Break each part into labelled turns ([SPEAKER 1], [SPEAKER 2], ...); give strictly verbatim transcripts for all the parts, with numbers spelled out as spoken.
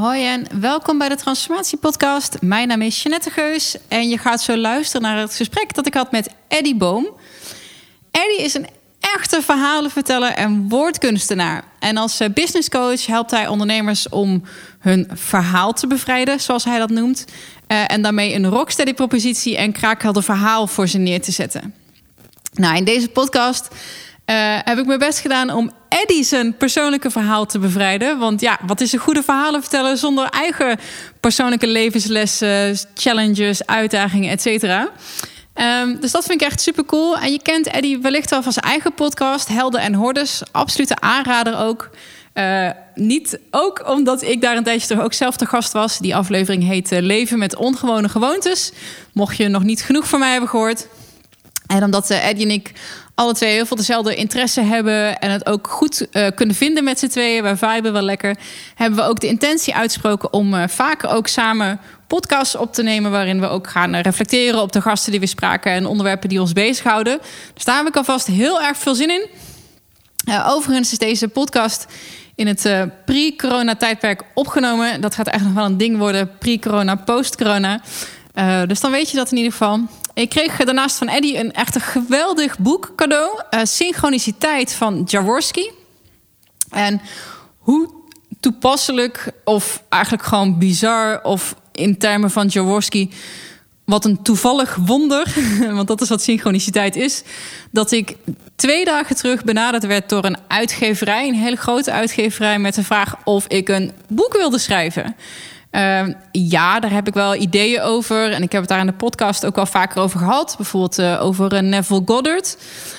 [SPEAKER 1] Hoi en welkom bij de Transformatie Podcast. Mijn naam is Jeanette Geus en je gaat zo luisteren naar het gesprek dat ik had met Eddie Boom. Eddie is een echte verhalenverteller en woordkunstenaar. En als businesscoach helpt hij ondernemers om hun verhaal te bevrijden, zoals hij dat noemt. Uh, en daarmee een rocksteady propositie en kraakhelder verhaal voor ze neer te zetten. Nou, in deze podcast uh, heb ik mijn best gedaan om Eddie zijn persoonlijke verhaal te bevrijden. Want ja, wat is een goede verhalen vertellen zonder eigen persoonlijke levenslessen, challenges, uitdagingen, et cetera. Um, dus dat vind ik echt super cool. En je kent Eddie wellicht wel van zijn eigen podcast, Helden en Hordes. Absolute aanrader ook. Uh, niet ook omdat ik daar een tijdje toch ook zelf te gast was. Die aflevering heet uh, Leven met ongewone gewoontes. Mocht je nog niet genoeg van mij hebben gehoord. En omdat uh, Eddie en ik alle twee heel veel dezelfde interesse hebben en het ook goed uh, kunnen vinden met z'n tweeën, wij viben wel lekker, hebben we ook de intentie uitgesproken om uh, vaker ook samen podcasts op te nemen waarin we ook gaan uh, reflecteren op de gasten die we spraken en onderwerpen die ons bezighouden. Dus daar heb ik alvast heel erg veel zin in. Uh, overigens is deze podcast in het uh, pre-corona-tijdperk opgenomen. Dat gaat echt nog wel een ding worden, pre-corona, post-corona. Uh, dus dan weet je dat in ieder geval. Ik kreeg daarnaast van Eddie een echt een geweldig boek cadeau. Uh, Synchroniciteit van Jaworski. En hoe toepasselijk of eigenlijk gewoon bizar of in termen van Jaworski wat een toevallig wonder, want dat is wat synchroniciteit is, dat ik twee dagen terug benaderd werd door een uitgeverij, een hele grote uitgeverij, met de vraag of ik een boek wilde schrijven. Uh, ja, daar heb ik wel ideeën over. En ik heb het daar in de podcast ook wel vaker over gehad. Bijvoorbeeld uh, over uh, Neville Goddard.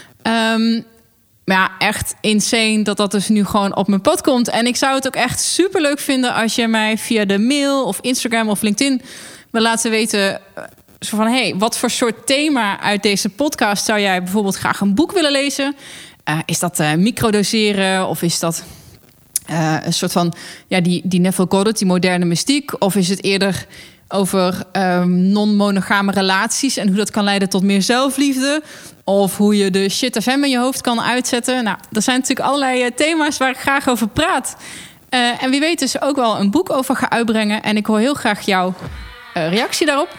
[SPEAKER 1] Um, maar ja, echt insane dat dat dus nu gewoon op mijn pad komt. En ik zou het ook echt superleuk vinden als je mij via de mail of Instagram of LinkedIn wil laten weten, uh, zo van, hey, wat voor soort thema uit deze podcast zou jij bijvoorbeeld graag een boek willen lezen? Uh, is dat uh, microdoseren of is dat Uh, een soort van, ja, die, die Neville Goddard, die moderne mystiek? Of is het eerder over um, non-monogame relaties en hoe dat kan leiden tot meer zelfliefde? Of hoe je de shit F M in je hoofd kan uitzetten? Nou, er zijn natuurlijk allerlei uh, thema's waar ik graag over praat. Uh, en wie weet dus ook wel een boek over ga uitbrengen. En ik hoor heel graag jouw uh, reactie daarop.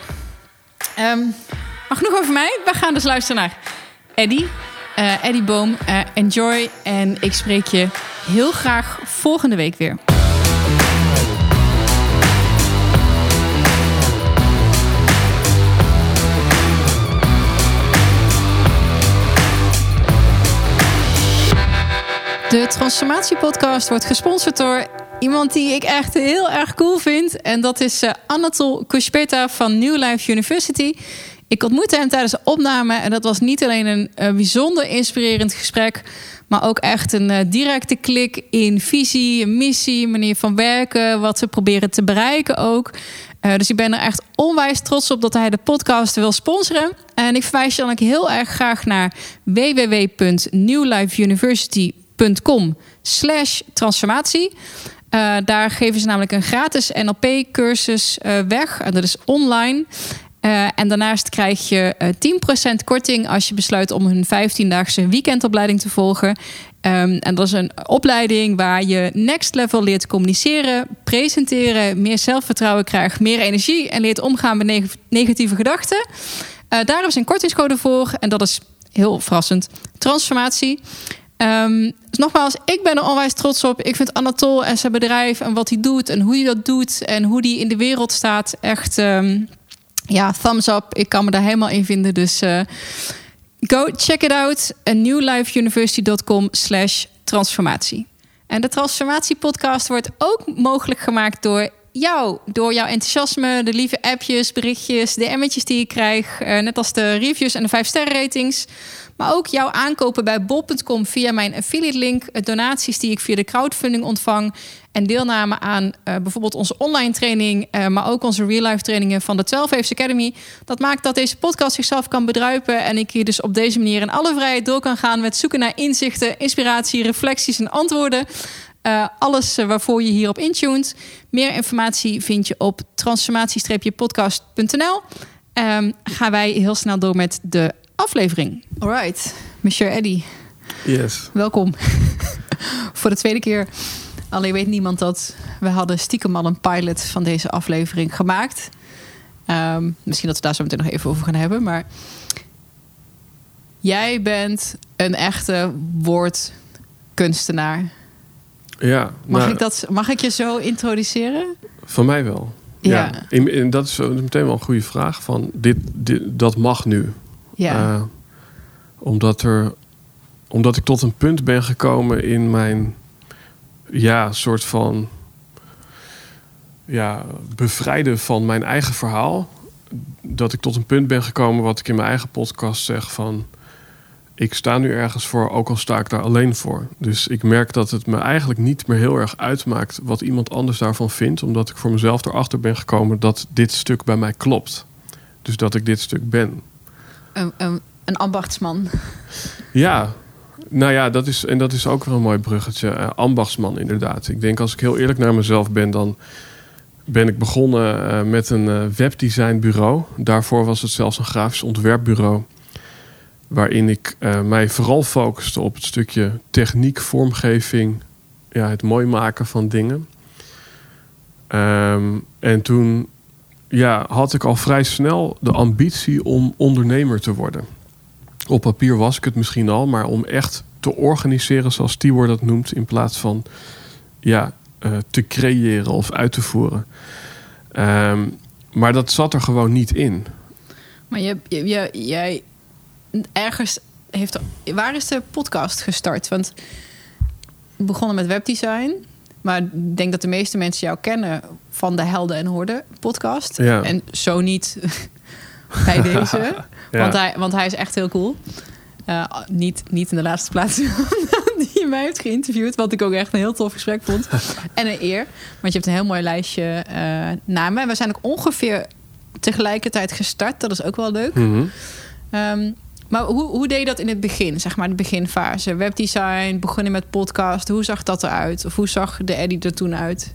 [SPEAKER 1] Um, maar genoeg over mij. We gaan dus luisteren naar Eddie. Uh, Eddie Boom, uh, enjoy. En ik spreek je heel graag volgende week weer. De Transformatie Podcast wordt gesponsord door iemand die ik echt heel erg cool vind. En dat is uh, Anatol Kushpeta van New Life University. Ik ontmoette hem tijdens de opname en dat was niet alleen een uh, bijzonder inspirerend gesprek, maar ook echt een uh, directe klik in visie, missie, manier van werken, wat ze proberen te bereiken ook. Uh, dus ik ben er echt onwijs trots op dat hij de podcast wil sponsoren. En ik verwijs je dan ook heel erg graag naar w w w punt newlifeuniversity.com slash transformatie. Uh, daar geven ze namelijk een gratis N L P-cursus uh, weg. En dat is online. Uh, en daarnaast krijg je uh, tien procent korting als je besluit om hun vijftiendaagse weekendopleiding te volgen. Um, en dat is een opleiding waar je next level leert communiceren, presenteren, meer zelfvertrouwen krijgt, meer energie en leert omgaan met neg- negatieve gedachten. Uh, daar is een kortingscode voor en dat is heel verrassend. Transformatie. Um, dus nogmaals, ik ben er onwijs trots op. Ik vind Anatol en zijn bedrijf en wat hij doet en hoe hij dat doet en hoe hij in de wereld staat echt, Um, ja, thumbs up. Ik kan me daar helemaal in vinden. Dus uh, go check it out. newlifeuniversity.com slash transformatie. En de Transformatie Podcast wordt ook mogelijk gemaakt door jou. Door jouw enthousiasme, de lieve appjes, berichtjes, D M'tjes die ik krijg. Uh, net als de reviews en de vijf sterren ratings. Maar ook jouw aankopen bij bol punt com via mijn affiliate link. Donaties die ik via de crowdfunding ontvang. En deelname aan uh, bijvoorbeeld onze online training. Uh, maar ook onze real life trainingen van de twaalf Waves Academy. Dat maakt dat deze podcast zichzelf kan bedruipen. En ik hier dus op deze manier in alle vrijheid door kan gaan met zoeken naar inzichten, inspiratie, reflecties en antwoorden. Uh, alles uh, waarvoor je hierop intuned. Meer informatie vind je op transformatie podcast punt n l. Um, gaan wij heel snel door met de aflevering. Alright, monsieur Eddie.
[SPEAKER 2] Yes.
[SPEAKER 1] Welkom. Voor de tweede keer. Alleen weet niemand dat we hadden stiekem al een pilot van deze aflevering gemaakt. Um, misschien dat we daar zo meteen nog even over gaan hebben. Maar jij bent een echte woordkunstenaar.
[SPEAKER 2] Ja.
[SPEAKER 1] Mag,
[SPEAKER 2] nou,
[SPEAKER 1] ik dat, mag ik je zo introduceren?
[SPEAKER 2] Van mij wel.
[SPEAKER 1] Ja.
[SPEAKER 2] ja. En, en dat is meteen wel een goede vraag. Van dit, dit, dat mag nu.
[SPEAKER 1] Ja.
[SPEAKER 2] Uh, omdat, er, omdat ik tot een punt ben gekomen in mijn... ja, soort van... ja, bevrijden van mijn eigen verhaal. Dat ik tot een punt ben gekomen wat ik in mijn eigen podcast zeg van... ik sta nu ergens voor, ook al sta ik daar alleen voor. Dus ik merk dat het me eigenlijk niet meer heel erg uitmaakt... wat iemand anders daarvan vindt. Omdat ik voor mezelf erachter ben gekomen dat dit stuk bij mij klopt. Dus dat ik dit stuk ben.
[SPEAKER 1] Een, een, een ambachtsman.
[SPEAKER 2] Ja, nou ja, dat is, en dat is ook weer een mooi bruggetje. Uh, ambachtsman, inderdaad. Ik denk als ik heel eerlijk naar mezelf ben... dan ben ik begonnen uh, met een uh, webdesignbureau. Daarvoor was het zelfs een grafisch ontwerpbureau... waarin ik uh, mij vooral focuste op het stukje techniek, vormgeving... ja, het mooi maken van dingen. Um, en toen ja, had ik al vrij snel de ambitie om ondernemer te worden. Op papier was ik het misschien al, maar om echt te organiseren... zoals Tibor dat noemt, in plaats van ja, uh, te creëren of uit te voeren. Um, maar dat zat er gewoon niet in.
[SPEAKER 1] Maar je, je, je, jij... ergens heeft... Waar is de podcast gestart? Want we begonnen met webdesign... maar ik denk dat de meeste mensen jou kennen... van de Helden en Horden podcast.
[SPEAKER 2] Ja.
[SPEAKER 1] En zo niet bij deze.
[SPEAKER 2] Ja.
[SPEAKER 1] Want, hij, want hij is echt heel cool. Uh, niet, niet in de laatste plaats die je mij heeft geïnterviewd... wat ik ook echt een heel tof gesprek vond. En een eer. Want je hebt een heel mooi lijstje uh, namen. En we zijn ook ongeveer tegelijkertijd gestart. Dat is ook wel leuk.
[SPEAKER 2] Mm-hmm.
[SPEAKER 1] Um, maar hoe, hoe deed je dat in het begin? Zeg maar de beginfase. Webdesign, begonnen met podcast. Hoe zag dat eruit? Of hoe zag de Eddie er toen uit?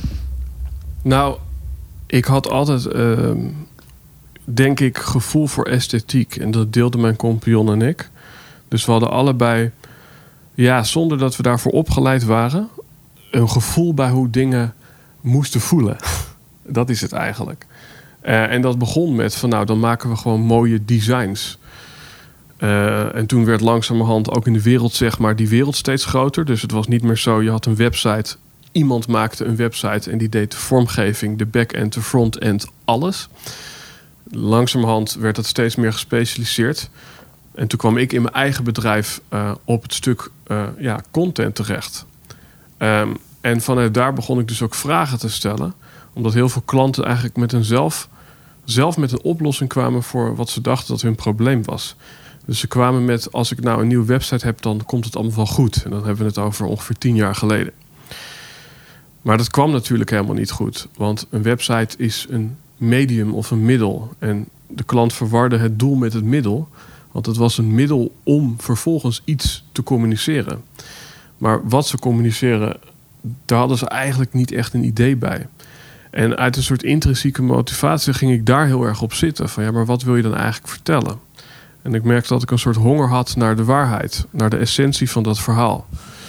[SPEAKER 2] Nou, ik had altijd, uh, denk ik, gevoel voor esthetiek. En dat deelden mijn compagnon en ik. Dus we hadden allebei, ja, zonder dat we daarvoor opgeleid waren... een gevoel bij hoe dingen moesten voelen. Dat is het eigenlijk. Uh, en dat begon met van, nou, dan maken we gewoon mooie designs... Uh, en toen werd langzamerhand ook in de wereld, zeg maar, die wereld steeds groter. Dus het was niet meer zo, je had een website, iemand maakte een website en die deed de vormgeving, de back-end, de front-end, alles. Langzamerhand werd dat steeds meer gespecialiseerd. En toen kwam ik in mijn eigen bedrijf uh, op het stuk uh, ja, content terecht. Um, en vanuit daar begon ik dus ook vragen te stellen. Omdat heel veel klanten eigenlijk met een zelf, zelf met een oplossing kwamen voor wat ze dachten dat hun probleem was. Dus ze kwamen met, als ik nou een nieuwe website heb, dan komt het allemaal wel goed. En dan hebben we het over ongeveer tien jaar geleden. Maar dat kwam natuurlijk helemaal niet goed. Want een website is een medium of een middel. En de klant verwarde het doel met het middel. Want het was een middel om vervolgens iets te communiceren. Maar wat ze communiceren, daar hadden ze eigenlijk niet echt een idee bij. En uit een soort intrinsieke motivatie ging ik daar heel erg op zitten. Van ja, maar wat wil je dan eigenlijk vertellen? En ik merkte dat ik een soort honger had naar de waarheid. Naar de essentie van dat verhaal.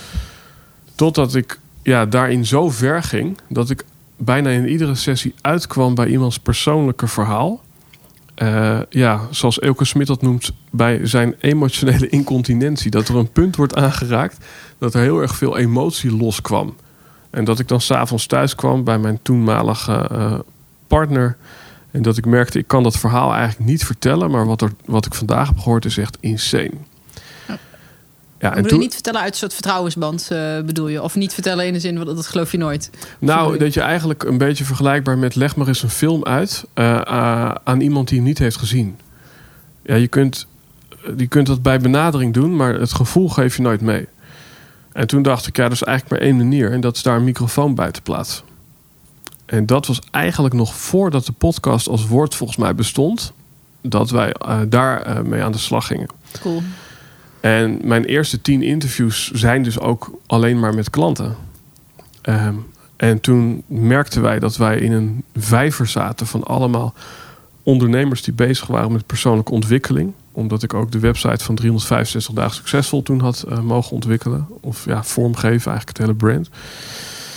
[SPEAKER 2] Totdat ik ja, daarin zo ver ging... dat ik bijna in iedere sessie uitkwam bij iemands persoonlijke verhaal. Uh, ja, zoals Elke Smit dat noemt, bij zijn emotionele incontinentie. Dat er een punt wordt aangeraakt dat er heel erg veel emotie loskwam. En dat ik dan 's avonds thuis kwam bij mijn toenmalige uh, partner... En dat ik merkte, ik kan dat verhaal eigenlijk niet vertellen... maar wat, er, wat ik vandaag heb gehoord is echt insane.
[SPEAKER 1] Ja,
[SPEAKER 2] ja, en
[SPEAKER 1] bedoel
[SPEAKER 2] toen,
[SPEAKER 1] je niet vertellen uit een soort vertrouwensband, uh, bedoel je? Of niet vertellen in de zin, dat geloof je nooit?
[SPEAKER 2] Nou,
[SPEAKER 1] je?
[SPEAKER 2] dat je eigenlijk een beetje vergelijkbaar met... leg maar eens een film uit uh, uh, aan iemand die hem niet heeft gezien. Ja, je kunt, je kunt dat bij benadering doen... maar het gevoel geef je nooit mee. En toen dacht ik, ja, er is eigenlijk maar één manier... en dat is daar een microfoon bij te plaatsen. En dat was eigenlijk nog voordat de podcast als woord volgens mij bestond... dat wij uh, daar uh, mee aan de slag gingen.
[SPEAKER 1] Cool.
[SPEAKER 2] En mijn eerste tien interviews zijn dus ook alleen maar met klanten. Um, en toen merkten wij dat wij in een vijver zaten... van allemaal ondernemers die bezig waren met persoonlijke ontwikkeling. Omdat ik ook de website van driehonderdvijfenzestig dagen succesvol toen had uh, mogen ontwikkelen. Of ja, vormgeven, eigenlijk het hele brand.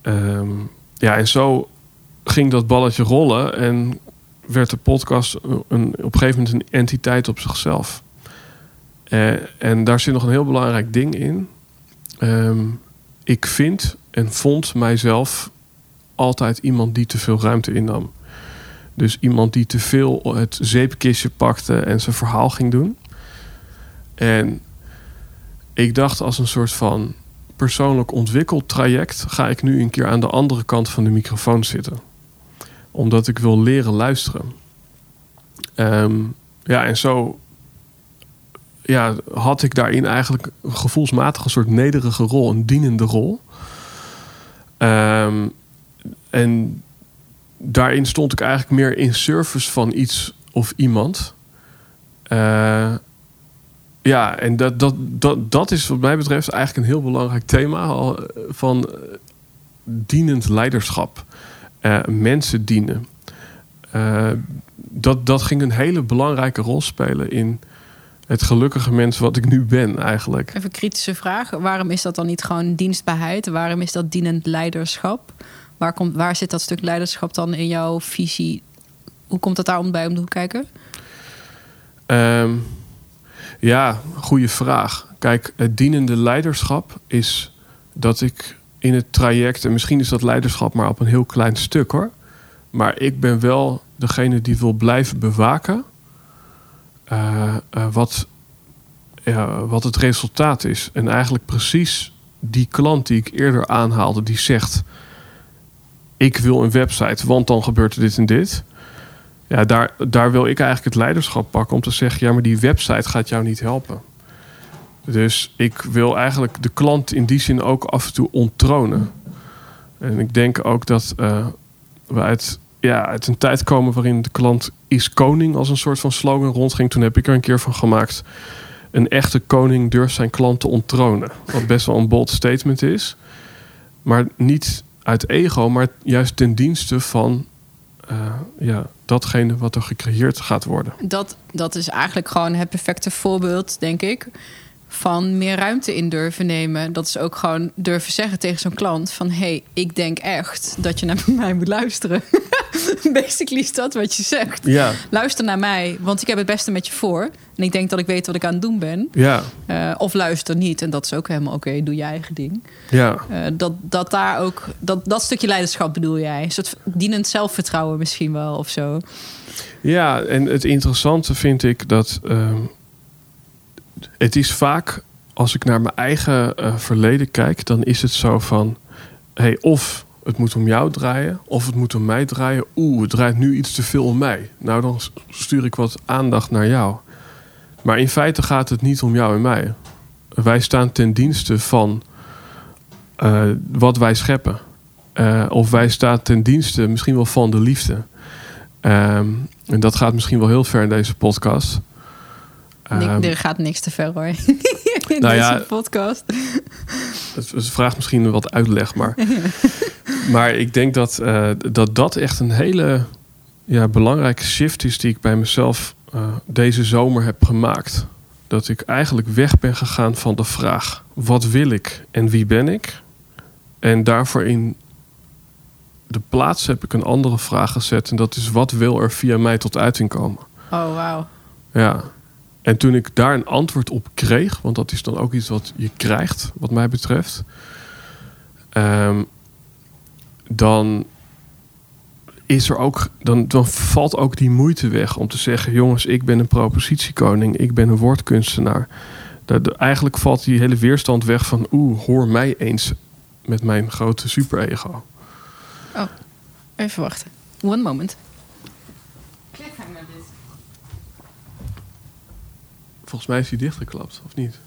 [SPEAKER 2] um, ja, en zo ging dat balletje rollen en werd de podcast een, op een gegeven moment een entiteit op zichzelf. Uh, en daar zit nog een heel belangrijk ding in. Um, ik vind en vond mijzelf altijd iemand die te veel ruimte innam. Dus iemand die te veel het zeepkistje pakte en zijn verhaal ging doen. En ik dacht, als een soort van persoonlijk ontwikkeltraject ga ik nu een keer aan de andere kant van de microfoon zitten. Omdat ik wil leren luisteren. Um, ja, en zo ja, had ik daarin eigenlijk gevoelsmatig een soort nederige rol, een dienende rol. Um, en daarin stond ik eigenlijk meer in service van iets of iemand. Uh, ja, en dat, dat, dat, dat is wat mij betreft eigenlijk een heel belangrijk thema van dienend leiderschap. Uh, mensen dienen. Uh, dat, dat ging een hele belangrijke rol spelen in het gelukkige mens wat ik nu ben eigenlijk.
[SPEAKER 1] Even een kritische vraag. Waarom is dat dan niet gewoon dienstbaarheid? Waarom is dat dienend leiderschap? Waar, komt, waar zit dat stuk leiderschap dan in jouw visie? Hoe komt dat daar om bij om de hoek kijken?
[SPEAKER 2] Um, ja, goede vraag. Kijk, het dienende leiderschap is dat ik in het traject, en misschien is dat leiderschap maar op een heel klein stuk hoor, maar ik ben wel degene die wil blijven bewaken uh, uh, wat, uh, wat het resultaat is. En eigenlijk precies die klant die ik eerder aanhaalde, die zegt, ik wil een website, want dan gebeurt er dit en dit. Ja, daar, daar wil ik eigenlijk het leiderschap pakken om te zeggen, ja, maar die website gaat jou niet helpen. Dus ik wil eigenlijk de klant in die zin ook af en toe onttronen. En ik denk ook dat uh, we uit, ja, uit een tijd komen waarin de klant is koning als een soort van slogan rondging. Toen heb ik er een keer van gemaakt. Een echte koning durft zijn klant te onttronen. Wat best wel een bold statement is. Maar niet uit ego, maar juist ten dienste van uh, ja, datgene wat er gecreëerd gaat worden.
[SPEAKER 1] Dat, dat is eigenlijk gewoon het perfecte voorbeeld, denk ik, van meer ruimte in durven nemen. Dat is ook gewoon durven zeggen tegen zo'n klant van, hey, ik denk echt dat je naar mij moet luisteren. Basically is dat wat je zegt.
[SPEAKER 2] Ja.
[SPEAKER 1] Luister naar mij, want ik heb het beste met je voor. En ik denk dat ik weet wat ik aan het doen ben.
[SPEAKER 2] Ja.
[SPEAKER 1] Uh, of luister niet. En dat is ook helemaal oké. Okay, doe je eigen ding.
[SPEAKER 2] Ja.
[SPEAKER 1] Uh, dat, dat daar ook, dat, dat stukje leiderschap bedoel jij. Een soort dienend zelfvertrouwen misschien wel of zo.
[SPEAKER 2] Ja, en het interessante vind ik dat Uh, het is vaak, als ik naar mijn eigen uh, verleden kijk, dan is het zo van, hey, of het moet om jou draaien, of het moet om mij draaien. Oeh, het draait nu iets te veel om mij. Nou, dan stuur ik wat aandacht naar jou. Maar in feite gaat het niet om jou en mij. Wij staan ten dienste van uh, wat wij scheppen. Uh, of wij staan ten dienste misschien wel van de liefde. Um, en dat gaat misschien wel heel ver in deze podcast.
[SPEAKER 1] Um, er gaat niks te ver hoor. In
[SPEAKER 2] nou
[SPEAKER 1] deze
[SPEAKER 2] ja,
[SPEAKER 1] podcast.
[SPEAKER 2] Het, het vraagt misschien wat uitleg, maar, maar ik denk dat, uh, dat dat echt een hele ja, belangrijke shift is die ik bij mezelf uh, deze zomer heb gemaakt. Dat ik eigenlijk weg ben gegaan van de vraag, wat wil ik en wie ben ik? En daarvoor in de plaats heb ik een andere vraag gezet. En dat is, wat wil er via mij tot uiting komen?
[SPEAKER 1] Oh, wauw.
[SPEAKER 2] Ja. En toen ik daar een antwoord op kreeg, want dat is dan ook iets wat je krijgt, wat mij betreft, um, dan is er ook, dan, dan valt ook die moeite weg om te zeggen, jongens, ik ben een propositiekoning, ik ben een woordkunstenaar. De, de, eigenlijk valt die hele weerstand weg van, oeh, hoor mij eens met mijn grote superego.
[SPEAKER 1] Oh, even wachten. One moment. Cliffhanger dit.
[SPEAKER 2] Volgens mij is hij dichtgeklapt, of niet?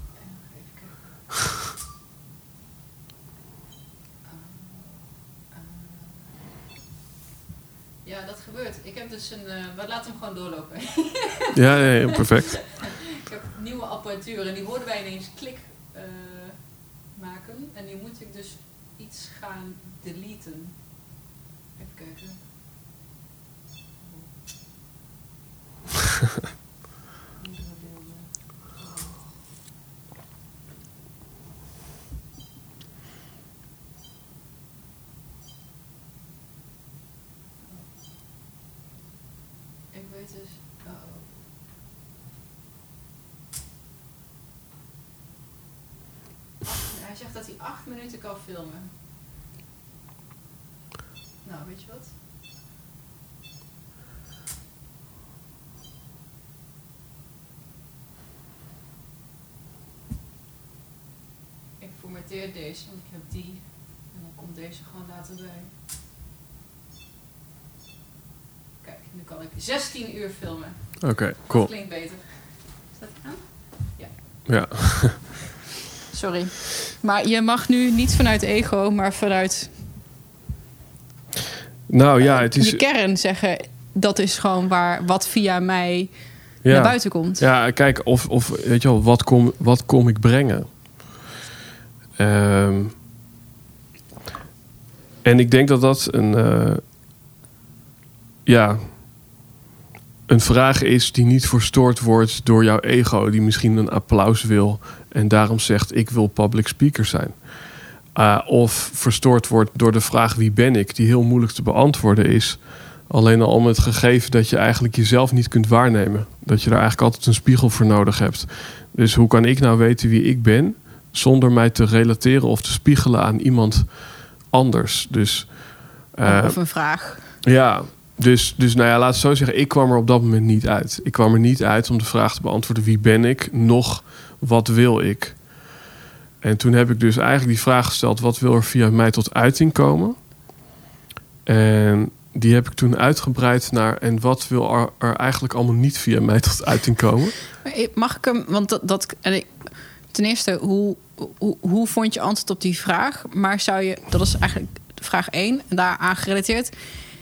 [SPEAKER 1] Ja, dat gebeurt. Ik heb dus een... Uh, we laten hem gewoon doorlopen.
[SPEAKER 2] ja, ja, ja, perfect.
[SPEAKER 1] Ik heb nieuwe apparatuur en die hoorden wij ineens klik uh, maken. En nu moet ik dus iets gaan deleten. Even kijken. weet dus... Uh-oh. Hij zegt dat hij acht minuten kan filmen. Nou, weet je wat? Ik formateer deze, want ik heb die. En dan komt deze gewoon later bij. Kijk, nu kan ik zestien uur filmen.
[SPEAKER 2] Oké, okay, cool.
[SPEAKER 1] Dat klinkt beter. Staat die aan? Ja.
[SPEAKER 2] Ja.
[SPEAKER 1] Sorry. Maar je mag nu niet vanuit ego, maar vanuit...
[SPEAKER 2] Nou ja, het is...
[SPEAKER 1] Je kern zeggen, dat is gewoon waar wat via mij
[SPEAKER 2] ja.
[SPEAKER 1] naar buiten komt.
[SPEAKER 2] Ja, kijk, of, of weet je wel, wat kom, wat kom ik brengen? Um, en ik denk dat dat een... Uh, ja... een vraag is die niet verstoord wordt door jouw ego... die misschien een applaus wil... en daarom zegt, ik wil public speaker zijn. Uh, of verstoord wordt door de vraag, wie ben ik? Die heel moeilijk te beantwoorden is. Alleen al om het gegeven dat je eigenlijk jezelf niet kunt waarnemen. Dat je daar eigenlijk altijd een spiegel voor nodig hebt. Dus hoe kan ik nou weten wie ik ben... zonder mij te relateren of te spiegelen aan iemand anders? Dus, uh,
[SPEAKER 1] of een vraag.
[SPEAKER 2] Ja... Dus, dus nou ja, laat het zo zeggen, ik kwam er op dat moment niet uit. Ik kwam er niet uit om de vraag te beantwoorden... wie ben ik, nog wat wil ik? En toen heb ik dus eigenlijk die vraag gesteld... wat wil er via mij tot uiting komen? En die heb ik toen uitgebreid naar... en wat wil er, er eigenlijk allemaal niet via mij tot uiting komen?
[SPEAKER 1] Mag ik hem, want dat... dat en ik, ten eerste, hoe, hoe, hoe vond je antwoord op die vraag? Maar zou je, dat is eigenlijk vraag één, en daaraan gerelateerd...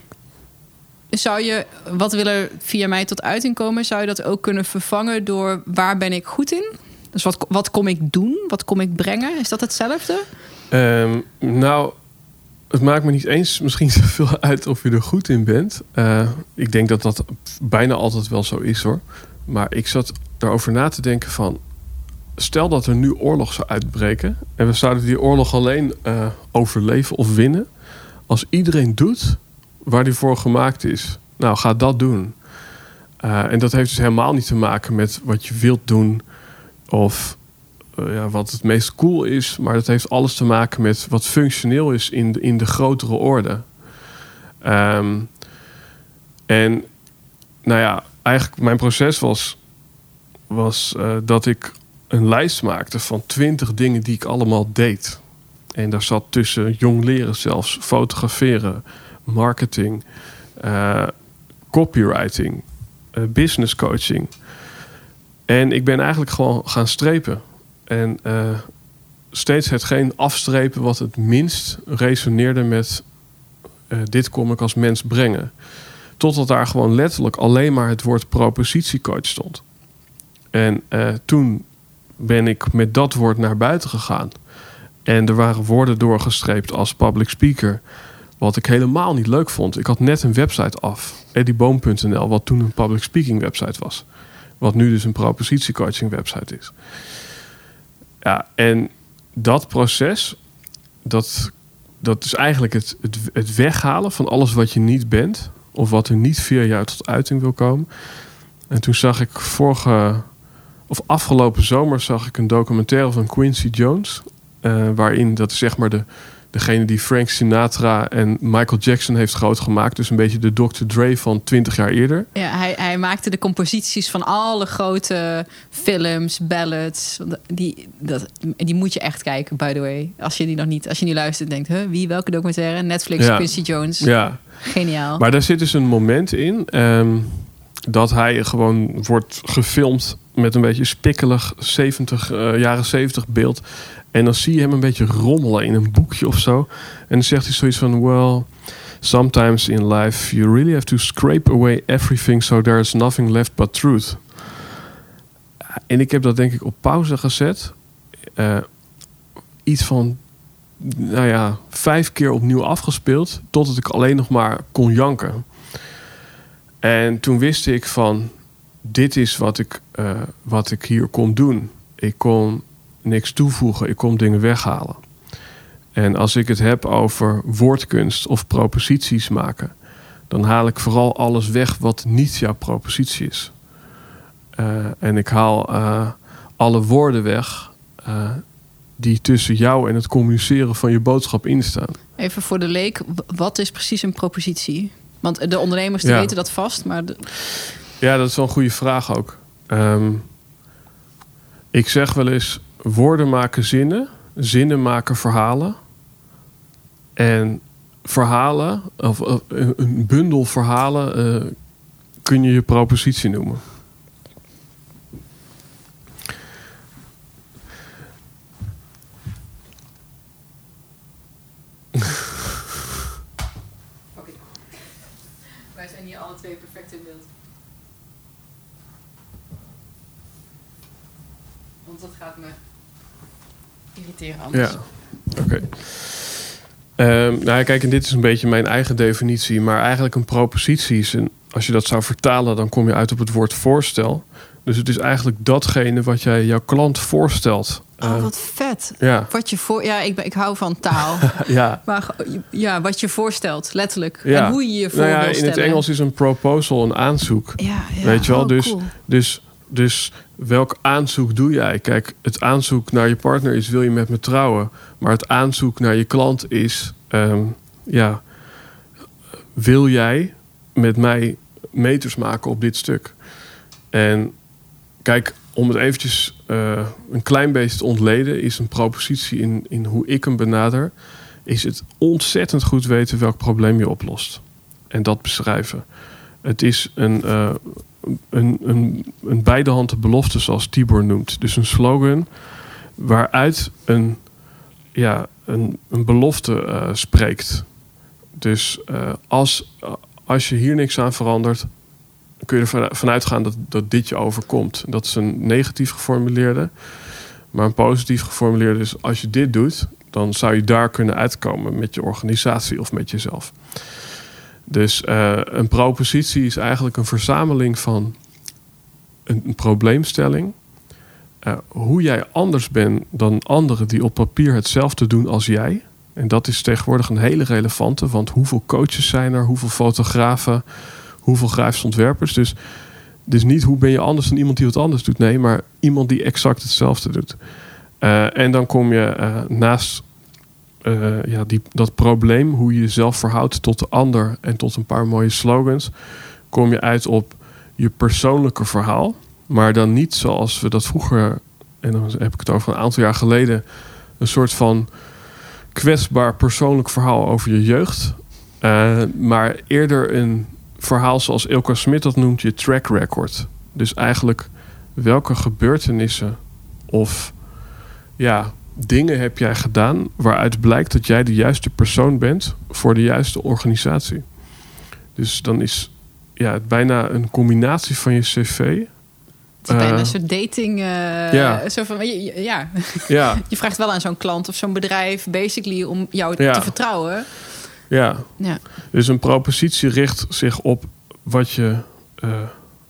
[SPEAKER 1] Zou je, wat wil er via mij tot uiting komen... zou je dat ook kunnen vervangen door waar ben ik goed in? Dus wat, wat kom ik doen? Wat kom ik brengen? Is dat hetzelfde?
[SPEAKER 2] Um, nou, het maakt me niet eens misschien zoveel uit of je er goed in bent. Uh, ik denk dat dat bijna altijd wel zo is, hoor. Maar ik zat erover na te denken van... stel dat er nu oorlog zou uitbreken... en we zouden die oorlog alleen uh, overleven of winnen... als iedereen doet... waar die voor gemaakt is. Nou, ga dat doen. Uh, en dat heeft dus helemaal niet te maken met wat je wilt doen... of uh, ja, wat het meest cool is... maar dat heeft alles te maken met wat functioneel is... in de, in de grotere orde. Um, en nou ja, eigenlijk mijn proces was... was uh, dat ik een lijst maakte van twintig dingen die ik allemaal deed. En daar zat tussen jong leren zelfs, fotograferen... marketing, uh, copywriting, uh, business coaching. En ik ben eigenlijk gewoon gaan strepen. En uh, steeds hetgeen afstrepen wat het minst resoneerde met... Uh, dit kom ik als mens brengen. Totdat daar gewoon letterlijk alleen maar het woord propositiecoach stond. En uh, toen ben ik met dat woord naar buiten gegaan. En er waren woorden doorgestreept als public speaker... Wat ik helemaal niet leuk vond. Ik had net een website af. eddie boom punt n l, wat toen een public speaking website was. Wat nu dus een propositiecoaching website is. Ja, en dat proces... Dat, dat is eigenlijk het, het, het weghalen van alles wat je niet bent. Of wat er niet via jou tot uiting wil komen. En toen zag ik vorige... Of afgelopen zomer zag ik een documentaire van Quincy Jones. Uh, waarin, dat is zeg maar de... Degene die Frank Sinatra en Michael Jackson heeft groot gemaakt. Dus een beetje de dokter Dre van twintig jaar eerder.
[SPEAKER 1] Ja, hij, hij maakte de composities van alle grote films, ballads. Die, dat, die moet je echt kijken, by the way. Als je die nog niet, als je niet luistert en denkt... Huh, wie, welke documentaire? Netflix, ja. Quincy Jones. Ja. Geniaal.
[SPEAKER 2] Maar daar zit dus een moment in... Um, dat hij gewoon wordt gefilmd met een beetje spikkelig zeventig, uh, jaren zeventig beeld... En dan zie je hem een beetje rommelen in een boekje of zo. En dan zegt hij zoiets van... Well, sometimes in life you really have to scrape away everything... so there's nothing left but truth. En ik heb dat denk ik op pauze gezet. Uh, iets van... Nou ja, vijf keer opnieuw afgespeeld... totdat ik alleen nog maar kon janken. En toen wist ik van... Dit is wat ik, uh, wat ik hier kon doen. Ik kon... niks toevoegen, ik kom dingen weghalen. En als ik het heb over woordkunst of proposities maken... dan haal ik vooral alles weg wat niet jouw propositie is. Uh, en ik haal uh, alle woorden weg uh, die tussen jou en het communiceren van je boodschap instaan.
[SPEAKER 1] Even voor de leek, wat is precies een propositie? Want de ondernemers die
[SPEAKER 2] ja.
[SPEAKER 1] weten dat vast, maar... De...
[SPEAKER 2] Ja, dat is wel een goede vraag ook. Um, ik zeg wel eens, woorden maken zinnen, zinnen maken verhalen. En verhalen, of, of een bundel verhalen, uh, kun je je propositie noemen.
[SPEAKER 1] Okay. Wij zijn hier alle twee perfect in beeld. Want dat gaat me irriteren anders.
[SPEAKER 2] Ja, oké. Okay. Um, nou, kijk, en dit is een beetje mijn eigen definitie. Maar eigenlijk een propositie is een, als je dat zou vertalen, dan kom je uit op het woord voorstel. Dus het is eigenlijk datgene wat jij jouw klant voorstelt.
[SPEAKER 1] Oh, uh, wat vet.
[SPEAKER 2] Ja.
[SPEAKER 1] Wat je voor, ja, ik, ben, ik hou van taal.
[SPEAKER 2] ja.
[SPEAKER 1] Maar ja, wat je voorstelt, letterlijk.
[SPEAKER 2] Ja.
[SPEAKER 1] En hoe je je voor
[SPEAKER 2] nou ja,
[SPEAKER 1] wil
[SPEAKER 2] in
[SPEAKER 1] stellen.
[SPEAKER 2] het Engels is een proposal een aanzoek.
[SPEAKER 1] Ja, ja.
[SPEAKER 2] Weet je wel?
[SPEAKER 1] Oh,
[SPEAKER 2] dus,
[SPEAKER 1] cool.
[SPEAKER 2] dus, dus welk aanzoek doe jij? Kijk, het aanzoek naar je partner is: wil je met me trouwen? Maar het aanzoek naar je klant is: um, ja, wil jij met mij meters maken op dit stuk? En kijk, om het eventjes uh, een klein beetje te ontleden, is een propositie in, in hoe ik hem benader, is het ontzettend goed weten welk probleem je oplost. En dat beschrijven. Het is een, uh, een, een, een beidehande belofte, zoals Tibor noemt. Dus een slogan waaruit een, ja, een, een belofte uh, spreekt. Dus uh, als, uh, als je hier niks aan verandert, kun je ervan vanuit gaan dat, dat dit je overkomt. Dat is een negatief geformuleerde. Maar een positief geformuleerde is: als je dit doet, dan zou je daar kunnen uitkomen met je organisatie of met jezelf. Dus uh, een propositie is eigenlijk een verzameling van een, een probleemstelling. Uh, hoe jij anders bent dan anderen die op papier hetzelfde doen als jij. En dat is tegenwoordig een hele relevante. Want hoeveel coaches zijn er? Hoeveel fotografen? Hoeveel grafische ontwerpers? Dus, dus niet hoe ben je anders dan iemand die wat anders doet. Nee, maar iemand die exact hetzelfde doet. Uh, en dan kom je uh, naast uh, ja, die, dat probleem, hoe je jezelf verhoudt tot de ander en tot een paar mooie slogans, kom je uit op je persoonlijke verhaal. Maar dan niet zoals we dat vroeger, en dan heb ik het over een aantal jaar geleden, een soort van kwetsbaar persoonlijk verhaal over je jeugd. Uh, maar eerder een verhaal zoals Ilka Smit dat noemt, je track record. Dus eigenlijk welke gebeurtenissen of ja, dingen heb jij gedaan waaruit blijkt dat jij de juiste persoon bent voor de juiste organisatie. Dus dan is ja, het bijna een combinatie van je cv.
[SPEAKER 1] Het is bijna uh, een soort dating. Uh,
[SPEAKER 2] ja.
[SPEAKER 1] Zo van, ja.
[SPEAKER 2] Ja.
[SPEAKER 1] Je vraagt wel aan zo'n klant of zo'n bedrijf basically om jou
[SPEAKER 2] ja.
[SPEAKER 1] te vertrouwen.
[SPEAKER 2] Ja.
[SPEAKER 1] ja,
[SPEAKER 2] dus een propositie richt zich op wat je, uh,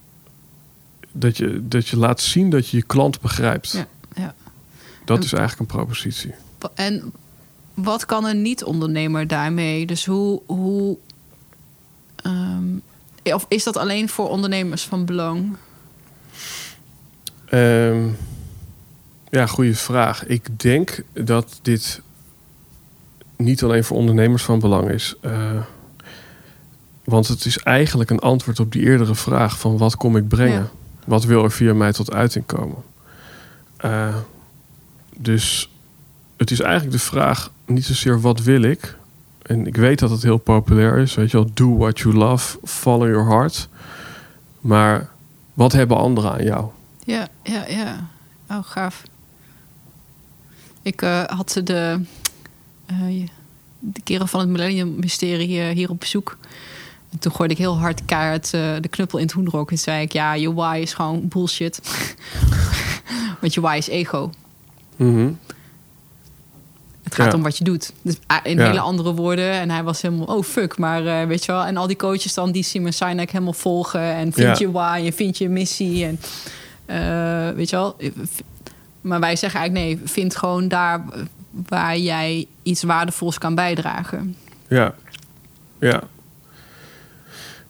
[SPEAKER 2] dat je, dat je laat zien dat je je klant begrijpt.
[SPEAKER 1] Ja, ja.
[SPEAKER 2] Dat
[SPEAKER 1] en,
[SPEAKER 2] is eigenlijk een propositie.
[SPEAKER 1] En wat kan een niet-ondernemer daarmee? Dus hoe, hoe um, of is dat alleen voor ondernemers van belang?
[SPEAKER 2] Um, ja, goede vraag. Ik denk dat dit niet alleen voor ondernemers van belang is. Uh, want het is eigenlijk een antwoord op die eerdere vraag van wat kom ik brengen? Ja. Wat wil er via mij tot uiting komen? Uh, dus het is eigenlijk de vraag niet zozeer wat wil ik? En ik weet dat het heel populair is. Weet je wel, do what you love, follow your heart. Maar wat hebben anderen aan jou?
[SPEAKER 1] Ja, ja, ja. Oh, gaaf. Ik uh, had de... Uh, de keren van het Millennium Mysterie uh, hier op bezoek. En toen gooide ik heel hard keihard uh, de knuppel in het hoenderhok. En zei ik, ja, je why is gewoon bullshit. Want je why is ego.
[SPEAKER 2] Mm-hmm.
[SPEAKER 1] Het gaat
[SPEAKER 2] ja.
[SPEAKER 1] om wat je doet. Dus in ja. hele andere woorden. En hij was helemaal, oh fuck. Maar uh, weet je wel. En al die coaches dan die Simon Sinek helemaal volgen. En vind ja. je why en vind je missie. En uh, weet je wel. Maar wij zeggen eigenlijk nee. Vind gewoon daar waar jij iets waardevols kan bijdragen.
[SPEAKER 2] Ja, ja.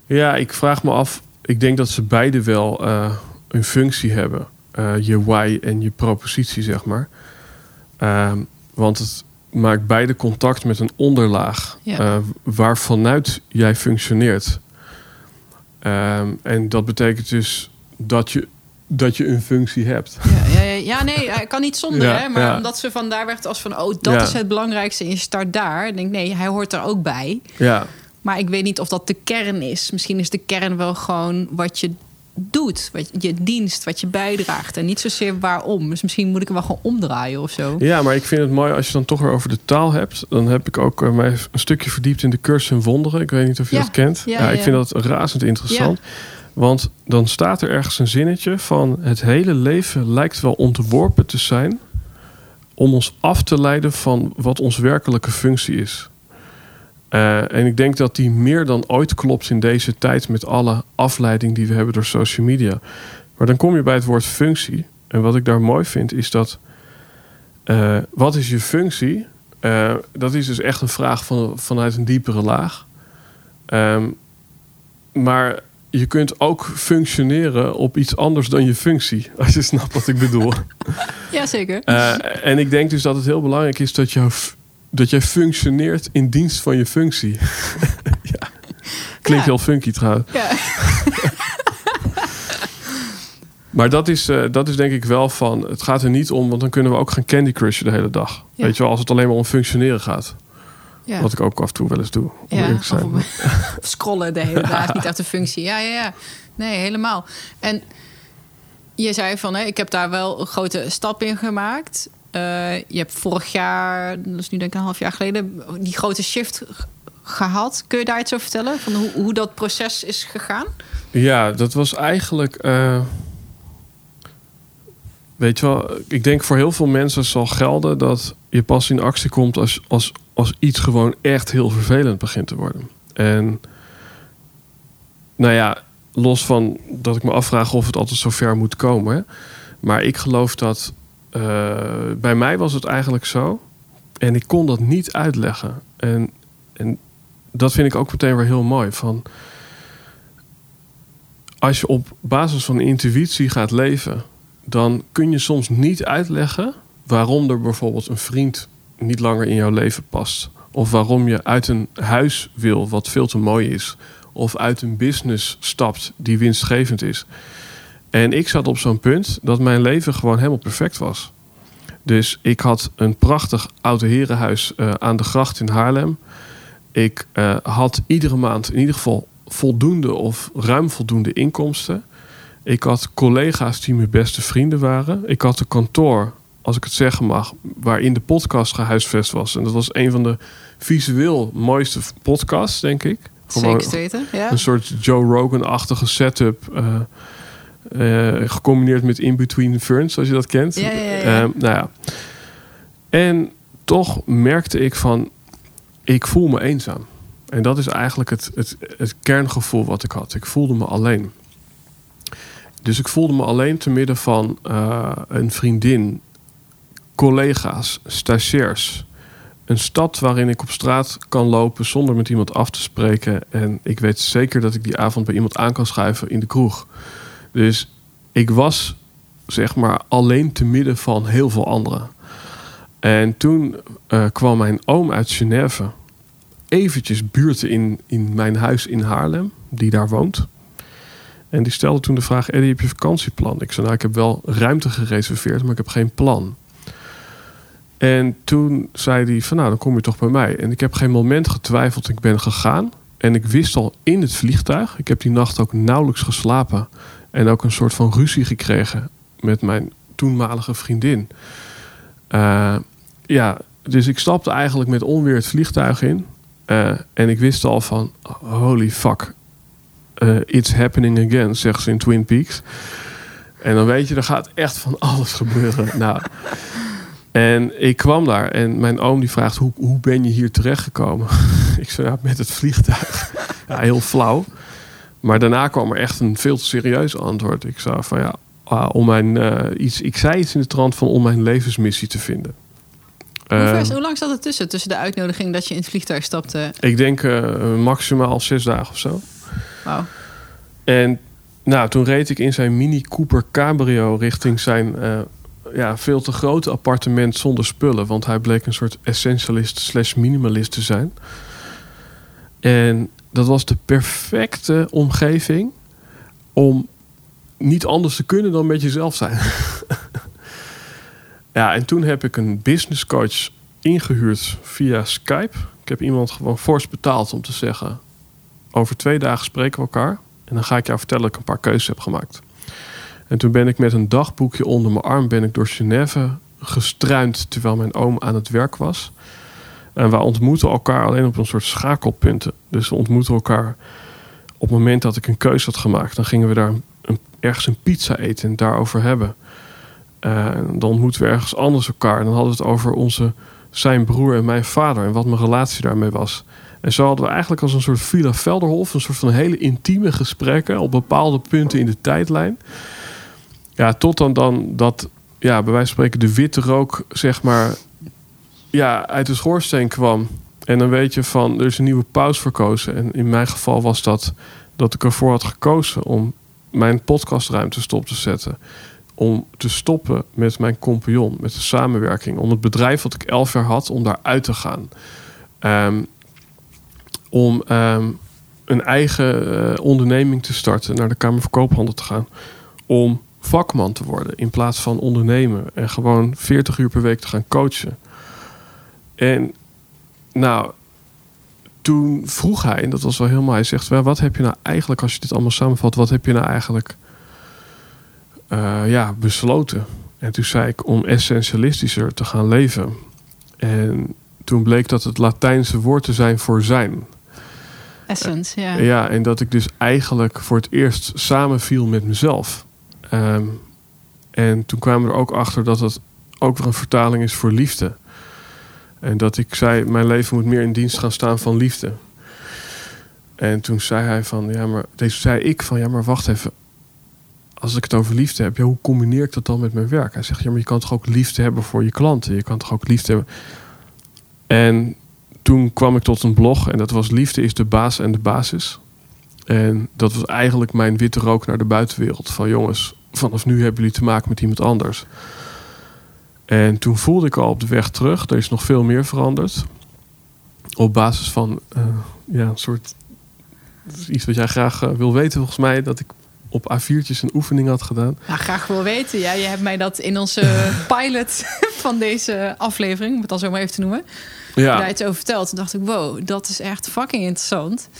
[SPEAKER 2] Ja, ik vraag me af. Ik denk dat ze beide wel uh, een functie hebben. Uh, je why en je propositie, zeg maar. Uh, want het maakt beide contact met een onderlaag. Ja. Uh, waarvanuit jij functioneert. Uh, en dat betekent dus dat je, dat je een functie hebt.
[SPEAKER 1] Ja, ja, ja, ja nee, hij kan niet zonder. Ja, hè, maar ja. Omdat ze vandaar werd als van... oh, dat ja. is het belangrijkste en je start daar. Ik denk, nee, hij hoort er ook bij.
[SPEAKER 2] Ja.
[SPEAKER 1] Maar ik weet niet of dat de kern is. Misschien is de kern wel gewoon wat je doet. Wat je dienst, wat je bijdraagt. En niet zozeer waarom. Dus misschien moet ik hem wel gewoon omdraaien of zo.
[SPEAKER 2] Ja, maar ik vind het mooi als je dan toch weer over de taal hebt. Dan heb ik ook uh, mij een stukje verdiept in de cursus in wonderen. Ik weet niet of je ja. dat kent. Ja, ja, ik ja. vind dat razend interessant. Ja. Want dan staat er ergens een zinnetje van... het hele leven lijkt wel ontworpen te zijn... om ons af te leiden van wat onze werkelijke functie is. Uh, en ik denk dat die meer dan ooit klopt in deze tijd... met alle afleiding die we hebben door social media. Maar dan kom je bij het woord functie. En wat ik daar mooi vind is dat... Uh, wat is je functie? Uh, dat is dus echt een vraag van, vanuit een diepere laag. Um, maar je kunt ook functioneren op iets anders dan je functie. Als je snapt wat ik bedoel.
[SPEAKER 1] Jazeker.
[SPEAKER 2] Uh, en ik denk dus dat het heel belangrijk is dat jouw... dat jij functioneert in dienst van je functie. ja. Klinkt ja. heel funky trouwens. Ja. maar dat is, uh, dat is denk ik wel van... het gaat er niet om, want dan kunnen we ook gaan Candy Crushen de hele dag. Ja. Weet je wel, als het alleen maar om functioneren gaat. Ja. Wat ik ook af en toe wel eens doe. Om
[SPEAKER 1] ja,
[SPEAKER 2] te zijn.
[SPEAKER 1] Of, of scrollen de hele dag, niet echt de functie. Ja, ja, ja. Nee, helemaal. En je zei van, hè, ik heb daar wel een grote stap in gemaakt... Uh, je hebt vorig jaar, dat is nu denk ik een half jaar geleden... die grote shift g- gehad. Kun je daar iets over vertellen? Van hoe, hoe dat proces is gegaan?
[SPEAKER 2] Ja, dat was eigenlijk... Uh, weet je wel, ik denk voor heel veel mensen zal gelden... dat je pas in actie komt als, als, als iets gewoon echt heel vervelend begint te worden. En nou ja, los van dat ik me afvraag of het altijd zo ver moet komen... Hè, maar ik geloof dat... Uh, bij mij was het eigenlijk zo. En ik kon dat niet uitleggen. En, en dat vind ik ook meteen weer heel mooi. Van, als je op basis van intuïtie gaat leven... dan kun je soms niet uitleggen... waarom er bijvoorbeeld een vriend niet langer in jouw leven past. Of waarom je uit een huis wil wat veel te mooi is. Of uit een business stapt die winstgevend is. En ik zat op zo'n punt dat mijn leven gewoon helemaal perfect was. Dus ik had een prachtig oud herenhuis uh, aan de gracht in Haarlem. Ik uh, had iedere maand in ieder geval voldoende of ruim voldoende inkomsten. Ik had collega's die mijn beste vrienden waren. Ik had een kantoor, als ik het zeggen mag, waarin de podcast gehuisvest was. En dat was een van de visueel mooiste podcasts, denk ik.
[SPEAKER 1] Zeker weten, ja.
[SPEAKER 2] Een soort Joe Rogan-achtige setup... Uh, Uh, gecombineerd met In Between Ferns, als je dat kent.
[SPEAKER 1] Ja, ja, ja.
[SPEAKER 2] Uh, nou ja. En toch merkte ik van... ik voel me eenzaam. En dat is eigenlijk het, het, het kerngevoel wat ik had. Ik voelde me alleen. Dus ik voelde me alleen te midden van uh, een vriendin... collega's, stagiairs... een stad waarin ik op straat kan lopen... zonder met iemand af te spreken. En ik weet zeker dat ik die avond bij iemand aan kan schuiven in de kroeg... Dus ik was, zeg maar, alleen te midden van heel veel anderen. En toen uh, kwam mijn oom uit Genève... eventjes buurten in, in mijn huis in Haarlem, die daar woont. En die stelde toen de vraag... Eddie, heb je vakantieplan? Ik zei, nou, ik heb wel ruimte gereserveerd... maar ik heb geen plan. En toen zei hij van, nou, dan kom je toch bij mij. En ik heb geen moment getwijfeld, ik ben gegaan. En ik wist al in het vliegtuig... ik heb die nacht ook nauwelijks geslapen... en ook een soort van ruzie gekregen... met mijn toenmalige vriendin. Uh, ja, dus ik stapte eigenlijk met onweer het vliegtuig in... Uh, en ik wist al van, holy fuck... Uh, it's happening again, zegt ze in Twin Peaks. En dan weet je, er gaat echt van alles gebeuren. nou... En ik kwam daar en mijn oom die vraagt... hoe, hoe ben je hier terechtgekomen? Ik zei, ja, met het vliegtuig. Ja, heel flauw. Maar daarna kwam er echt een veel te serieus antwoord. Ik zei van ja, uh, om mijn, uh, iets, ik zei iets in de trant van om mijn levensmissie te vinden.
[SPEAKER 1] Hoe, ver, uh, hoe lang zat het tussen? Tussen de uitnodiging dat je in het vliegtuig stapte?
[SPEAKER 2] Ik denk uh, maximaal zes dagen of zo.
[SPEAKER 1] Wauw.
[SPEAKER 2] En nou, toen reed ik in zijn Mini Cooper Cabrio richting zijn uh, ja, veel te grote appartement zonder spullen. Want hij bleek een soort essentialist slash minimalist te zijn. En dat was de perfecte omgeving om niet anders te kunnen dan met jezelf zijn. Ja, en toen heb ik een business coach ingehuurd via Skype. Ik heb iemand gewoon fors betaald om te zeggen... over twee dagen spreken we elkaar. En dan ga ik jou vertellen dat ik een paar keuzes heb gemaakt. En toen ben ik met een dagboekje onder mijn arm... ben ik door Genève gestruind terwijl mijn oom aan het werk was. En we ontmoeten elkaar alleen op een soort schakelpunten. Dus we ontmoeten elkaar op het moment dat ik een keuze had gemaakt. Dan gingen we daar een, ergens een pizza eten en het daarover hebben. Uh, dan ontmoeten we ergens anders elkaar. En dan hadden we het over onze, zijn broer en mijn vader... en wat mijn relatie daarmee was. En zo hadden we eigenlijk als een soort Villa Velderhof... een soort van hele intieme gesprekken... op bepaalde punten in de tijdlijn. Ja, tot dan, dan dat, ja, bij wijze van spreken... de witte rook, zeg maar... ja, uit de schoorsteen kwam. En dan weet je van, er is een nieuwe paus verkozen. En in mijn geval was dat... dat ik ervoor had gekozen... om mijn podcastruimte stop te zetten... om te stoppen met mijn compagnon... met de samenwerking... om het bedrijf wat ik elf jaar had... om daar uit te gaan... Um, om um, een eigen uh, onderneming te starten... naar de Kamer van Koophandel te gaan... om vakman te worden in plaats van ondernemen... en gewoon veertig uur per week te gaan coachen. En nou, toen vroeg hij... en dat was wel helemaal... hij zegt, well, wat heb je nou eigenlijk... als je dit allemaal samenvat... wat heb je nou eigenlijk uh, ja, besloten? En toen zei ik om essentialistischer te gaan leven. En toen bleek dat het Latijnse woord te zijn voor zijn...
[SPEAKER 1] Essence, ja.
[SPEAKER 2] Ja, en dat ik dus eigenlijk voor het eerst samenviel met mezelf. Um, en toen kwamen we er ook achter dat het ook weer een vertaling is voor liefde. En dat ik zei, mijn leven moet meer in dienst gaan staan van liefde. En toen zei hij van, ja, maar deze zei ik van, ja, maar wacht even. Als ik het over liefde heb, ja, hoe combineer ik dat dan met mijn werk? Hij zegt, ja, maar je kan toch ook liefde hebben voor je klanten? Je kan toch ook liefde hebben... En toen kwam ik tot een blog en dat was Liefde is de baas en de basis. En dat was eigenlijk mijn witte rook naar de buitenwereld. Van jongens, vanaf nu hebben jullie te maken met iemand anders. En toen voelde ik al op de weg terug, er is nog veel meer veranderd. Op basis van uh, ja, een soort... iets wat jij graag uh, wil weten volgens mij, dat ik op A viertjes een oefening had gedaan.
[SPEAKER 1] Ja, graag wil weten. Ja, je hebt mij dat in onze pilot van deze aflevering, om het dan zo maar even te noemen... Ja. Daar iets over verteld. Toen dacht ik, wow, dat is echt fucking interessant.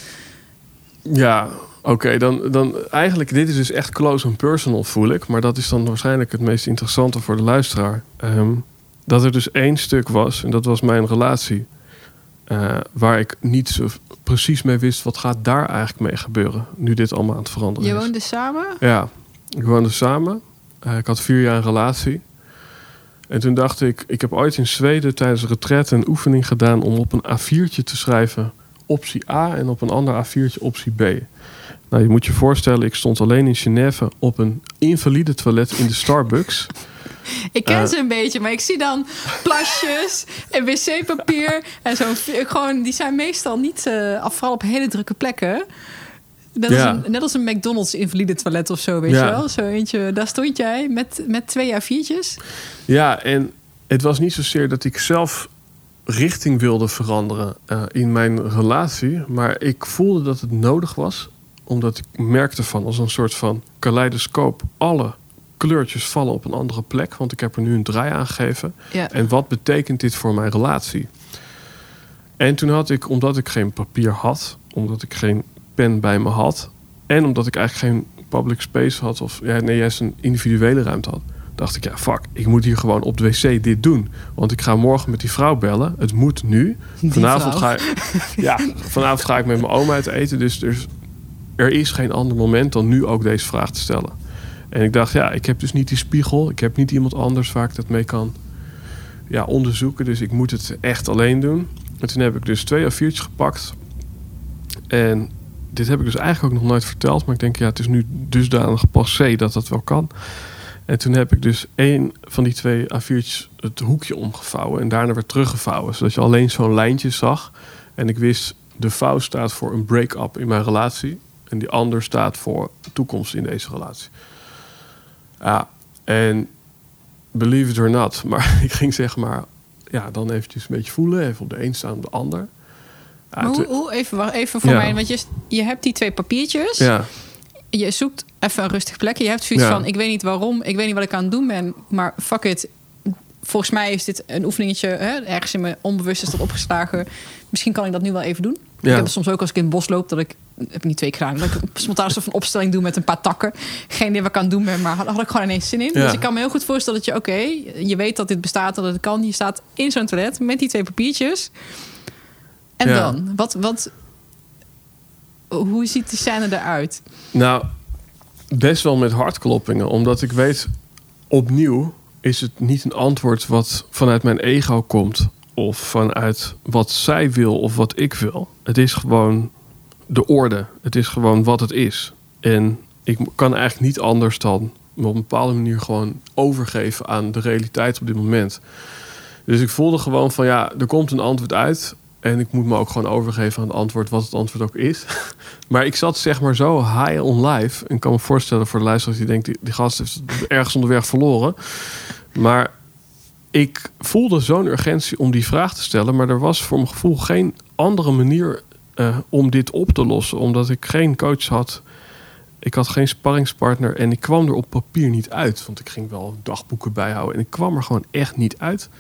[SPEAKER 2] Ja, oké. Okay, dan, dan eigenlijk, dit is dus echt close and personal, voel ik. Maar dat is dan waarschijnlijk het meest interessante voor de luisteraar. Um, dat er dus één stuk was, en dat was mijn relatie. Uh, waar ik niet zo precies mee wist, wat gaat daar eigenlijk mee gebeuren? Nu dit allemaal aan het veranderen
[SPEAKER 1] Je
[SPEAKER 2] is.
[SPEAKER 1] Je woonde samen?
[SPEAKER 2] Ja, ik woonde samen. Uh, ik had vier jaar een relatie. En toen dacht ik, ik heb ooit in Zweden tijdens een retraite een oefening gedaan om op een A viertje te schrijven optie A en op een ander A viertje optie B. Nou, je moet je voorstellen, ik stond alleen in Genève op een invalide toilet in de Starbucks.
[SPEAKER 1] Ik ken
[SPEAKER 2] uh,
[SPEAKER 1] ze een beetje, maar ik zie dan plasjes en wc-papier en zo. Gewoon, die zijn meestal niet, uh, vooral op hele drukke plekken. Net als, ja. een, net als een McDonald's invalide toilet of zo, weet ja. je wel? Zo eentje, daar stond jij met, met twee A viertjes.
[SPEAKER 2] Ja, en het was niet zozeer dat ik zelf richting wilde veranderen uh, in mijn relatie. Maar ik voelde dat het nodig was. Omdat ik merkte van als een soort van kaleidoscoop. Alle kleurtjes vallen op een andere plek. Want ik heb er nu een draai aan gegeven. Ja. En wat betekent dit voor mijn relatie? En toen had ik, omdat ik geen papier had. Omdat ik geen pen bij me had. En omdat ik eigenlijk geen public space had. Of ja, nee, juist een individuele ruimte had. Dacht ik, ja, fuck, ik moet hier gewoon op de wc dit doen. Want ik ga morgen met die vrouw bellen. Het moet nu.
[SPEAKER 1] Die
[SPEAKER 2] vanavond
[SPEAKER 1] vrouw.
[SPEAKER 2] ga ik, ja, vanavond ga ik met mijn oma uit eten. Dus er is, er is geen ander moment dan nu ook deze vraag te stellen. En ik dacht, ja, ik heb dus niet die spiegel. Ik heb niet iemand anders waar ik dat mee kan ja, onderzoeken. Dus ik moet het echt alleen doen. En toen heb ik dus twee A viertjes gepakt. En dit heb ik dus eigenlijk ook nog nooit verteld. Maar ik denk, ja, het is nu dusdanig passé dat dat wel kan. En toen heb ik dus één van die twee A viertjes het hoekje omgevouwen. En daarna weer teruggevouwen. Zodat je alleen zo'n lijntje zag. En ik wist, de vouw staat voor een break-up in mijn relatie. En die ander staat voor toekomst in deze relatie. Ja, en believe it or not. Maar ik ging zeg maar, ja, dan eventjes een beetje voelen. Even op de een staan, op de ander. Ja,
[SPEAKER 1] maar hoe,
[SPEAKER 2] te...
[SPEAKER 1] hoe, even, even voor ja. mij, want je, je hebt die twee papiertjes.
[SPEAKER 2] Ja.
[SPEAKER 1] Je zoekt even een rustig plekje. Je hebt zoiets
[SPEAKER 2] ja.
[SPEAKER 1] van, ik weet niet waarom, ik weet niet wat ik aan het doen ben, maar fuck it. Volgens mij is dit een oefeningetje, hè, ergens in mijn onbewust is dat opgeslagen. Misschien kan ik dat nu wel even doen. Ja. Ik heb het soms ook als ik in het bos loop, dat ik, heb ik niet twee keer gedaan, dat ik spontaan een soort van opstelling doe met een paar takken. Geen idee wat ik aan het doen ben, maar had, had ik gewoon ineens zin in. Ja. Dus ik kan me heel goed voorstellen dat je, oké, okay, je weet dat dit bestaat, dat het kan. Je staat in zo'n toilet met die twee papiertjes. En ja. dan? Wat, wat, hoe ziet die scène eruit?
[SPEAKER 2] Nou, best wel met hartkloppingen. Omdat ik weet, opnieuw is het niet een antwoord wat vanuit mijn ego komt. Of vanuit wat zij wil of wat ik wil. Het is gewoon de orde. Het is gewoon wat het is. En ik kan eigenlijk niet anders dan me op een bepaalde manier gewoon overgeven aan de realiteit op dit moment. Dus ik voelde gewoon van ja, er komt een antwoord uit. En ik moet me ook gewoon overgeven aan het antwoord, wat het antwoord ook is. Maar ik zat zeg maar zo high on life. En ik kan me voorstellen voor de luisteraars die denkt, die, die gast heeft ergens onderweg verloren. Maar ik voelde zo'n urgentie om die vraag te stellen. Maar er was voor mijn gevoel geen andere manier uh, om dit op te lossen. Omdat ik geen coach had. Ik had geen sparringspartner. En ik kwam er op papier niet uit. Want ik ging wel dagboeken bijhouden. En ik kwam er gewoon echt niet uit.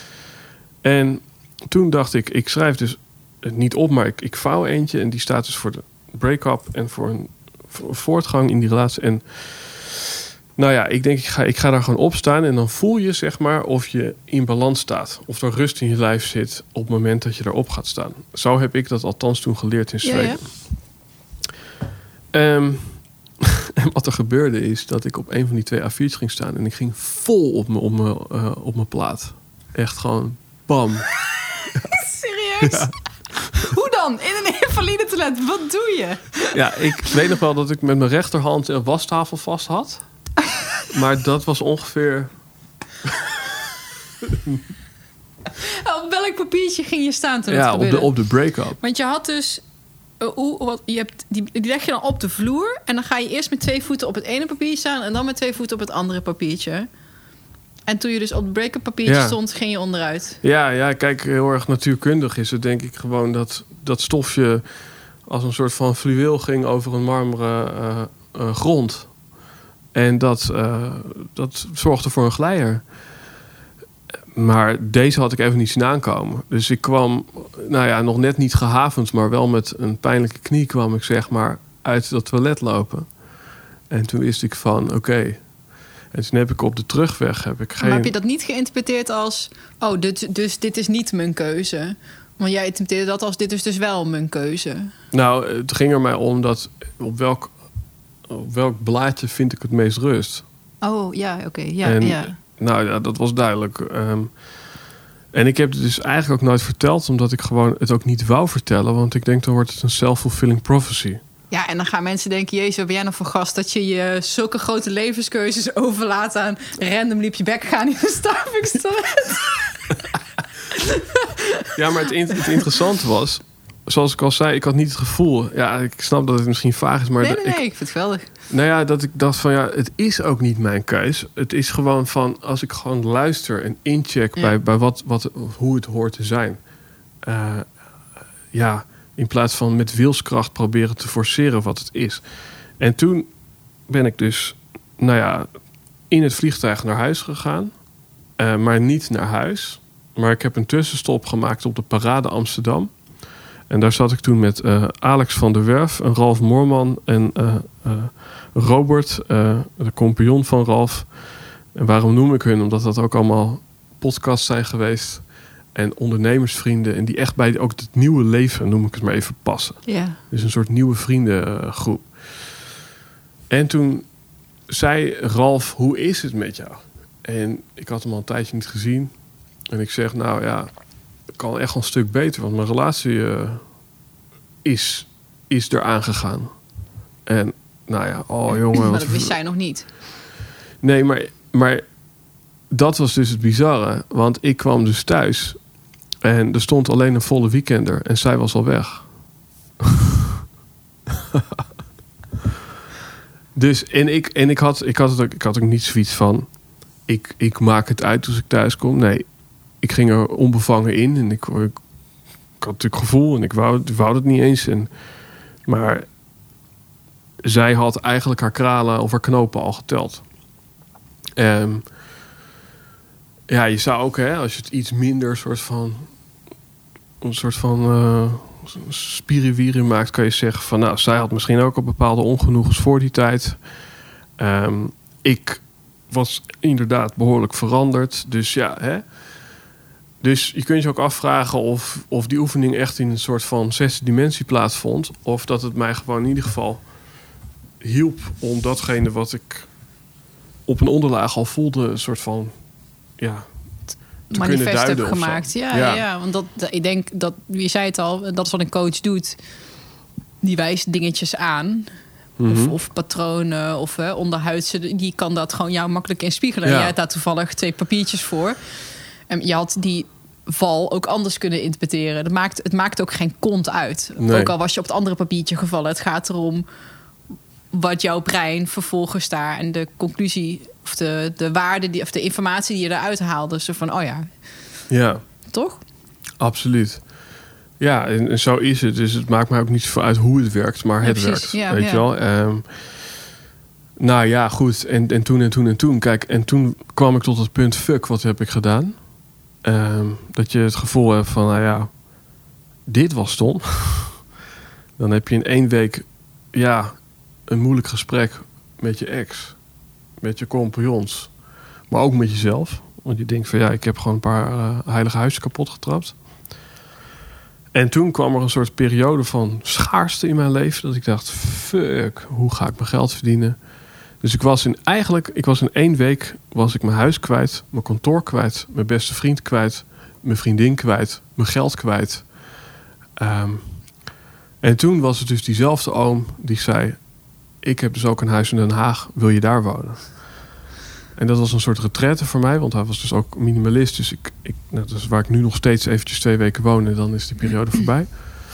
[SPEAKER 2] En toen dacht ik, ik schrijf dus niet op, maar ik, ik vouw eentje. En die staat dus voor de break-up en voor een, voor een voortgang in die relatie. En nou ja, ik denk, ik ga, ik ga daar gewoon op staan. En dan voel je, zeg maar, of je in balans staat. Of er rust in je lijf zit op het moment dat je erop gaat staan. Zo heb ik dat althans toen geleerd in Zweden. Ja, ja. Um, en wat er gebeurde is dat ik op een van die twee A viertjes ging staan. En ik ging vol op mijn, op mijn, uh, op mijn plaat. Echt gewoon bam.
[SPEAKER 1] Serieus? Ja. Hoe dan? In een invalide toilet? Wat doe je?
[SPEAKER 2] Ja, ik weet nog wel dat ik met mijn rechterhand een wastafel vast had. Maar dat was ongeveer...
[SPEAKER 1] Op welk papiertje ging je staan toen
[SPEAKER 2] ja, op de, op de break-up.
[SPEAKER 1] Want je had dus... Uh, hoe, wat, je hebt, die, die leg je dan op de vloer. En dan ga je eerst met twee voeten op het ene papiertje staan. En dan met twee voeten op het andere papiertje. En toen je dus op het break-up papiertje ja. stond, ging je onderuit. Ja, ja, kijk, heel erg natuurkundig is het denk ik gewoon dat dat stofje als een soort van fluweel ging over een marmeren uh, uh, grond. En dat, uh, dat zorgde voor een glijder. Maar deze had ik even niet zien aankomen. Dus ik kwam, nou ja, nog net niet gehavend, maar wel met een pijnlijke knie kwam ik zeg maar uit dat toilet lopen. En toen wist ik van, oké. Okay. En toen heb ik op de terugweg heb ik geen... Maar heb je dat niet geïnterpreteerd als... oh, dit, dus dit is niet mijn keuze? Want jij interpreteerde dat als dit is dus wel mijn keuze.
[SPEAKER 2] Nou, het ging er mij om dat... op welk, op welk blaadje vind ik het meest rust?
[SPEAKER 1] Oh, ja, oké. Okay. Ja,
[SPEAKER 2] en,
[SPEAKER 1] ja.
[SPEAKER 2] Nou ja, dat was duidelijk. Um, en ik heb het dus eigenlijk ook nooit verteld... omdat ik gewoon het ook niet wou vertellen. Want ik denk, dan wordt het een self-fulfilling prophecy.
[SPEAKER 1] Ja, en dan gaan mensen denken... jezus, wat ben jij nou voor gast... dat je je zulke grote levenskeuzes overlaat aan... random liep je bek gaan in een Starbucks-toilet.
[SPEAKER 2] Ja, maar het, het interessante was... zoals ik al zei, ik had niet het gevoel... ja, ik snap dat het misschien vaag is, maar...
[SPEAKER 1] Nee, nee, nee,
[SPEAKER 2] ik,
[SPEAKER 1] ik vind het geweldig.
[SPEAKER 2] Nou ja, dat ik dacht van ja, het is ook niet mijn keus. Het is gewoon van, als ik gewoon luister en incheck... Ja. bij, bij wat, wat, hoe het hoort te zijn. Uh, ja... in plaats van met wilskracht proberen te forceren wat het is. En toen ben ik dus, nou ja, in het vliegtuig naar huis gegaan. Uh, maar niet naar huis. Maar ik heb een tussenstop gemaakt op de Parade Amsterdam. En daar zat ik toen met uh, Alex van der Werf, en Ralf Moorman en uh, uh, Robert, uh, de compagnon van Ralf. En waarom noem ik hun? Omdat dat ook allemaal podcasts zijn geweest... en ondernemersvrienden... en die echt bij ook het nieuwe leven, noem ik het maar even, passen.
[SPEAKER 1] Ja.
[SPEAKER 2] Dus een soort nieuwe vriendengroep. En toen zei Ralf, hoe is het met jou? En ik had hem al een tijdje niet gezien. En ik zeg, nou ja, het kan echt wel een stuk beter... want mijn relatie uh, is, is eraan gegaan. En nou ja, oh jongen...
[SPEAKER 1] Maar dat wist zij nog niet.
[SPEAKER 2] Nee, maar... maar dat was dus het bizarre. Want ik kwam dus thuis... en er stond alleen een volle weekender... en zij was al weg. Dus, en ik, en ik had, ik had het ook, ik had ook niet zoiets van, ik, ik maak het uit als ik thuis kom. Nee, ik ging er onbevangen in en ik, ik, ik had natuurlijk gevoel en ik wou, ik wou het niet eens. En, maar zij had eigenlijk haar kralen of haar knopen al geteld. En ja, je zou ook, hè, als je het iets minder soort van, een soort van uh, spiriwiri maakt, kan je zeggen van, nou, zij had misschien ook al bepaalde ongenoegens voor die tijd. Um, ik was inderdaad behoorlijk veranderd. Dus ja, hè. Dus je kunt je ook afvragen of, of die oefening echt in een soort van zesde dimensie plaatsvond. Of dat het mij gewoon in ieder geval hielp om datgene wat ik op een onderlaag al voelde, een soort van, ja, te
[SPEAKER 1] manifest heb gemaakt. Ja, ja. ja, want dat, ik denk dat, wie zei het al, dat is wat een coach doet. Die wijst dingetjes aan. Mm-hmm. Of, of patronen, of hè, onderhuidse. Die kan dat gewoon jou makkelijk inspiegelen. Ja. Jij had daar toevallig twee papiertjes voor. En je had die val ook anders kunnen interpreteren. Dat maakt, het maakt ook geen kont uit. Nee. Ook al was je op het andere papiertje gevallen. Het gaat erom wat jouw brein vervolgens daar en de conclusie of de, de waarde die, of de informatie die je eruit haalde. Zo van, oh ja.
[SPEAKER 2] Ja.
[SPEAKER 1] Toch?
[SPEAKER 2] Absoluut. Ja, en, en zo is het. Dus het maakt mij ook niet zoveel uit hoe het werkt, maar ja, het precies. werkt. Ja, weet ja. je wel? Um, nou ja, goed. En, en toen en toen en toen. Kijk, en toen kwam ik tot het punt, fuck, wat heb ik gedaan? Um, dat je het gevoel hebt van, nou ja, dit was stom. Dan heb je in één week, ja, een moeilijk gesprek met je ex, met je compagnons, maar ook met jezelf. Want je denkt van, ja, ik heb gewoon een paar uh, heilige huizen kapot getrapt. En toen kwam er een soort periode van schaarste in mijn leven, dat ik dacht, fuck, hoe ga ik mijn geld verdienen? Dus ik was in eigenlijk, ik was in één week was ik mijn huis kwijt, mijn kantoor kwijt, mijn beste vriend kwijt, mijn vriendin kwijt, mijn geld kwijt. Um, en toen was het dus diezelfde oom die zei, ik heb dus ook een huis in Den Haag, wil je daar wonen? En dat was een soort retraite voor mij, want hij was dus ook minimalist. Dus ik, ik, nou, dat is waar ik nu nog steeds eventjes twee weken woon en dan is die periode voorbij.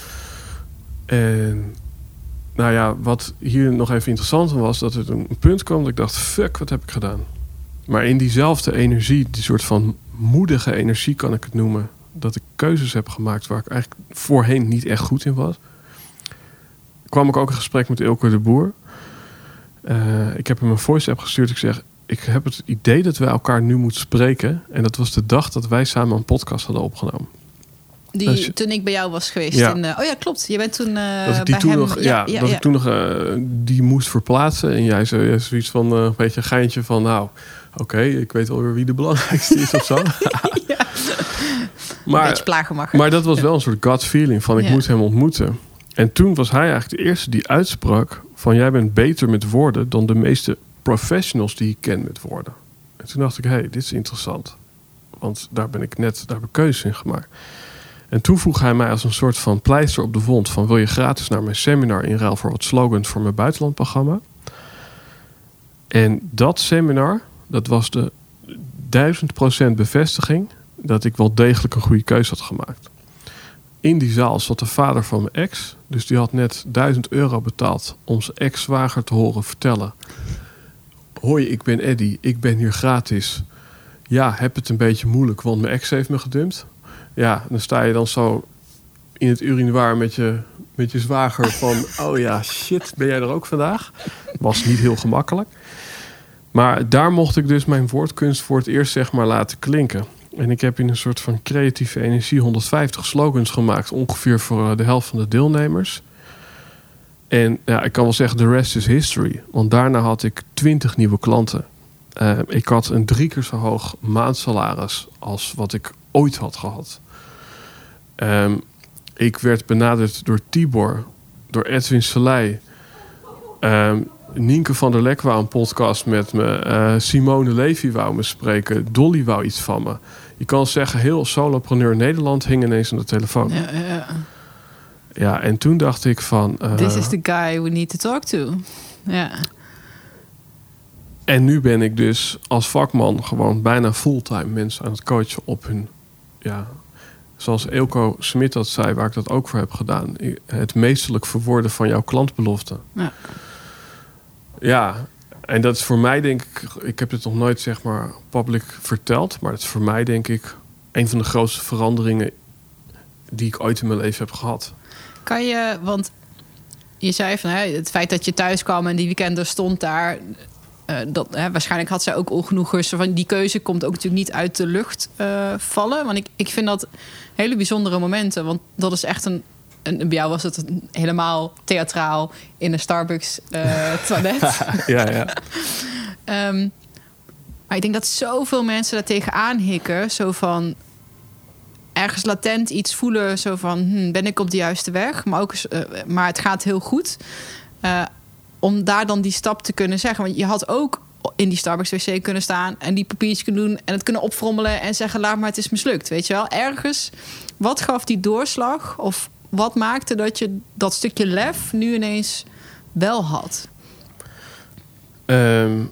[SPEAKER 2] En nou ja, wat hier nog even interessant was, dat er een punt kwam dat ik dacht, fuck, wat heb ik gedaan? Maar in diezelfde energie, die soort van moedige energie kan ik het noemen, dat ik keuzes heb gemaakt waar ik eigenlijk voorheen niet echt goed in was, kwam ik ook in gesprek met Ilke de Boer. Uh, ik heb hem een voice-app gestuurd. Ik zeg, ik heb het idee dat wij elkaar nu moeten spreken. En dat was de dag dat wij samen een podcast hadden opgenomen.
[SPEAKER 1] Die, dus, toen ik bij jou was geweest.
[SPEAKER 2] Ja.
[SPEAKER 1] In, uh, oh ja, klopt. Je bent toen uh,
[SPEAKER 2] dat ik die
[SPEAKER 1] bij
[SPEAKER 2] toen
[SPEAKER 1] hem...
[SPEAKER 2] Nog, ja, ja, ja, dat ja. ik toen nog uh, die moest verplaatsen. En jij zei zoiets van uh, een beetje een geintje van, nou, oké, okay, ik weet alweer wie de belangrijkste is of zo.
[SPEAKER 1] ja.
[SPEAKER 2] maar,
[SPEAKER 1] een beetje plagen mag.
[SPEAKER 2] Maar dat was wel een soort gut feeling van, ik ja. moet hem ontmoeten. En toen was hij eigenlijk de eerste die uitsprak van, jij bent beter met woorden dan de meeste professionals die ik ken met woorden. En toen dacht ik, hé, hey, dit is interessant. Want daar ben ik net, daar heb ik keuzes in gemaakt. En toen vroeg hij mij als een soort van pleister op de wond van, wil je gratis naar mijn seminar in ruil voor wat slogans voor mijn buitenlandprogramma? En dat seminar, dat was de duizend procent bevestiging dat ik wel degelijk een goede keuze had gemaakt. In die zaal zat de vader van mijn ex. Dus die had net duizend euro betaald om zijn ex-zwager te horen vertellen. Hoi, ik ben Eddy. Ik ben hier gratis. Ja, heb het een beetje moeilijk, want mijn ex heeft me gedumpt. Ja, dan sta je dan zo in het urinoir met je, met je zwager van, oh ja, shit, ben jij er ook vandaag? Was niet heel gemakkelijk. Maar daar mocht ik dus mijn woordkunst voor het eerst zeg maar laten klinken. En ik heb in een soort van creatieve energie honderdvijftig slogans gemaakt. Ongeveer voor de helft van de deelnemers. En ja, ik kan wel zeggen, the rest is history. Want daarna had ik twintig nieuwe klanten. Uh, ik had een drie keer zo hoog maandsalaris als wat ik ooit had gehad. Um, ik werd benaderd door Tibor, door Edwin Selei. Um, Nienke van der Lek wou een podcast met me. Uh, Simone Levy wou me spreken. Dolly wou iets van me. Je kan zeggen, heel solopreneur Nederland hing ineens aan de telefoon.
[SPEAKER 1] Ja, ja.
[SPEAKER 2] ja en toen dacht ik van... Uh,
[SPEAKER 1] This is the guy we need to talk to. Ja.
[SPEAKER 2] En nu ben ik dus als vakman gewoon bijna fulltime mensen aan het coachen op hun... ja, zoals Eelco Smit dat zei, waar ik dat ook voor heb gedaan. Het meesterlijk verwoorden van jouw klantbelofte.
[SPEAKER 1] Ja.
[SPEAKER 2] Ja, en dat is voor mij denk ik... Ik heb het nog nooit zeg maar public verteld... maar het is voor mij denk ik... een van de grootste veranderingen... die ik ooit in mijn leven heb gehad.
[SPEAKER 1] Kan je, want je zei van hè, het feit dat je thuis kwam... en die weekender stond daar... Uh, dat, hè, waarschijnlijk had zij ook ongenoeg van die keuze komt ook natuurlijk niet uit de lucht uh, vallen. Want ik, ik vind dat hele bijzondere momenten. Want dat is echt een... En bij jou was het een, helemaal theatraal in een Starbucks uh, toilet.
[SPEAKER 2] ja, ja.
[SPEAKER 1] um, maar ik denk dat zoveel mensen daar tegenaan hikken. Zo van ergens latent iets voelen. Zo van, hm, ben ik op de juiste weg? Maar, ook, uh, maar het gaat heel goed. Uh, om daar dan die stap te kunnen zeggen. Want je had ook in die Starbucks wc kunnen staan... en die papiertjes kunnen doen en het kunnen opfrommelen... en zeggen, laat maar, het is mislukt. Weet je wel? Ergens, wat gaf die doorslag? Of wat maakte dat je dat stukje lef nu ineens wel had?
[SPEAKER 2] Um,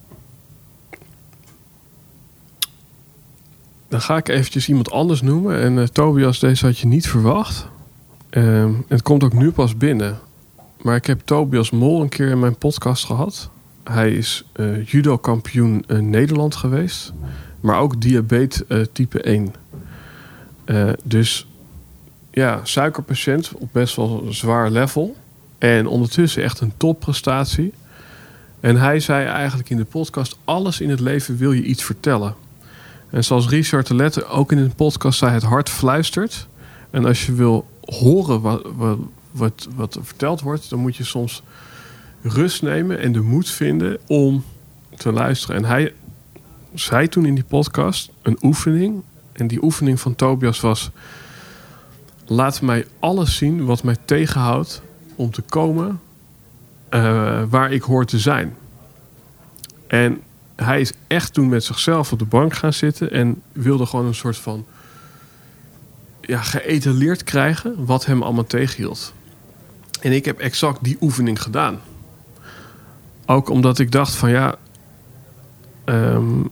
[SPEAKER 2] dan ga ik eventjes iemand anders noemen. En uh, Tobias, deze had je niet verwacht. Um, het komt ook nu pas binnen. Maar ik heb Tobias Mol een keer in mijn podcast gehad. Hij is uh, judo-kampioen uh, Nederland geweest. Maar ook diabetes uh, type één. Uh, dus ja, suikerpatiënt op best wel een zwaar level. En ondertussen echt een topprestatie. En hij zei eigenlijk in de podcast... alles in het leven wil je iets vertellen. En zoals Richard de Lette ook in een podcast zei... het hart fluistert. En als je wil horen wat, wat, wat, wat er verteld wordt... dan moet je soms rust nemen en de moed vinden om te luisteren. En hij zei toen in die podcast een oefening. En die oefening van Tobias was... laat mij alles zien wat mij tegenhoudt om te komen uh, waar ik hoor te zijn. En hij is echt toen met zichzelf op de bank gaan zitten... en wilde gewoon een soort van... ja, geëtaleerd krijgen wat hem allemaal tegenhield. En ik heb exact die oefening gedaan. Ook omdat ik dacht van ja... Um,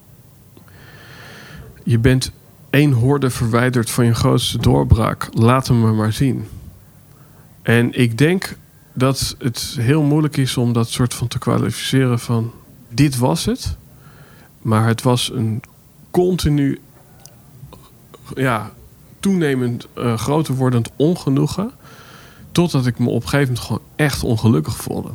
[SPEAKER 2] je bent één hoorde verwijderd van je grootste doorbraak. Laat hem maar zien. En ik denk dat het heel moeilijk is om dat soort van te kwalificeren van... dit was het. Maar het was een continu... ja, toenemend uh, groter wordend ongenoegen... totdat ik me op een gegeven moment gewoon echt ongelukkig voelde.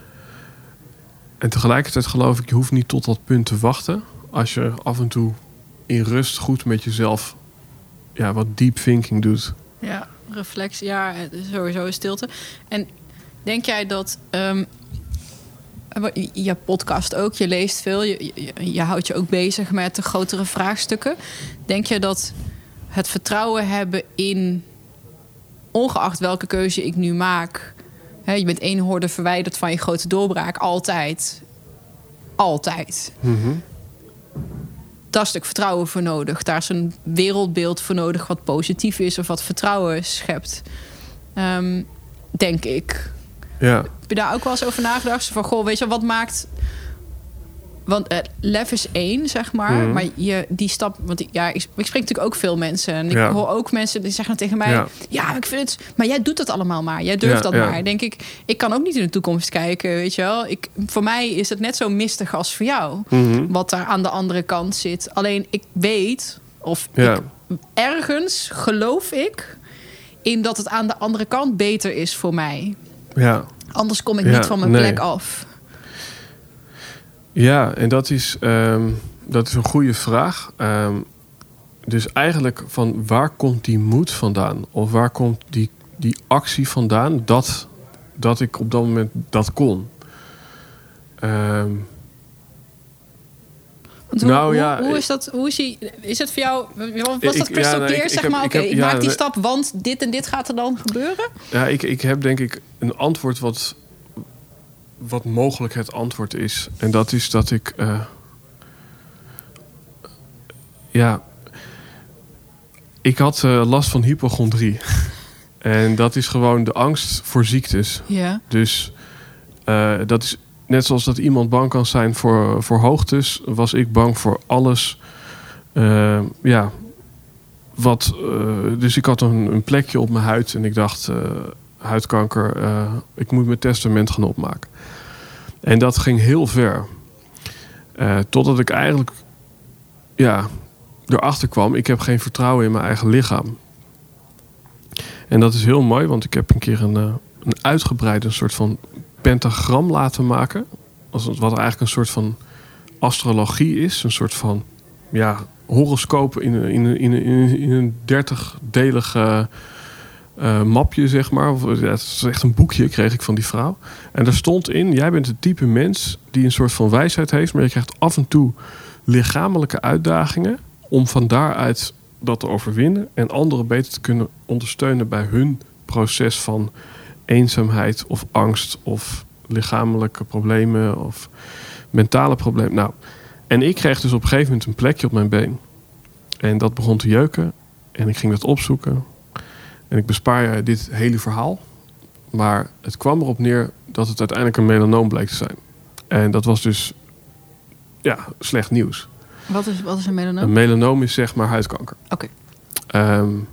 [SPEAKER 2] En tegelijkertijd geloof ik, je hoeft niet tot dat punt te wachten... als je af en toe in rust goed met jezelf... ja, wat deep thinking doet.
[SPEAKER 1] Ja, reflectie, ja, sowieso stilte. En denk jij dat... Um, je podcast ook, je leest veel... Je, je, je houdt je ook bezig met de grotere vraagstukken. Denk je dat het vertrouwen hebben in... ongeacht welke keuze ik nu maak... Hè, je bent één hoorde verwijderd van je grote doorbraak. Altijd. Altijd.
[SPEAKER 2] Mm-hmm.
[SPEAKER 1] Daar is een stuk vertrouwen voor nodig. Daar is een wereldbeeld voor nodig... wat positief is of wat vertrouwen schept. Um, denk ik.
[SPEAKER 2] Ja.
[SPEAKER 1] Heb je daar ook wel eens over nagedacht? Van, goh, weet je, wat maakt... Want uh, lef is één, zeg maar. Mm. Maar je, die stap... Want ja, ik, ik spreek natuurlijk ook veel mensen. En ik ja. hoor ook mensen die zeggen tegen mij... Ja. ja, ik vind het... Maar jij doet dat allemaal maar. Jij durft ja, dat ja. maar. Denk ik, ik kan ook niet in de toekomst kijken, weet je wel. Ik, voor mij is het net zo mistig als voor jou. Mm-hmm. Wat daar aan de andere kant zit. Alleen ik weet... Of ja. ik, ergens geloof ik... in dat het aan de andere kant beter is voor mij.
[SPEAKER 2] Ja.
[SPEAKER 1] Anders kom ik
[SPEAKER 2] ja,
[SPEAKER 1] niet van mijn
[SPEAKER 2] nee.
[SPEAKER 1] plek af.
[SPEAKER 2] Ja, en dat is, um, dat is een goede vraag. Um, dus eigenlijk van waar komt die moed vandaan? Of waar komt die, die actie vandaan dat, dat ik op dat moment dat kon? Um,
[SPEAKER 1] Want hoe, nou, hoe, ja, hoe is dat? Hoe is, die, is het voor jou? Was dat crystal clear? Ja, zeg maar, oké, okay, ik, ik ja, maak die stap, want dit en dit gaat er dan gebeuren?
[SPEAKER 2] Ja, ik, ik heb denk ik een antwoord wat... wat mogelijk het antwoord is. En dat is dat ik... Uh, ja... Ik had uh, last van hypochondrie. En dat is gewoon de angst voor ziektes.
[SPEAKER 1] Ja.
[SPEAKER 2] Dus uh, dat is net zoals dat iemand bang kan zijn voor, voor hoogtes... was ik bang voor alles. Uh, ja... Wat, uh, dus ik had een, een plekje op mijn huid... en ik dacht... Uh, huidkanker, uh, ik moet mijn testament gaan opmaken. En dat ging heel ver. Uh, totdat ik eigenlijk ja, erachter kwam, ik heb geen vertrouwen in mijn eigen lichaam. En dat is heel mooi, want ik heb een keer een, uh, een uitgebreide een soort van pentagram laten maken. Wat eigenlijk een soort van astrologie is. Een soort van ja, horoscoop in, in, in, in, in een dertigdelige uh, mapje, zeg maar. Ja, het is echt een boekje, kreeg ik van die vrouw. En daar stond in, jij bent het type mens die een soort van wijsheid heeft, maar je krijgt af en toe lichamelijke uitdagingen om van daaruit dat te overwinnen en anderen beter te kunnen ondersteunen bij hun proces van eenzaamheid of angst of lichamelijke problemen of mentale problemen. Nou, en ik kreeg dus op een gegeven moment een plekje op mijn been. En dat begon te jeuken. En ik ging dat opzoeken. En ik bespaar je dit hele verhaal. Maar het kwam erop neer dat het uiteindelijk een melanoom bleek te zijn. En dat was dus ja, slecht nieuws.
[SPEAKER 1] Wat is, wat is een melanoom?
[SPEAKER 2] Een melanoom is zeg maar huidkanker.
[SPEAKER 1] Oké. Okay.
[SPEAKER 2] Um,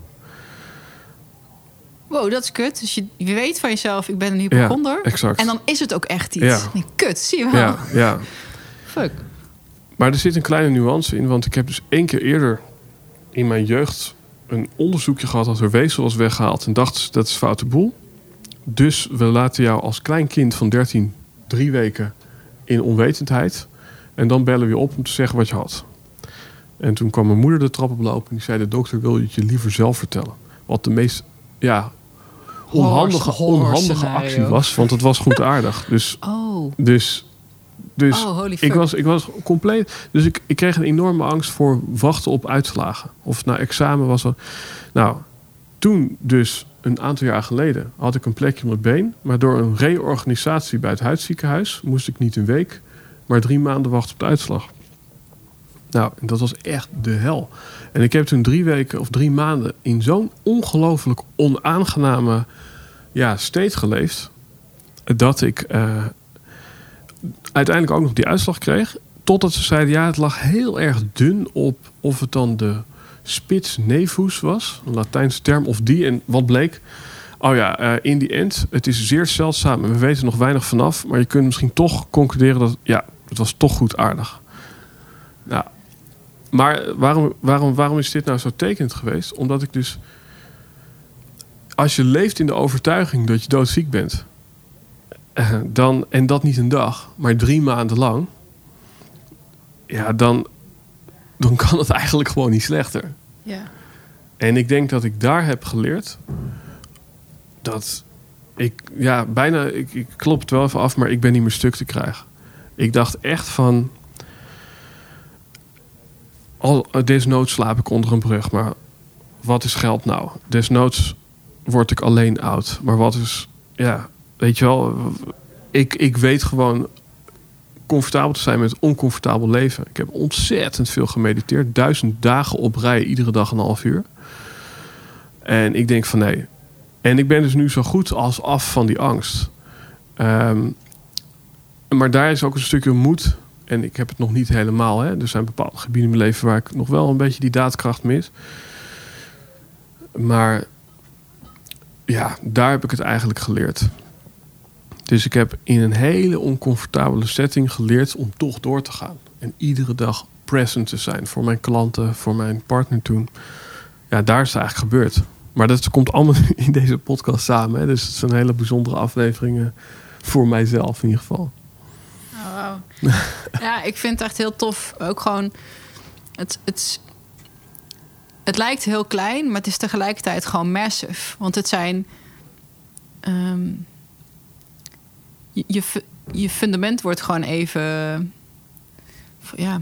[SPEAKER 1] Wow, dat is kut. Dus je, je weet van jezelf, ik ben een hypochonder.
[SPEAKER 2] Ja, exact.
[SPEAKER 1] En dan is het ook echt iets.
[SPEAKER 2] Ja.
[SPEAKER 1] Nee, kut, zie je wel.
[SPEAKER 2] Ja, ja.
[SPEAKER 1] Fuck.
[SPEAKER 2] Maar er zit een kleine nuance in. Want ik heb dus één keer eerder in mijn jeugd een onderzoekje gehad dat er weefsel was weggehaald. En dacht, dat is foute boel. Dus we laten jou als klein kind van dertien drie weken in onwetendheid. En dan bellen we je op om te zeggen wat je had. En toen kwam mijn moeder de trap oplopen. En die zei, de dokter wil je het je liever zelf vertellen. Wat de meest ja, onhandige, onhandige actie was. Want het was goed aardig. Dus,
[SPEAKER 1] oh.
[SPEAKER 2] dus, dus
[SPEAKER 1] oh, holy fuck.
[SPEAKER 2] ik, was, ik was compleet... Dus ik, ik kreeg een enorme angst voor wachten op uitslagen. Of het nou examen was. Nou, toen dus een aantal jaar geleden had ik een plekje op mijn been. Maar door een reorganisatie bij het huidziekenhuis moest ik niet een week, maar drie maanden wachten op de uitslag. Nou, en dat was echt de hel. En ik heb toen drie weken of drie maanden in zo'n ongelooflijk onaangename ja, state geleefd. Dat ik uh, uiteindelijk ook nog die uitslag kreeg. Totdat ze zeiden, ja, het lag heel erg dun op of het dan de spits nevus was. Een Latijnse term, of die. En wat bleek? Oh ja, uh, in die end, het is zeer zeldzaam en we weten er nog weinig vanaf. Maar je kunt misschien toch concluderen dat, ja, het was toch goed aardig. Nou, maar waarom, waarom, waarom is dit nou zo tekenend geweest? Omdat ik dus... Als je leeft in de overtuiging dat je doodziek bent... Uh, dan, en dat niet een dag, maar drie maanden lang... Ja, dan, dan kan het eigenlijk gewoon niet slechter.
[SPEAKER 1] Ja.
[SPEAKER 2] En ik denk dat ik daar heb geleerd... dat ik... Ja, bijna... Ik, ik klop het wel even af, maar ik ben niet meer stuk te krijgen. Ik dacht echt van... Al, desnoods slaap ik onder een brug, maar wat is geld nou? Desnoods word ik alleen oud. Maar wat is... Ja, weet je wel... Ik, ik weet gewoon comfortabel te zijn met het oncomfortabel leven. Ik heb ontzettend veel gemediteerd. Duizend dagen op rij, iedere dag een half uur. En ik denk van nee. En ik ben dus nu zo goed als af van die angst. Um, maar daar is ook een stukje moed... En ik heb het nog niet helemaal. Hè. Er zijn bepaalde gebieden in mijn leven waar ik nog wel een beetje die daadkracht mis. Maar ja, daar heb ik het eigenlijk geleerd. Dus ik heb in een hele oncomfortabele setting geleerd om toch door te gaan. En iedere dag present te zijn voor mijn klanten, voor mijn partner toen. Ja, daar is het eigenlijk gebeurd. Maar dat komt allemaal in deze podcast samen. Hè. Dus het zijn hele bijzondere afleveringen voor mijzelf in ieder geval.
[SPEAKER 1] Oh, wow. Ja, ik vind het echt heel tof. Ook gewoon... Het, het, het lijkt heel klein, maar het is tegelijkertijd gewoon massive. Want het zijn... Um, je, je, je fundament wordt gewoon even... Ja...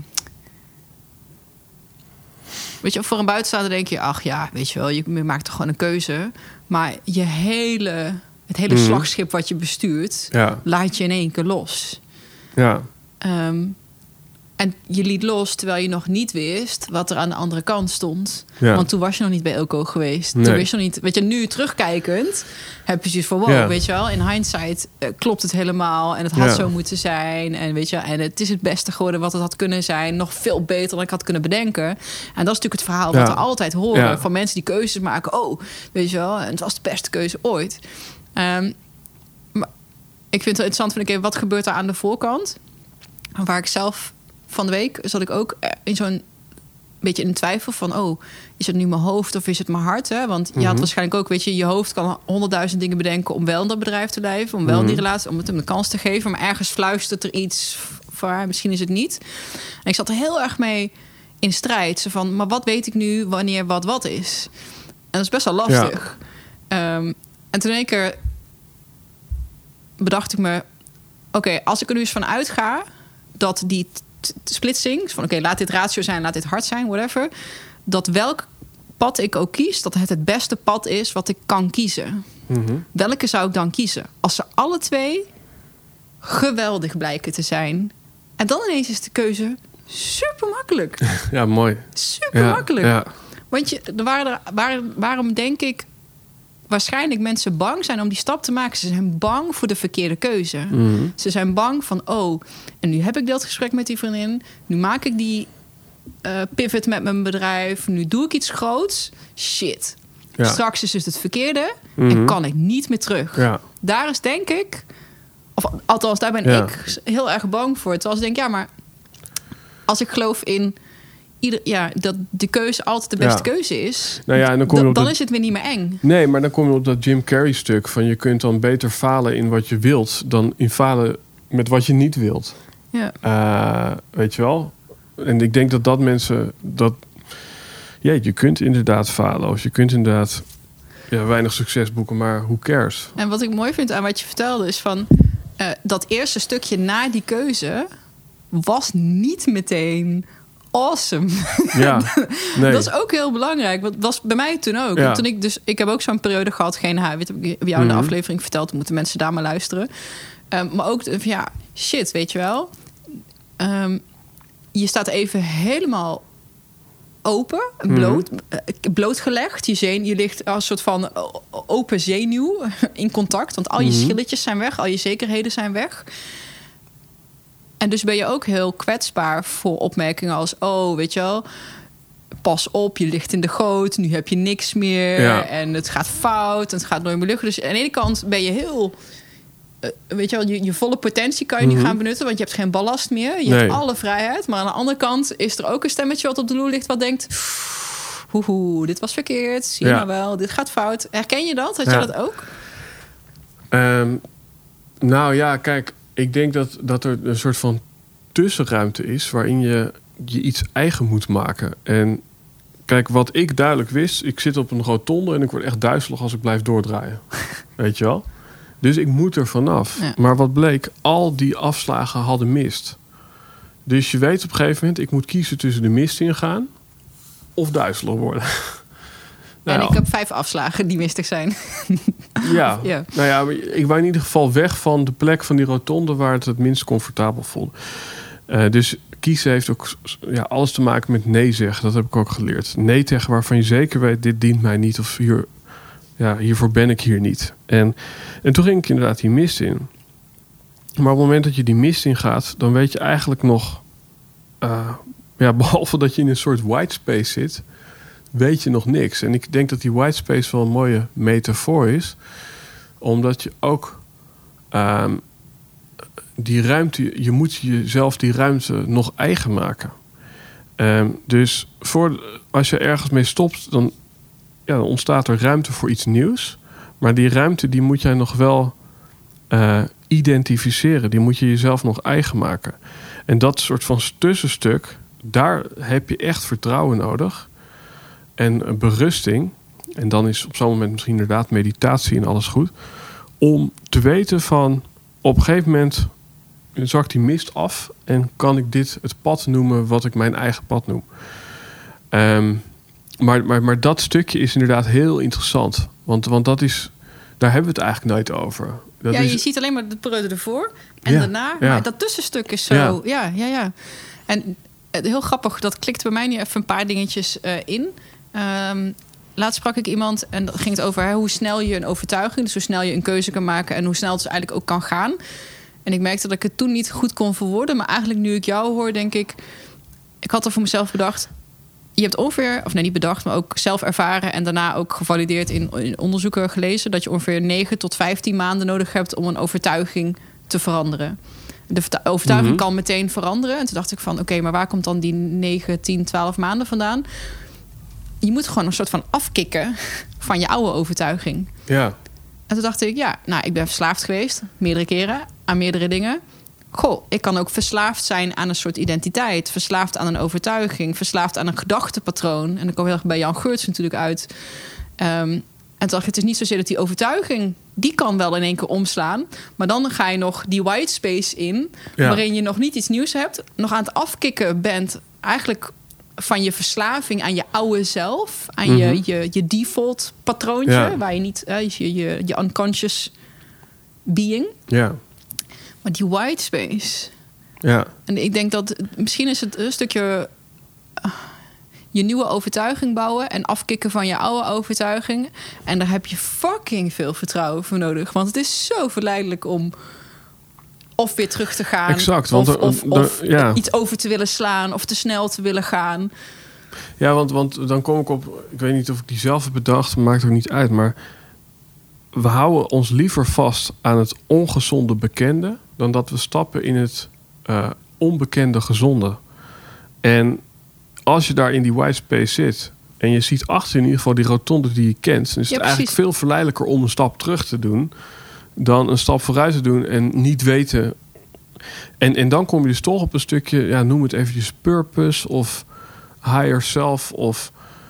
[SPEAKER 1] Weet je, voor een buitenstaander denk je... ach ja, weet je wel, je maakt er gewoon een keuze. Maar je hele... het hele mm. slagschip wat je bestuurt...
[SPEAKER 2] Ja.
[SPEAKER 1] laat je in één keer los.
[SPEAKER 2] Ja.
[SPEAKER 1] Um, en je liet los terwijl je nog niet wist wat er aan de andere kant stond.
[SPEAKER 2] Ja.
[SPEAKER 1] Want toen was je nog niet bij Elko geweest.
[SPEAKER 2] Nee.
[SPEAKER 1] Toen wist je nog niet. Weet je, nu terugkijkend heb je zoiets van wow,
[SPEAKER 2] ja.
[SPEAKER 1] weet je wel. In hindsight uh, klopt het helemaal en het had
[SPEAKER 2] ja.
[SPEAKER 1] zo moeten zijn. En weet je, en het is het beste geworden wat het had kunnen zijn. Nog veel beter dan ik had kunnen bedenken. En dat is natuurlijk het verhaal
[SPEAKER 2] ja.
[SPEAKER 1] wat we altijd horen
[SPEAKER 2] ja.
[SPEAKER 1] van mensen die keuzes maken. Oh, weet je wel, en het was de beste keuze ooit. Um, maar ik vind het interessant, vind ik, wat gebeurt er aan de voorkant? Waar ik zelf van de week zat ik ook in zo'n beetje in twijfel van, oh, is het nu mijn hoofd of is het mijn hart? Hè? Want je
[SPEAKER 2] Mm-hmm.
[SPEAKER 1] had waarschijnlijk ook, weet je, je hoofd kan honderdduizend dingen bedenken om wel in dat bedrijf te blijven, om wel
[SPEAKER 2] Mm-hmm.
[SPEAKER 1] die relatie, om het hem de kans te geven, maar ergens fluistert er iets van, misschien is het niet. En ik zat er heel erg mee in strijd. Zo van, maar wat weet ik nu wanneer wat wat is? En dat is best wel lastig. Ja. Um, en toen in één keer bedacht ik me, oké, okay, als ik er nu eens van uitga dat die t- t- splitsing, van oké, okay, laat dit ratio zijn, laat dit hart zijn, whatever, dat welk pad ik ook kies, dat het het beste pad is wat ik kan kiezen.
[SPEAKER 2] Mm-hmm.
[SPEAKER 1] Welke zou ik dan kiezen? Als ze alle twee geweldig blijken te zijn. En dan ineens is de keuze super makkelijk.
[SPEAKER 2] Ja, mooi.
[SPEAKER 1] Super makkelijk.
[SPEAKER 2] Ja, ja.
[SPEAKER 1] Want je, er waren, waren, waarom denk ik waarschijnlijk mensen bang zijn om die stap te maken? Ze zijn bang voor de verkeerde keuze.
[SPEAKER 2] Mm-hmm.
[SPEAKER 1] Ze zijn bang van, oh, en nu heb ik dat gesprek met die vriendin. Nu maak ik die uh, pivot met mijn bedrijf. Nu doe ik iets groots. Shit. Ja. Straks is het het verkeerde. Mm-hmm. En kan ik niet meer terug.
[SPEAKER 2] Ja.
[SPEAKER 1] Daar is denk ik, of althans daar ben ja. ik heel erg bang voor. Terwijl ik denk, ja, maar als ik geloof in ieder, ja, dat de keuze altijd de beste ja. keuze is,
[SPEAKER 2] nou ja, en dan, kom je
[SPEAKER 1] d-
[SPEAKER 2] op
[SPEAKER 1] dan
[SPEAKER 2] dat,
[SPEAKER 1] is het weer niet meer eng.
[SPEAKER 2] Nee, maar dan kom je op dat Jim Carrey stuk van je kunt dan beter falen in wat je wilt dan in falen met wat je niet wilt.
[SPEAKER 1] Ja.
[SPEAKER 2] Uh, weet je wel? En ik denk dat dat mensen dat ja, je kunt inderdaad falen of je kunt inderdaad ja, weinig succes boeken, maar who cares?
[SPEAKER 1] En wat ik mooi vind aan wat je vertelde is van uh, dat eerste stukje na die keuze was niet meteen awesome.
[SPEAKER 2] Ja, nee.
[SPEAKER 1] Dat is ook heel belangrijk. Want dat was bij mij toen ook.
[SPEAKER 2] Ja.
[SPEAKER 1] Toen ik, dus, ik heb ook zo'n periode gehad, geen haar. Weet, heb ik jou in de
[SPEAKER 2] mm-hmm.
[SPEAKER 1] aflevering verteld. Dan moeten mensen daar maar luisteren. Um, maar ook, ja, shit, weet je wel. Um, je staat even helemaal open, bloot, mm-hmm. blootgelegd. Je, zen, je ligt als een soort van open zenuw in contact. Want al je mm-hmm. schilletjes zijn weg. Al je zekerheden zijn weg. En dus ben je ook heel kwetsbaar voor opmerkingen als, oh, weet je wel, pas op, je ligt in de goot, nu heb je niks meer ja. en het gaat fout en het gaat nooit meer lukken. Dus aan de ene kant ben je heel, uh, weet je wel, je, je volle potentie kan je mm-hmm. niet gaan benutten, want je hebt geen ballast meer. Je nee. hebt alle vrijheid. Maar aan de andere kant is er ook een stemmetje wat op de loer ligt wat denkt, hoehoe, dit was verkeerd, zie je ja. nou wel, dit gaat fout. Herken je dat? Had ja. je dat ook?
[SPEAKER 2] Um, nou ja, kijk, ik denk dat, dat er een soort van tussenruimte is waarin je je iets eigen moet maken. En kijk, wat ik duidelijk wist, ik zit op een rotonde en ik word echt duizelig als ik blijf doordraaien. Weet je wel? Dus ik moet er vanaf. Ja. Maar wat bleek, al die afslagen hadden mist. Dus je weet op een gegeven moment, ik moet kiezen tussen de mist ingaan of duizelig worden.
[SPEAKER 1] Nou, en ik heb vijf afslagen die mistig zijn.
[SPEAKER 2] Ja, ja. Nou ja, ik wou in ieder geval weg van de plek van die rotonde waar het het minst comfortabel voelde. Uh, dus kiezen heeft ook ja, alles te maken met nee zeggen. Dat heb ik ook geleerd. Nee tegen waarvan je zeker weet, dit dient mij niet. Of hier, ja, hiervoor ben ik hier niet. En, en toen ging ik inderdaad die mist in. Maar op het moment dat je die mist in gaat, dan weet je eigenlijk nog, Uh, ja, behalve dat je in een soort white space zit, weet je nog niks. En ik denk dat die white space wel een mooie metafoor is. Omdat je ook Um, die ruimte, je moet jezelf die ruimte nog eigen maken. Um, dus voor, als je ergens mee stopt, dan, ja, dan ontstaat er ruimte voor iets nieuws. Maar die ruimte die moet jij nog wel uh, identificeren. Die moet je jezelf nog eigen maken. En dat soort van tussenstuk, daar heb je echt vertrouwen nodig. En berusting. En dan is op zo'n moment misschien inderdaad meditatie en alles goed. Om te weten van, op een gegeven moment zakt die mist af en kan ik dit het pad noemen wat ik mijn eigen pad noem. Um, maar, maar, maar dat stukje is inderdaad heel interessant. Want, want dat is, daar hebben we het eigenlijk nooit over. Dat
[SPEAKER 1] ja,
[SPEAKER 2] is,
[SPEAKER 1] je ziet alleen maar de periode ervoor en
[SPEAKER 2] ja,
[SPEAKER 1] daarna.
[SPEAKER 2] Ja.
[SPEAKER 1] Maar dat tussenstuk is zo. Ja, ja, ja. ja. En heel grappig, dat klikt bij mij nu even een paar dingetjes uh, in. Um, Laatst sprak ik iemand en dat ging het over hè, hoe snel je een overtuiging, dus hoe snel je een keuze kan maken en hoe snel het dus eigenlijk ook kan gaan. En ik merkte dat ik het toen niet goed kon verwoorden, maar eigenlijk nu ik jou hoor, denk ik, ik had er voor mezelf bedacht, je hebt ongeveer, of nee, niet bedacht, maar ook zelf ervaren en daarna ook gevalideerd in, in onderzoeken gelezen, dat je ongeveer negen tot vijftien maanden nodig hebt om een overtuiging te veranderen. De overtuiging mm-hmm. kan meteen veranderen. En toen dacht ik van, oké, okay, maar waar komt dan die negen, tien, twaalf maanden vandaan? Je moet gewoon een soort van afkicken van je oude overtuiging.
[SPEAKER 2] Ja.
[SPEAKER 1] En toen dacht ik, ja, nou, ik ben verslaafd geweest, meerdere keren, aan meerdere dingen. Goh, ik kan ook verslaafd zijn aan een soort identiteit. Verslaafd aan een overtuiging. Verslaafd aan een gedachtepatroon. En dan kom ik heel erg bij Jan Geurts natuurlijk uit. Um, en toen dacht ik, het is niet zozeer dat die overtuiging, die kan wel in één keer omslaan. Maar dan ga je nog die white space in, ja. waarin je nog niet iets nieuws hebt. Nog aan het afkicken bent eigenlijk van je verslaving aan je oude zelf. Aan mm-hmm. je, je, je default patroontje. Ja. Waar je niet, uh, je, je, je unconscious being.
[SPEAKER 2] Ja.
[SPEAKER 1] Maar die white space.
[SPEAKER 2] Ja.
[SPEAKER 1] En ik denk dat misschien is het een stukje uh, je nieuwe overtuiging bouwen en afkicken van je oude overtuiging. En daar heb je fucking veel vertrouwen voor nodig. Want het is zo verleidelijk om of weer terug te gaan.
[SPEAKER 2] Exact.
[SPEAKER 1] Of,
[SPEAKER 2] want,
[SPEAKER 1] of,
[SPEAKER 2] de,
[SPEAKER 1] of
[SPEAKER 2] ja.
[SPEAKER 1] iets over te willen slaan of te snel te willen gaan.
[SPEAKER 2] Ja, want, want dan kom ik op, ik weet niet of ik die zelf heb bedacht, maakt ook niet uit, maar we houden ons liever vast aan het ongezonde bekende dan dat we stappen in het uh, onbekende gezonde. En als je daar in die white space zit en je ziet achter in ieder geval die rotonde die je kent, dan is het ja, eigenlijk veel verleidelijker om een stap terug te doen dan een stap vooruit te doen en niet weten. En, en dan kom je dus toch op een stukje, ja, noem het eventjes purpose of higher self of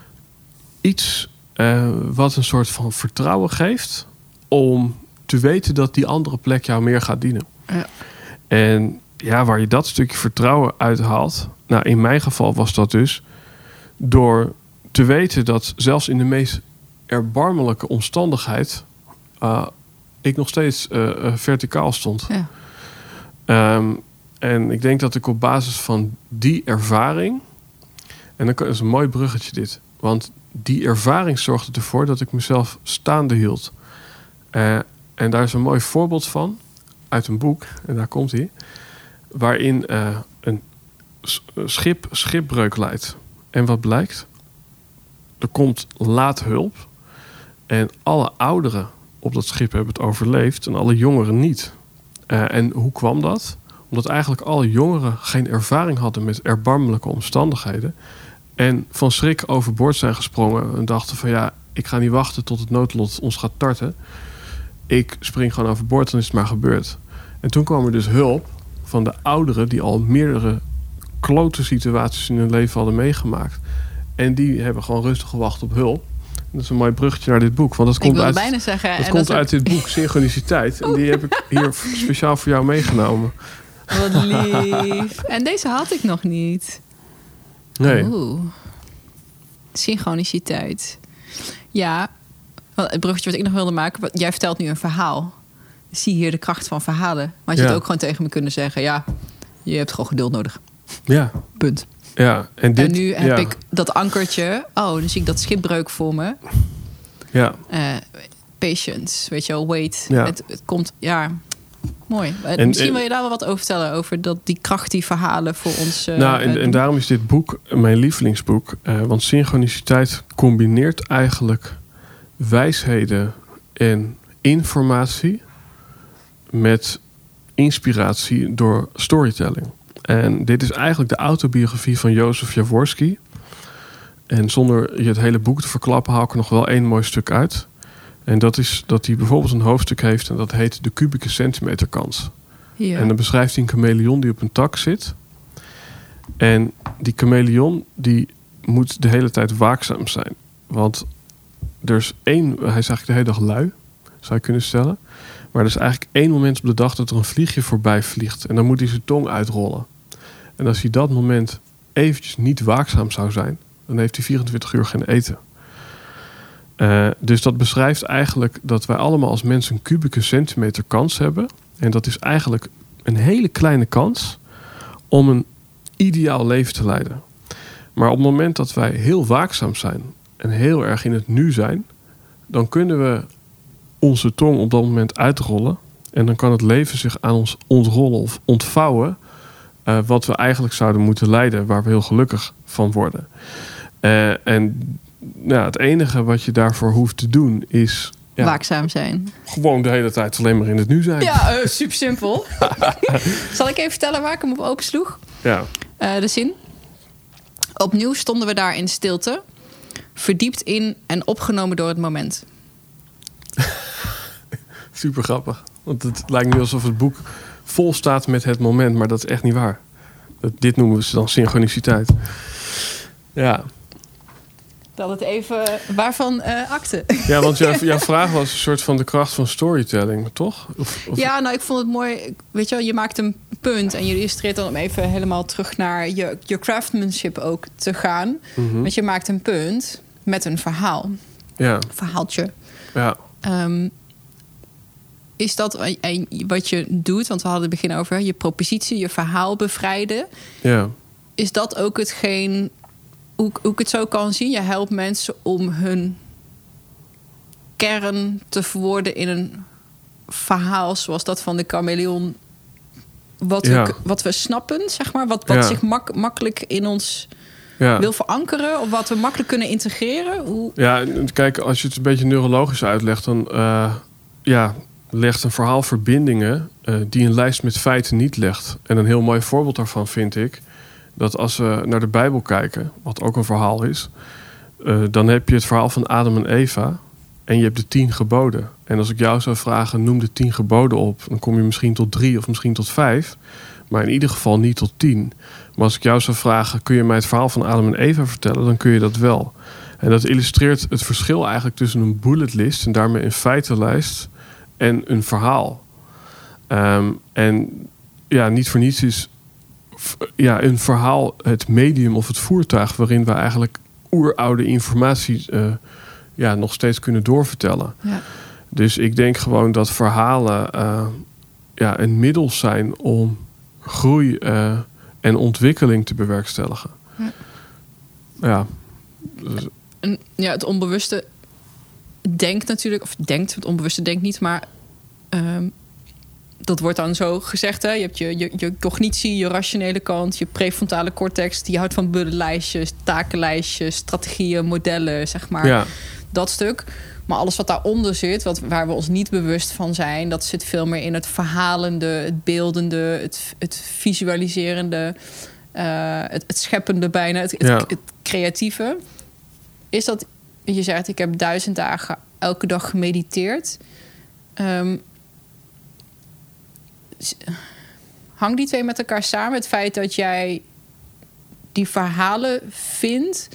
[SPEAKER 2] iets uh, wat een soort van vertrouwen geeft om te weten dat die andere plek jou meer gaat dienen. Ja. En ja, waar je dat stukje vertrouwen uithaalt, nou in mijn geval was dat dus door te weten dat zelfs in de meest erbarmelijke omstandigheid uh, ik nog steeds uh, uh, verticaal stond. Ja. Um, en ik denk dat ik op basis van die ervaring, en dan is een mooi bruggetje dit, want die ervaring zorgde ervoor dat ik mezelf staande hield. Uh, en daar is een mooi voorbeeld van uit een boek, en daar komt hij, waarin uh, een schip schipbreuk leidt. En wat blijkt? Er komt laat hulp en alle ouderen op dat schip hebben het overleefd en alle jongeren niet. Uh, en hoe kwam dat? Omdat eigenlijk alle jongeren geen ervaring hadden met erbarmelijke omstandigheden en van schrik overboord zijn gesprongen en dachten van ja, ik ga niet wachten tot het noodlot ons gaat tarten. Ik spring gewoon overboord, dan is het maar gebeurd. En toen kwam er dus hulp van de ouderen die al meerdere klote situaties in hun leven hadden meegemaakt. En die hebben gewoon rustig gewacht op hulp. En dat is een mooi bruggetje naar dit boek. Want dat komt uit,
[SPEAKER 1] bijna zeggen,
[SPEAKER 2] dat
[SPEAKER 1] en
[SPEAKER 2] komt
[SPEAKER 1] dat
[SPEAKER 2] uit dit boek Synchroniciteit. En die heb ik hier speciaal voor jou meegenomen.
[SPEAKER 1] Wat lief. En deze had ik nog niet.
[SPEAKER 2] Nee.
[SPEAKER 1] Oeh. Synchroniciteit. Ja, het bruggetje wat ik nog wilde maken. Jij vertelt nu een verhaal. Zie hier de kracht van verhalen. Maar je ja. had ook gewoon tegen me kunnen zeggen, ja, je hebt gewoon geduld nodig.
[SPEAKER 2] Ja.
[SPEAKER 1] Punt.
[SPEAKER 2] Ja, en, dit,
[SPEAKER 1] en nu heb
[SPEAKER 2] ja.
[SPEAKER 1] ik dat ankertje. Oh, dan zie ik dat schipbreuk voor me.
[SPEAKER 2] Ja.
[SPEAKER 1] Uh, patience, weet je wel, wait.
[SPEAKER 2] Ja.
[SPEAKER 1] Het, het komt, ja, mooi.
[SPEAKER 2] En,
[SPEAKER 1] Misschien
[SPEAKER 2] en,
[SPEAKER 1] wil je daar wel wat over vertellen. Over dat, die kracht, die verhalen voor ons. Uh,
[SPEAKER 2] nou, en, en daarom is dit boek mijn lievelingsboek. Uh, want synchroniciteit combineert eigenlijk wijsheden en informatie met inspiratie door storytelling. En dit is eigenlijk de autobiografie van Jozef Jaworski. En zonder je het hele boek te verklappen, haal ik er nog wel één mooi stuk uit. En dat is dat hij bijvoorbeeld een hoofdstuk heeft en dat heet de kubieke centimeter kans. Ja. En dan beschrijft hij een chameleon die op een tak zit. En die chameleon die moet de hele tijd waakzaam zijn. Want er is één, hij is eigenlijk de hele dag lui, zou je kunnen stellen. Maar er is eigenlijk één moment op de dag dat er een vliegje voorbij vliegt. En dan moet hij zijn tong uitrollen. En als hij dat moment eventjes niet waakzaam zou zijn, dan heeft hij vierentwintig uur geen eten. Uh, dus dat beschrijft eigenlijk dat wij allemaal als mensen een kubieke centimeter kans hebben. En dat is eigenlijk een hele kleine kans om een ideaal leven te leiden. Maar op het moment dat wij heel waakzaam zijn en heel erg in het nu zijn, dan kunnen we onze tong op dat moment uitrollen. En dan kan het leven zich aan ons ontrollen of ontvouwen. Uh, wat we eigenlijk zouden moeten leiden, waar we heel gelukkig van worden. Uh, en nou, het enige wat je daarvoor hoeft te doen is... Ja,
[SPEAKER 1] waakzaam zijn.
[SPEAKER 2] Gewoon de hele tijd alleen maar in het nu zijn.
[SPEAKER 1] Ja, uh, super simpel. Zal ik even vertellen waar ik hem op opensloeg?
[SPEAKER 2] Ja.
[SPEAKER 1] Uh, de zin. Opnieuw stonden we daar in stilte. Verdiept in en opgenomen door het moment.
[SPEAKER 2] Super grappig. Want het lijkt nu alsof het boek vol staat met het moment. Maar dat is echt niet waar. Dit noemen we dan synchroniciteit. Ja.
[SPEAKER 1] Dat het even... Waarvan uh, akte?
[SPEAKER 2] Ja, want jouw, jouw vraag was een soort van de kracht van storytelling, toch? Of, of...
[SPEAKER 1] Ja, nou, ik vond het mooi. Weet je wel, je maakt een punt en je illustreert dan om even helemaal terug naar je, je craftsmanship ook te gaan.
[SPEAKER 2] Mm-hmm.
[SPEAKER 1] Want je maakt een punt met een verhaal.
[SPEAKER 2] Ja.
[SPEAKER 1] Een verhaaltje.
[SPEAKER 2] Ja.
[SPEAKER 1] Um, is dat wat je doet? Want we hadden het begin over je propositie, je verhaal bevrijden.
[SPEAKER 2] Ja.
[SPEAKER 1] Is dat ook hetgeen... Hoe, hoe ik het zo kan zien, je helpt mensen om hun kern te verwoorden in een verhaal zoals dat van de chameleon. Wat,
[SPEAKER 2] ja.
[SPEAKER 1] we, wat we snappen, zeg maar. Wat, wat
[SPEAKER 2] ja.
[SPEAKER 1] zich mak, makkelijk in ons
[SPEAKER 2] ja.
[SPEAKER 1] wil verankeren. Of wat we makkelijk kunnen integreren. Hoe...
[SPEAKER 2] Ja, kijk, als je het een beetje neurologisch uitlegt, dan uh, ja, legt een verhaal verbindingen uh, die een lijst met feiten niet legt. En een heel mooi voorbeeld daarvan vind ik dat als we naar de Bijbel kijken, wat ook een verhaal is, uh, dan heb je het verhaal van Adam en Eva en je hebt de tien geboden. En als ik jou zou vragen, noem de tien geboden op, dan kom je misschien tot drie of misschien tot vijf, maar in ieder geval niet tot tien. Maar als ik jou zou vragen, kun je mij het verhaal van Adam en Eva vertellen, dan kun je dat wel. En dat illustreert het verschil eigenlijk tussen een bulletlist en daarmee een feitenlijst en een verhaal. Um, en ja, niet voor niets is ja, een verhaal het medium of het voertuig waarin we eigenlijk oeroude informatie uh, ja, nog steeds kunnen doorvertellen.
[SPEAKER 1] Ja.
[SPEAKER 2] Dus ik denk gewoon dat verhalen uh, ja, een middel zijn om groei uh, en ontwikkeling te bewerkstelligen.
[SPEAKER 1] Ja.
[SPEAKER 2] Ja. Dus,
[SPEAKER 1] en, ja, het onbewuste denkt natuurlijk, of denkt, het onbewuste denkt niet, maar um, dat wordt dan zo gezegd. Hè? Je hebt je, je, je cognitie, je rationele kant, je prefrontale cortex, die houdt van bulletlijstjes, takenlijstjes, strategieën, modellen, zeg maar.
[SPEAKER 2] ja.
[SPEAKER 1] Dat stuk. Maar alles wat daaronder zit, wat, waar we ons niet bewust van zijn, dat zit veel meer in het verhalende, het beeldende, het, het visualiserende, uh, het, het scheppende bijna, het,
[SPEAKER 2] ja.
[SPEAKER 1] het, het creatieve. Is dat, je zegt, ik heb duizend dagen elke dag gemediteerd. Um, hang die twee met elkaar samen? Het feit dat jij die verhalen vindt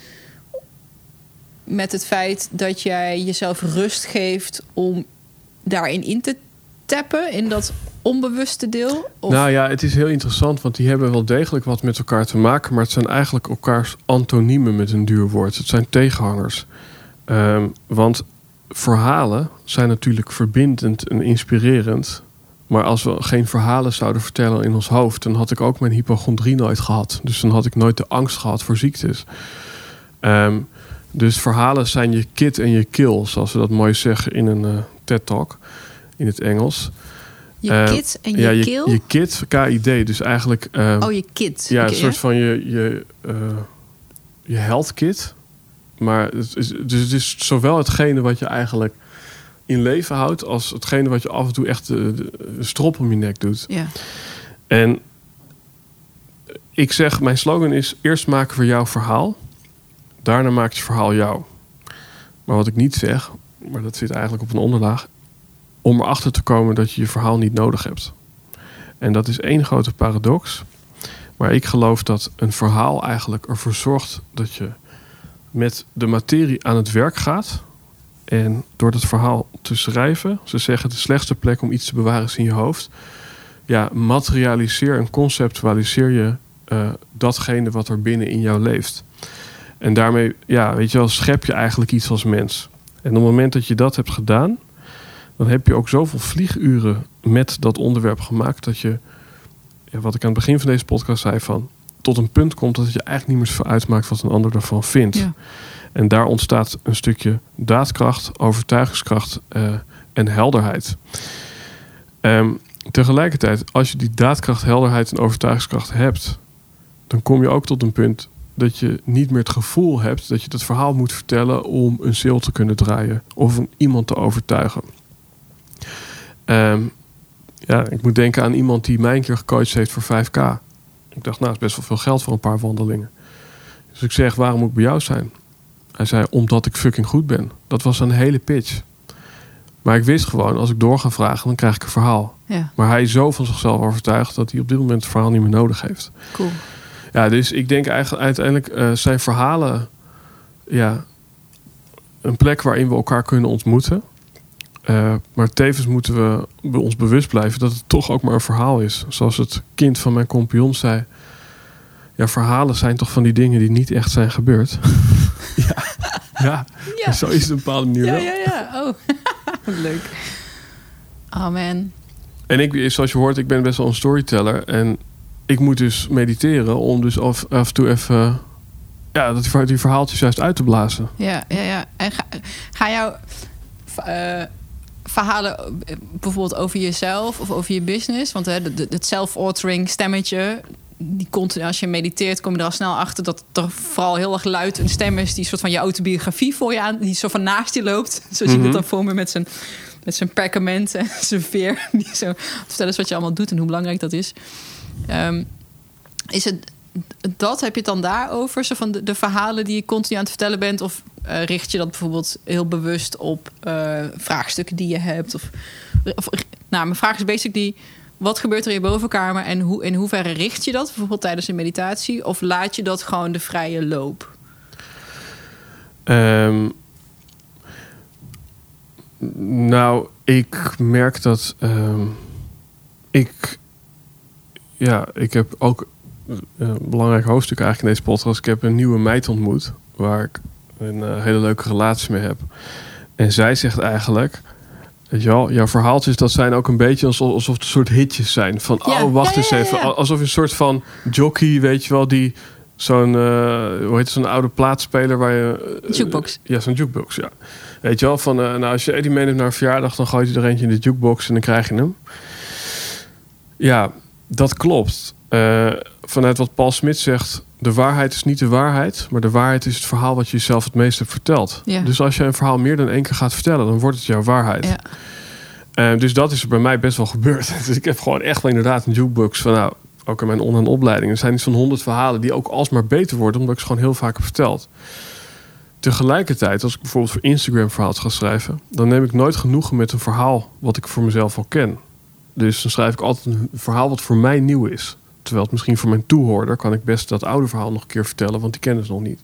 [SPEAKER 1] met het feit dat jij jezelf rust geeft om daarin in te tappen, in dat onbewuste deel? Of?
[SPEAKER 2] Nou ja, het is heel interessant, want die hebben wel degelijk wat met elkaar te maken, maar het zijn eigenlijk elkaars antoniemen met een duur woord. Het zijn tegenhangers. Um, want verhalen zijn natuurlijk verbindend en inspirerend. Maar als we geen verhalen zouden vertellen in ons hoofd, dan had ik ook mijn hypochondrie nooit gehad. Dus dan had ik nooit de angst gehad voor ziektes. Um, dus verhalen zijn je kit en je kill, zoals we dat mooi zeggen in een uh, TED-talk in het Engels.
[SPEAKER 1] Je
[SPEAKER 2] uh,
[SPEAKER 1] kit en je,
[SPEAKER 2] ja, je
[SPEAKER 1] kill?
[SPEAKER 2] Je kit, K I D, dus eigenlijk... Uh,
[SPEAKER 1] oh, je kit.
[SPEAKER 2] Ja,
[SPEAKER 1] okay,
[SPEAKER 2] een soort
[SPEAKER 1] ja?
[SPEAKER 2] van je, je, uh, je health kit. Maar het is, dus het is zowel hetgene wat je eigenlijk in leven houdt, als hetgene wat je af en toe echt de, de, de strop om je nek doet.
[SPEAKER 1] Ja.
[SPEAKER 2] En ik zeg, mijn slogan is: eerst maken we jouw verhaal, daarna maakt je verhaal jou. Maar wat ik niet zeg, maar dat zit eigenlijk op een onderlaag, om erachter te komen dat je je verhaal niet nodig hebt. En dat is één grote paradox. Maar ik geloof dat een verhaal eigenlijk ervoor zorgt dat je met de materie aan het werk gaat. En door dat verhaal te schrijven, ze zeggen de slechtste plek om iets te bewaren is in je hoofd. Ja, materialiseer en conceptualiseer je uh, datgene wat er binnen in jou leeft. En daarmee, ja, weet je wel, schep je eigenlijk iets als mens. En op het moment dat je dat hebt gedaan, dan heb je ook zoveel vlieguren met dat onderwerp gemaakt, dat je, ja, wat ik aan het begin van deze podcast zei, van tot een punt komt dat het je eigenlijk niet meer zoveel uitmaakt wat een ander ervan vindt. Ja. En daar ontstaat een stukje daadkracht, overtuigingskracht uh, en helderheid. Um, tegelijkertijd, als je die daadkracht, helderheid en overtuigingskracht hebt, dan kom je ook tot een punt dat je niet meer het gevoel hebt dat je dat verhaal moet vertellen om een sale te kunnen draaien of om iemand te overtuigen. Um, ja, ik moet denken aan iemand die mij een keer gecoacht heeft voor vijf k. Ik dacht, nou, dat is best wel veel geld voor een paar wandelingen. Dus ik zeg, waarom moet ik bij jou zijn? Hij zei, omdat ik fucking goed ben. Dat was een hele pitch. Maar ik wist gewoon, als ik door ga vragen, dan krijg ik een verhaal.
[SPEAKER 1] Ja.
[SPEAKER 2] Maar hij is zo van zichzelf overtuigd dat hij op dit moment het verhaal niet meer nodig heeft.
[SPEAKER 1] Cool.
[SPEAKER 2] Ja, dus ik denk eigenlijk uiteindelijk uh, zijn verhalen, ja, een plek waarin we elkaar kunnen ontmoeten. Uh, maar tevens moeten we ons bewust blijven dat het toch ook maar een verhaal is. Zoals het kind van mijn compagnon zei. Ja, verhalen zijn toch van die dingen die niet echt zijn gebeurd. ja, ja. ja. Zo is het op een bepaalde manier
[SPEAKER 1] ja,
[SPEAKER 2] wel.
[SPEAKER 1] Ja, ja, oh. Leuk. Oh man.
[SPEAKER 2] En ik, zoals je hoort, ik ben best wel een storyteller. En ik moet dus mediteren om dus af, af en toe even... Ja, dat die, die verhaaltjes juist uit te blazen.
[SPEAKER 1] Ja, ja, ja. En ga, ga jouw uh, verhalen bijvoorbeeld over jezelf of over je business? Want hè, het self-authoring stemmetje... die continu, als je mediteert, kom je er al snel achter dat er vooral heel erg luid een stem is die soort van je autobiografie voor je aan, die zo van naast je loopt. Zoals mm-hmm. je het dan voor me met zijn, met zijn perkament en zijn veer. Die zo vertel eens wat je allemaal doet en hoe belangrijk dat is. Um, is het dat, heb je het dan daarover? Zo van de, de verhalen die je continu aan het vertellen bent? Of uh, richt je dat bijvoorbeeld heel bewust op uh, vraagstukken die je hebt? Of, of, nou, mijn vraag is basic die... Wat gebeurt er in je bovenkamer en hoe, in hoeverre richt je dat? Bijvoorbeeld tijdens een meditatie? Of laat je dat gewoon de vrije loop?
[SPEAKER 2] Um, nou, ik merk dat... Um, ik... Ja, ik heb ook een belangrijk hoofdstuk eigenlijk in deze podcast. Ik heb een nieuwe meid ontmoet... waar ik een uh, hele leuke relatie mee heb. En zij zegt eigenlijk... Weet je wel, jouw verhaaltjes, dat zijn ook een beetje alsof, alsof het een soort hitjes zijn. Van, ja, oh, wacht ja, eens ja, ja, ja. even. Alsof je een soort van jockey, weet je wel, die zo'n, uh, hoe heet het, zo'n oude plaatspeler waar je...
[SPEAKER 1] Uh, jukebox.
[SPEAKER 2] Ja, zo'n jukebox, ja. Weet je wel, van, uh, nou, als je Eddie meeneemt naar een verjaardag, dan gooit hij er eentje in de jukebox en dan krijg je hem. Ja, dat klopt. Uh, vanuit wat Paul Smit zegt, de waarheid is niet de waarheid, maar de waarheid is het verhaal wat je jezelf het meest hebt verteld. Ja. Dus als je een verhaal meer dan één keer gaat vertellen, dan wordt het jouw waarheid. Ja. Uh, dus dat is er bij mij best wel gebeurd. Dus ik heb gewoon echt wel inderdaad een jukebox van, nou, ook in mijn online opleiding. Er zijn iets van honderd verhalen die ook alsmaar beter worden, omdat ik ze gewoon heel vaak heb verteld. Tegelijkertijd, als ik bijvoorbeeld voor Instagram verhaals ga schrijven, dan neem ik nooit genoegen met een verhaal wat ik voor mezelf al ken. Dus dan schrijf ik altijd een verhaal wat voor mij nieuw is. Terwijl het misschien voor mijn toehoorder kan ik best dat oude verhaal nog een keer vertellen, want die kennen ze nog niet.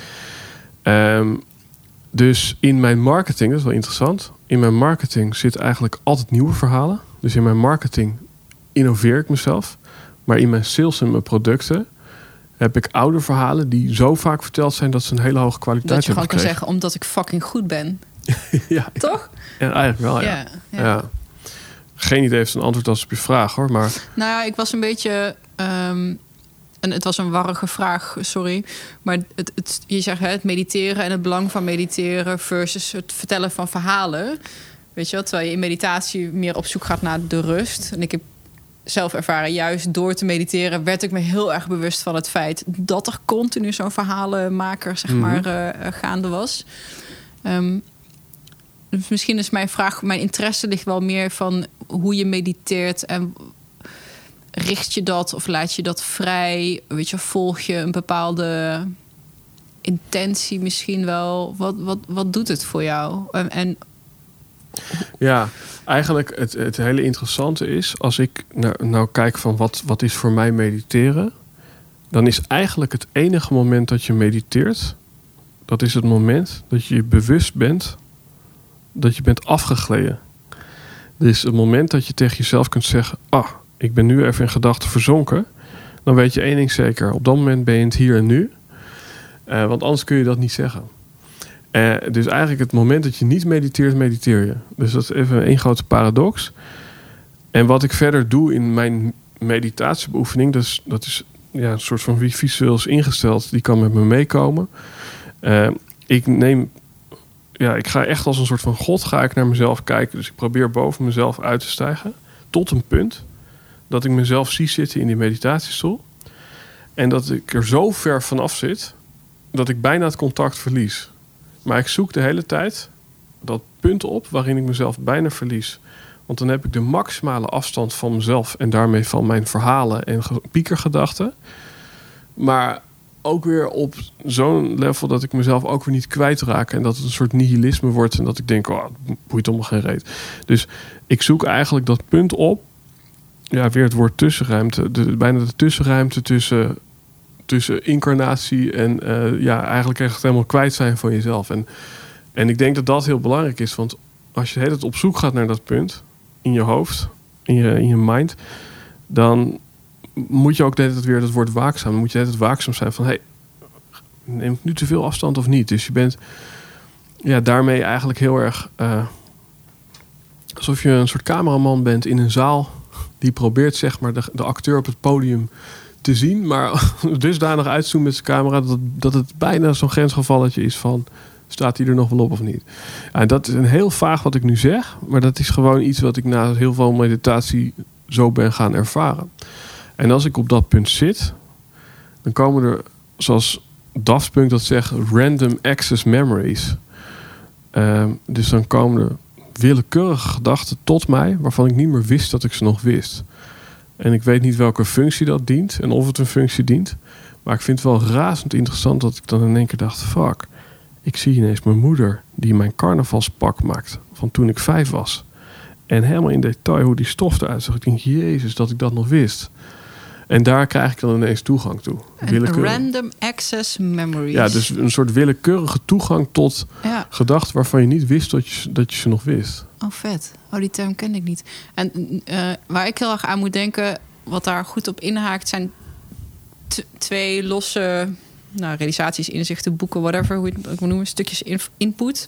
[SPEAKER 2] Um, dus in mijn marketing, dat is wel interessant. In mijn marketing zitten eigenlijk altijd nieuwe verhalen. Dus in mijn marketing innoveer ik mezelf. Maar in mijn sales en mijn producten heb ik oude verhalen die zo vaak verteld zijn dat ze een hele hoge kwaliteit hebben gekregen.
[SPEAKER 1] Dat je gewoon kan zeggen, omdat ik fucking goed ben.
[SPEAKER 2] ja,
[SPEAKER 1] toch?
[SPEAKER 2] Ja, ja, eigenlijk wel, ja. Ja, ja. ja. Geen idee heeft een antwoord als op je vraag, hoor. Maar...
[SPEAKER 1] Nou ja, ik was een beetje... Um, en het was een warrige vraag, sorry. Maar het, het, je zegt hè, het mediteren en het belang van mediteren versus het vertellen van verhalen. Weet je wel, terwijl je in meditatie meer op zoek gaat naar de rust. En ik heb zelf ervaren, juist door te mediteren werd ik me heel erg bewust van het feit dat er continu zo'n verhalenmaker, zeg maar, mm-hmm. uh, gaande was. Um, dus misschien is mijn vraag, mijn interesse ligt wel meer van hoe je mediteert en richt je dat of laat je dat vrij? Weet je, volg je een bepaalde intentie misschien wel? Wat, wat, wat doet het voor jou? En, en...
[SPEAKER 2] Ja, eigenlijk het, het hele interessante is, als ik nou, nou kijk van wat, wat is voor mij mediteren, dan is eigenlijk het enige moment dat je mediteert, dat is het moment dat je je bewust bent dat je bent afgegleden. Dus het moment dat je tegen jezelf kunt zeggen, ah, ik ben nu even in gedachten verzonken, dan weet je één ding zeker. Op dat moment ben je in het hier en nu. Uh, want anders kun je dat niet zeggen. Uh, dus eigenlijk het moment dat je niet mediteert, mediteer je. Dus dat is even één grote paradox. En wat ik verder doe in mijn meditatiebeoefening, dat is, dat is ja, een soort van wie visueel is ingesteld, die kan met me meekomen. Uh, ik neem... Ja, ik ga echt als een soort van God ga ik naar mezelf kijken. Dus ik probeer boven mezelf uit te stijgen. Tot een punt dat ik mezelf zie zitten in die meditatiestoel. En dat ik er zo ver vanaf zit dat ik bijna het contact verlies. Maar ik zoek de hele tijd dat punt op waarin ik mezelf bijna verlies. Want dan heb ik de maximale afstand van mezelf en daarmee van mijn verhalen en piekergedachten. Maar ook weer op zo'n level dat ik mezelf ook weer niet kwijtraak. En dat het een soort nihilisme wordt. En dat ik denk, oh, het boeit allemaal geen reet. Dus ik zoek eigenlijk dat punt op. Ja, weer het woord tussenruimte. De, bijna de tussenruimte tussen, tussen incarnatie en uh, ja, eigenlijk echt helemaal kwijt zijn van jezelf. En, en ik denk dat dat heel belangrijk is. Want als je de hele tijd op zoek gaat naar dat punt in je hoofd, in je, in je mind, dan moet je ook de hele tijd weer dat woord waakzaam. Dan moet je de hele tijd waakzaam zijn van, hey, neem ik nu te veel afstand of niet? Dus je bent ja, daarmee eigenlijk heel erg uh, alsof je een soort cameraman bent in een zaal die probeert zeg maar de, de acteur op het podium te zien, maar dusdanig uitzoomen met zijn camera dat, dat het bijna zo'n grensgevalletje is van, staat hij er nog wel op of niet? En dat is een heel vaag wat ik nu zeg, maar dat is gewoon iets wat ik na heel veel meditatie zo ben gaan ervaren. En als ik op dat punt zit, dan komen er, zoals Daft Punk dat zegt, random access memories. Uh, dus dan komen er willekeurige gedachten tot mij, waarvan ik niet meer wist dat ik ze nog wist. En ik weet niet welke functie dat dient en of het een functie dient. Maar ik vind het wel razend interessant dat ik dan in één keer dacht, fuck, ik zie ineens mijn moeder die mijn carnavalspak maakt van toen ik vijf was. En helemaal in detail hoe die stof eruit zag. Ik denk, jezus, dat ik dat nog wist. En daar krijg ik dan ineens toegang toe.
[SPEAKER 1] Random access memories.
[SPEAKER 2] Ja, dus een soort willekeurige toegang tot ja. gedachten waarvan je niet wist dat je, dat je ze nog wist.
[SPEAKER 1] Oh, vet. Oh, die term ken ik niet. En uh, waar ik heel erg aan moet denken, wat daar goed op inhaakt, zijn t- twee losse nou, realisaties, inzichten, boeken, whatever, hoe je het ook moet noemen, stukjes in- input.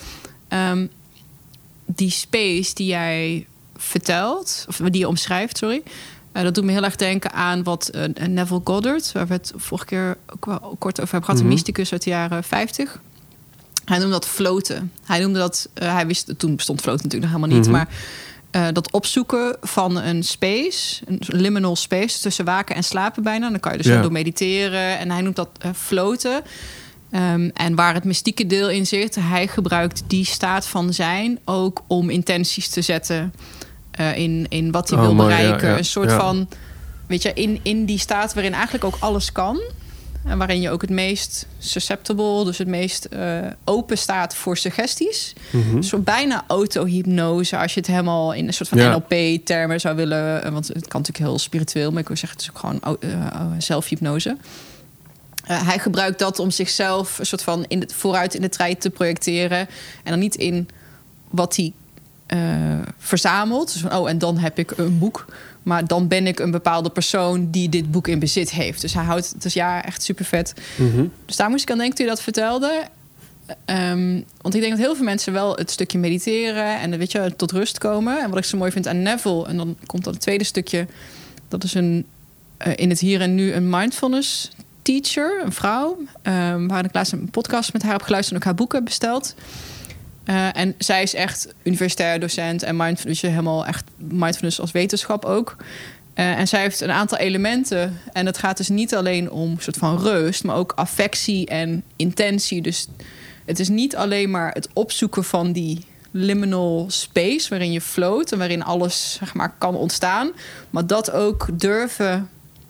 [SPEAKER 1] Um, die space die jij vertelt, of die je omschrijft, sorry. Uh, dat doet me heel erg denken aan wat uh, Neville Goddard, waar we het vorige keer ook wel kort over hebben gehad, mm-hmm. een mysticus uit de jaren vijftig. Hij noemde dat floten. Hij noemde dat, uh, hij wist, toen bestond floten natuurlijk nog helemaal niet, mm-hmm. maar uh, dat opzoeken van een space, een liminal space tussen waken en slapen bijna. Dan kan je dus yeah. door mediteren. En hij noemt dat uh, floten. Um, en waar het mystieke deel in zit, hij gebruikt die staat van zijn ook om intenties te zetten uh, in, in wat hij oh, wil mooi, bereiken. Ja, ja, een soort ja. van, weet je, in, in die staat waarin eigenlijk ook alles kan. En waarin je ook het meest susceptible, dus het meest uh, open staat voor suggesties. Mm-hmm. Een soort bijna autohypnose, als je het helemaal in een soort van ja. N L P-termen zou willen. Want het kan natuurlijk heel spiritueel, maar ik wil zeggen, het is ook gewoon uh, uh, zelfhypnose. Uh, hij gebruikt dat om zichzelf een soort van in de, vooruit in de trein te projecteren. En dan niet in wat hij uh, verzamelt. Dus van, oh, en dan heb ik een boek. Maar dan ben ik een bepaalde persoon die dit boek in bezit heeft. Dus hij houdt het, dus ja, echt super vet. Mm-hmm. Dus daar moest ik aan denken toen je dat vertelde. Um, want ik denk dat heel veel mensen wel het stukje mediteren en weet je, tot rust komen. En wat ik zo mooi vind aan Neville, en dan komt dan het tweede stukje. Dat is een uh, in het hier en nu een mindfulness teacher, een vrouw. Um, waar ik laatst een podcast met haar heb geluisterd en ook haar boeken besteld. Uh, en zij is echt universitair docent en mindfulness, helemaal echt mindfulness als wetenschap ook. Uh, en zij heeft een aantal elementen. En het gaat dus niet alleen om een soort van rust, maar ook affectie en intentie. Dus het is niet alleen maar het opzoeken van die liminal space waarin je float en waarin alles zeg maar kan ontstaan, maar dat ook durven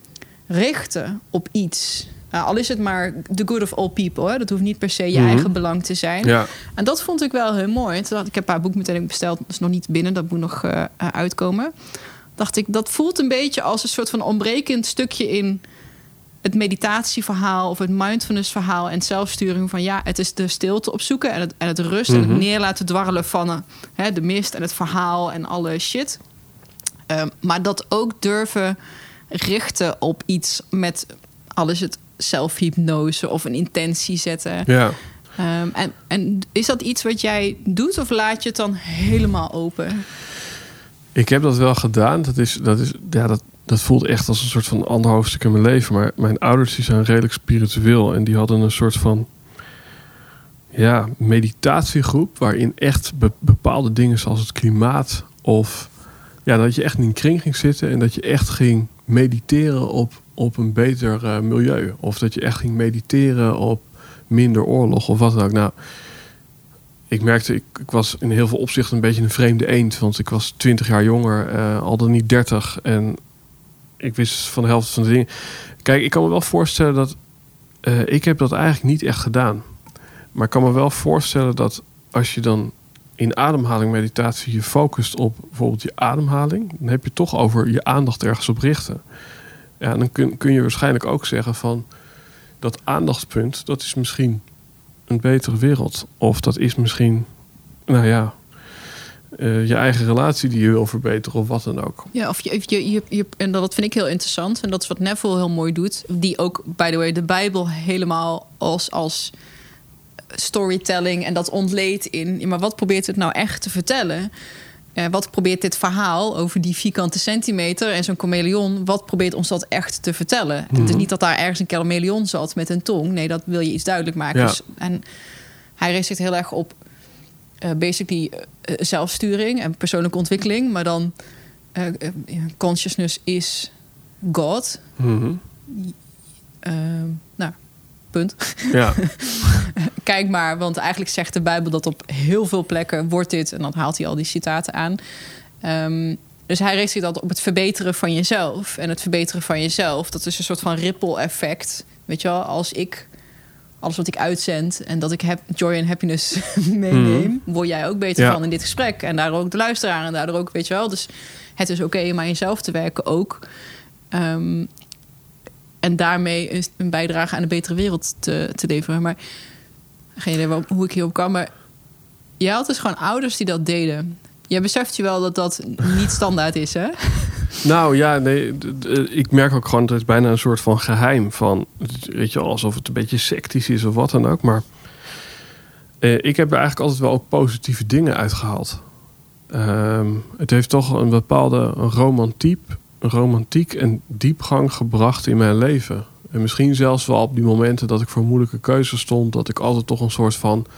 [SPEAKER 1] richten op iets. Uh, al is het maar the good of all people. Hè? Dat hoeft niet per se je mm-hmm. eigen belang te zijn. Ja. En dat vond ik wel heel mooi. Toen had ik heb haar boek meteen besteld. Dat is nog niet binnen. Dat moet nog uh, uitkomen. Dacht ik, dat voelt een beetje als een soort van ontbrekend stukje in het meditatieverhaal of het mindfulness verhaal en zelfsturing van ja, het is de stilte opzoeken en het, en het rust mm-hmm. en het neer laten dwarrelen van uh, hè, de mist en het verhaal en alle shit. Uh, maar dat ook durven richten op iets met al is het zelfhypnose of een intentie zetten. Ja. Um, en, en is dat iets wat jij doet of laat je het dan helemaal open?
[SPEAKER 2] Ik heb dat wel gedaan. Dat is, dat is, ja, dat, dat voelt echt als een soort van ander hoofdstuk in mijn leven. Maar mijn ouders die zijn redelijk spiritueel en die hadden een soort van ja, meditatiegroep waarin echt be- bepaalde dingen zoals het klimaat of ja, dat je echt in een kring ging zitten en dat je echt ging mediteren op, op een beter uh, milieu. Of dat je echt ging mediteren op minder oorlog of wat dan ook. Nou, ik merkte, ik, ik was in heel veel opzichten een beetje een vreemde eend. Want ik was twintig jaar jonger, uh, al dan niet dertig. En ik wist van de helft van de dingen. Kijk, ik kan me wel voorstellen dat... Uh, ik heb dat eigenlijk niet echt gedaan. Maar ik kan me wel voorstellen dat als je dan in ademhaling meditatie je focust op bijvoorbeeld je ademhaling, dan heb je toch over je aandacht ergens op richten. Ja, dan kun, kun je waarschijnlijk ook zeggen van dat aandachtspunt, dat is misschien een betere wereld. Of dat is misschien, nou ja, uh, je eigen relatie die je wil verbeteren of wat dan ook.
[SPEAKER 1] Ja, of je, je, je, je, en dat vind ik heel interessant. En dat is wat Neville heel mooi doet. Die ook, by the way, de Bijbel helemaal als, als storytelling en dat ontleedt in. Maar wat probeert het nou echt te vertellen? Uh, wat probeert dit verhaal over die vierkante centimeter en zo'n chameleon, wat probeert ons dat echt te vertellen? Mm-hmm. Het is niet dat daar ergens een chameleon zat met een tong. Nee, dat wil je iets duidelijk maken.
[SPEAKER 2] Ja.
[SPEAKER 1] Dus, en hij richt zich heel erg op uh, basically uh, zelfsturing en persoonlijke ontwikkeling. Maar dan uh, uh, consciousness is God.
[SPEAKER 2] Mm-hmm.
[SPEAKER 1] Uh, nou, punt.
[SPEAKER 2] Ja.
[SPEAKER 1] Kijk maar, want eigenlijk zegt de Bijbel dat op heel veel plekken wordt dit, en dan haalt hij al die citaten aan. Um, dus hij richt zich dat op het verbeteren van jezelf. En het verbeteren van jezelf, dat is een soort van ripple effect. Weet je wel, als ik alles wat ik uitzend en dat ik heb joy en happiness meeneem, mm. word jij ook beter ja. van in dit gesprek. En daardoor ook de luisteraar en daardoor ook, weet je wel. Dus het is oké om aan jezelf te werken ook. Um, en daarmee is een bijdrage aan een betere wereld te, te leveren. Maar geen idee hoe ik hierop kwam. Maar je had dus gewoon ouders die dat deden. Jij beseft je wel dat dat niet standaard is, hè?
[SPEAKER 2] Nou ja, nee. D- d- ik merk ook gewoon dat het bijna een soort van geheim van, weet je, alsof het een beetje sectisch is of wat dan ook. Maar eh, ik heb er eigenlijk altijd wel ook positieve dingen uitgehaald. Um, het heeft toch een bepaalde romantiek, romantiek en diepgang gebracht in mijn leven. En misschien zelfs wel op die momenten dat ik voor moeilijke keuzes stond, dat ik altijd toch een soort van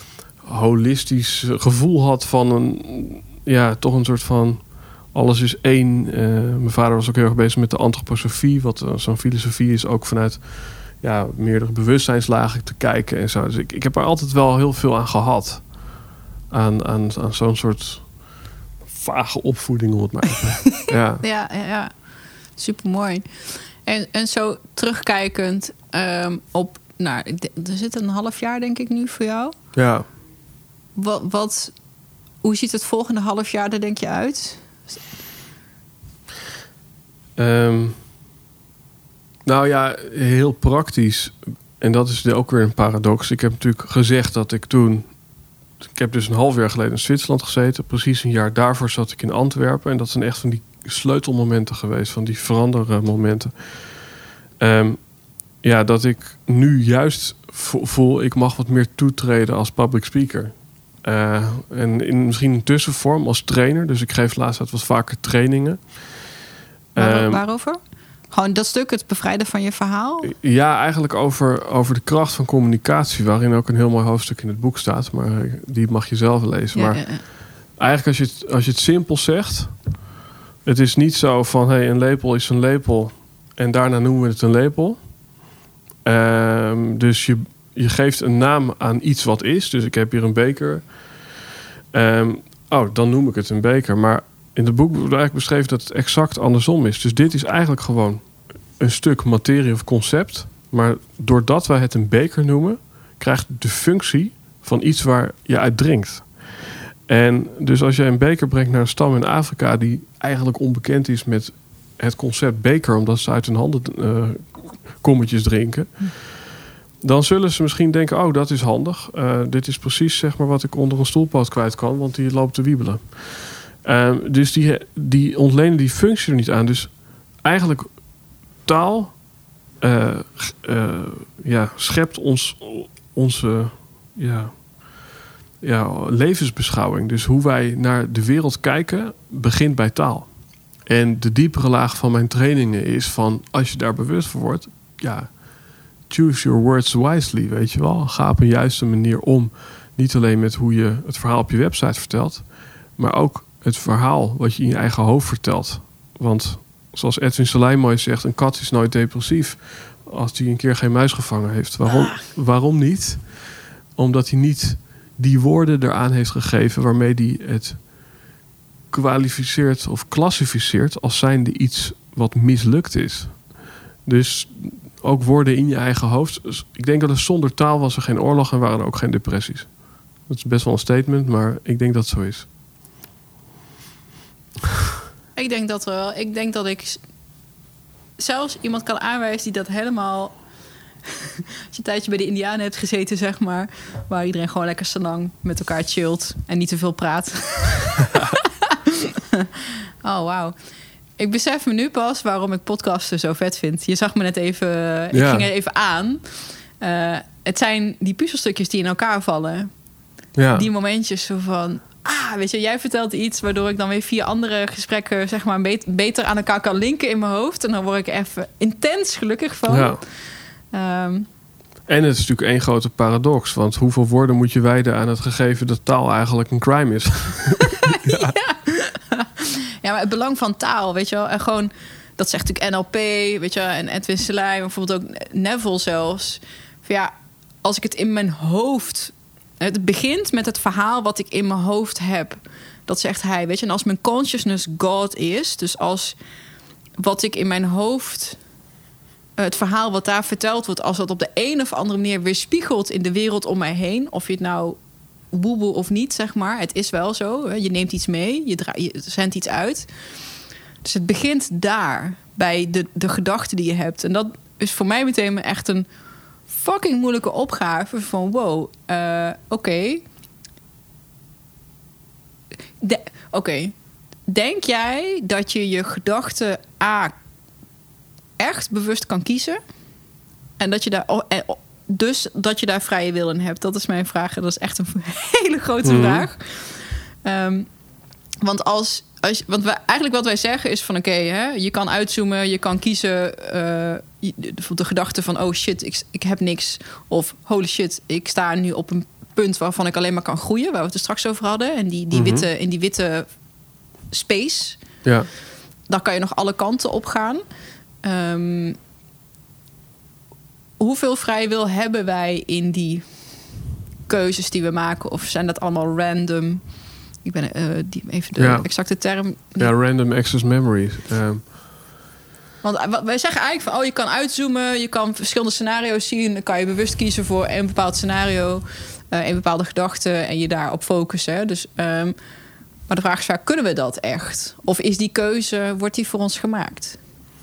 [SPEAKER 2] holistisch gevoel had van een, ja, toch een soort van alles is één. Uh, mijn vader was ook heel erg bezig met de antroposofie, wat uh, zo'n filosofie is, ook vanuit ja, meerdere bewustzijnslagen te kijken en zo. Dus ik, ik heb er altijd wel heel veel aan gehad. Aan, aan, aan zo'n soort vage opvoeding, om het maar even. ja.
[SPEAKER 1] ja, ja, ja. Supermooi. En, en zo terugkijkend um, op, nou, er zit een half jaar denk ik nu voor jou.
[SPEAKER 2] Ja.
[SPEAKER 1] Wat, wat, hoe ziet het volgende half jaar er denk je uit?
[SPEAKER 2] Um, nou ja, heel praktisch. En dat is ook weer een paradox. Ik heb natuurlijk gezegd dat ik toen, ik heb dus een half jaar geleden in Zwitserland gezeten. Precies een jaar daarvoor zat ik in Antwerpen. En dat zijn echt van die sleutelmomenten geweest, van die verandermomenten. Um, ja, dat ik nu juist voel, ik mag wat meer toetreden als public speaker. Uh, en in misschien een tussenvorm als trainer. Dus ik geef laatst uit wat vaker trainingen.
[SPEAKER 1] Waar, um, waarover? Gewoon dat stuk, het bevrijden van je verhaal?
[SPEAKER 2] Ja, eigenlijk over, over de kracht van communicatie, waarin ook een heel mooi hoofdstuk in het boek staat. Maar die mag je zelf lezen.
[SPEAKER 1] Ja,
[SPEAKER 2] maar
[SPEAKER 1] ja, ja.
[SPEAKER 2] eigenlijk als je, het, als je het simpel zegt, het is niet zo van, hey, een lepel is een lepel en daarna noemen we het een lepel. Um, dus je, je geeft een naam aan iets wat is. Dus ik heb hier een beker. Um, oh, dan noem ik het een beker. Maar in het boek wordt eigenlijk beschreven dat het exact andersom is. Dus dit is eigenlijk gewoon een stuk materie of concept. Maar doordat wij het een beker noemen, krijgt het de functie van iets waar je uit drinkt. En dus als jij een beker brengt naar een stam in Afrika die eigenlijk onbekend is met het concept beker, omdat ze uit hun handen uh, kommetjes drinken, dan zullen ze misschien denken, oh, dat is handig. Uh, dit is precies zeg maar wat ik onder een stoelpoot kwijt kan, want die loopt te wiebelen. Uh, dus die, die ontlenen die functie er niet aan. Dus eigenlijk taal uh, uh, ja, schept ons onze ja, ja, levensbeschouwing. Dus hoe wij naar de wereld kijken, begint bij taal. En de diepere laag van mijn trainingen is van, als je daar bewust van wordt, ja, choose your words wisely, weet je wel. Ga op een juiste manier om. Niet alleen met hoe je het verhaal op je website vertelt, maar ook het verhaal wat je in je eigen hoofd vertelt. Want zoals Edwin Selijn mooi zegt, een kat is nooit depressief als hij een keer geen muis gevangen heeft. Waarom,
[SPEAKER 1] Ah.
[SPEAKER 2] waarom niet? Omdat hij niet die woorden eraan heeft gegeven waarmee hij het kwalificeert of klassificeert als zijnde iets wat mislukt is. Dus ook woorden in je eigen hoofd. Dus ik denk dat er zonder taal was er geen oorlog en waren er ook geen depressies. Dat is best wel een statement, maar ik denk dat het zo is.
[SPEAKER 1] Ik denk dat wel. Ik denk dat ik zelfs iemand kan aanwijzen die dat helemaal... Als je een tijdje bij de Indianen hebt gezeten, zeg maar, waar iedereen gewoon lekker sanang met elkaar chillt en niet te veel praat. Oh, wauw. Ik besef me nu pas waarom ik podcasten zo vet vind. Je zag me net even... Ik
[SPEAKER 2] Ja.
[SPEAKER 1] ging er even aan. Uh, het zijn die puzzelstukjes die in elkaar vallen.
[SPEAKER 2] Ja.
[SPEAKER 1] Die momentjes zo van... Ah, weet je, jij vertelt iets waardoor ik dan weer via andere gesprekken... zeg maar bet- beter aan elkaar kan linken in mijn hoofd. En dan word ik even intens gelukkig van.
[SPEAKER 2] Ja.
[SPEAKER 1] Um,
[SPEAKER 2] En het is natuurlijk één grote paradox. Want hoeveel woorden moet je wijden aan het gegeven dat taal eigenlijk een crime is?
[SPEAKER 1] ja. Ja, maar het belang van taal, weet je wel. En gewoon, dat zegt natuurlijk N L P, weet je wel. En Edwin Selijn, bijvoorbeeld ook Neville zelfs. Van ja, als ik het in mijn hoofd... Het begint met het verhaal wat ik in mijn hoofd heb. Dat zegt hij, weet je. En als mijn consciousness God is... dus als wat ik in mijn hoofd... het verhaal wat daar verteld wordt... als dat op de een of andere manier weerspiegelt in de wereld om mij heen... of je het nou woeboe of niet, zeg maar. Het is wel zo. Je neemt iets mee, je, dra- je zendt iets uit. Dus het begint daar, bij de, de gedachten die je hebt. En dat is voor mij meteen echt een fucking moeilijke opgave... van wow, uh, oké... Okay. De- oké, okay. Denk jij dat je je gedachten... A, echt bewust kan kiezen... en dat je daar... Oh, en, dus dat je daar vrije wil in hebt. Dat is mijn vraag. Dat is echt een hele grote
[SPEAKER 2] mm-hmm.
[SPEAKER 1] vraag. Um, want als, als want wij, eigenlijk wat wij zeggen is van oké, okay, je kan uitzoomen, je kan kiezen uh, de, de gedachte van oh shit, ik, ik heb niks, of holy shit, ik sta nu op een punt waarvan ik alleen maar kan groeien, waar we het er straks over hadden, en die, die
[SPEAKER 2] mm-hmm.
[SPEAKER 1] witte in die witte space,
[SPEAKER 2] ja.
[SPEAKER 1] Daar kan je nog alle kanten op gaan. Um, Hoeveel vrije wil hebben wij in die keuzes die we maken? Of zijn dat allemaal random? Ik ben uh, die, even de ja. exacte term.
[SPEAKER 2] Ja, random access memory. Um.
[SPEAKER 1] Want wij zeggen eigenlijk van... oh, je kan uitzoomen, je kan verschillende scenario's zien... dan kan je bewust kiezen voor een bepaald scenario... Uh, een bepaalde gedachte en je daarop focussen. Dus, um, maar de vraag is vaak, kunnen we dat echt? Of is die keuze, wordt die voor ons gemaakt?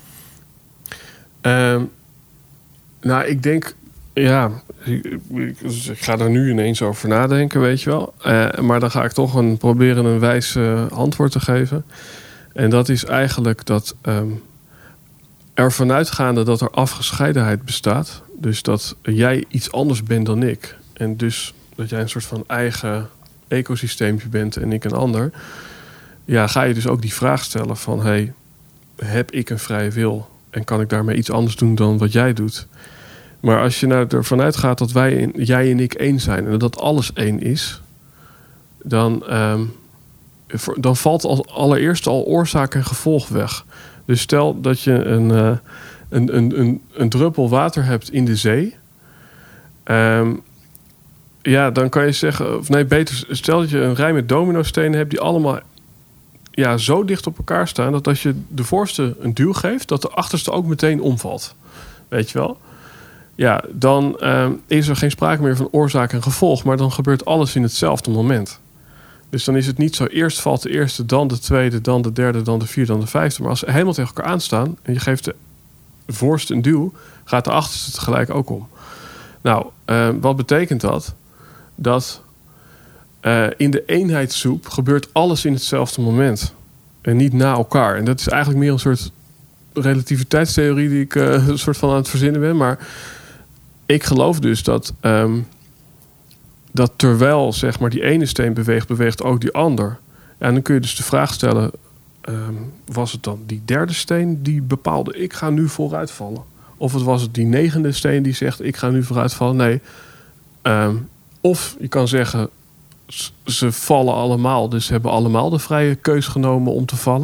[SPEAKER 2] Um. Nou, ik denk... Ja, ik, ik, ik ga er nu ineens over nadenken, weet je wel. Uh, maar dan ga ik toch een, proberen een wijs uh, antwoord te geven. En dat is eigenlijk dat... Um, ervan uitgaande dat er afgescheidenheid bestaat. Dus dat jij iets anders bent dan ik. En dus dat jij een soort van eigen ecosysteempje bent en ik een ander. Ja, ga je dus ook die vraag stellen van... hey, heb ik een vrije wil? En kan ik daarmee iets anders doen dan wat jij doet? Maar als je nou ervan uitgaat dat wij en, jij en ik één zijn... en dat alles één is... dan, um, dan valt als allereerst al oorzaak en gevolg weg. Dus stel dat je een, uh, een, een, een, een druppel water hebt in de zee... Um, ja, dan kan je zeggen... of nee, beter, stel dat je een rij met dominostenen hebt... die allemaal ja, zo dicht op elkaar staan... dat als je de voorste een duw geeft... dat de achterste ook meteen omvalt. Weet je wel? Ja, dan um, is er geen sprake meer van oorzaak en gevolg... maar dan gebeurt alles in hetzelfde moment. Dus dan is het niet zo... eerst valt de eerste, dan de tweede... dan de derde, dan de vierde, dan de vijfde. Maar als ze helemaal tegen elkaar aanstaan... en je geeft de voorste een duw... gaat de achterste tegelijk ook om. Nou, uh, wat betekent dat? Dat uh, in de eenheidssoep... gebeurt alles in hetzelfde moment. En niet na elkaar. En dat is eigenlijk meer een soort... relativiteitstheorie die ik uh, een soort van aan het verzinnen ben. Maar ik geloof dus dat... Um, dat terwijl zeg maar die ene steen beweegt... beweegt ook die ander. En dan kun je dus de vraag stellen... Um, was het dan die derde steen die bepaalde... ik ga nu vooruitvallen? Of het was het die negende steen die zegt... ik ga nu vooruitvallen? Nee. Um, of je kan zeggen... ze vallen allemaal... dus ze hebben allemaal de vrije keus genomen om te vallen.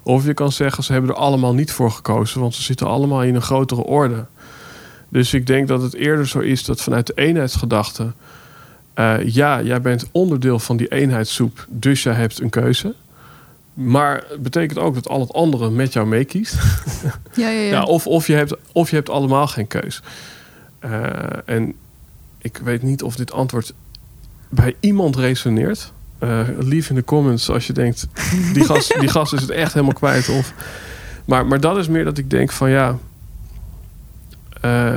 [SPEAKER 2] Of je kan zeggen, ze hebben er allemaal niet voor gekozen, want ze zitten allemaal in een grotere orde. Dus ik denk dat het eerder zo is dat vanuit de eenheidsgedachte, Uh, ja, jij bent onderdeel van die eenheidssoep, dus jij hebt een keuze. Maar het betekent ook dat al het andere met jou meekiest.
[SPEAKER 1] Ja, ja, ja.
[SPEAKER 2] Ja, of, of, je hebt, of je hebt allemaal geen keus. Uh, en ik weet niet of dit antwoord bij iemand resoneert. Uh, leave in de comments als je denkt, die gast, die gast is het echt helemaal kwijt. Of, maar, maar dat is meer dat ik denk van ja, Uh,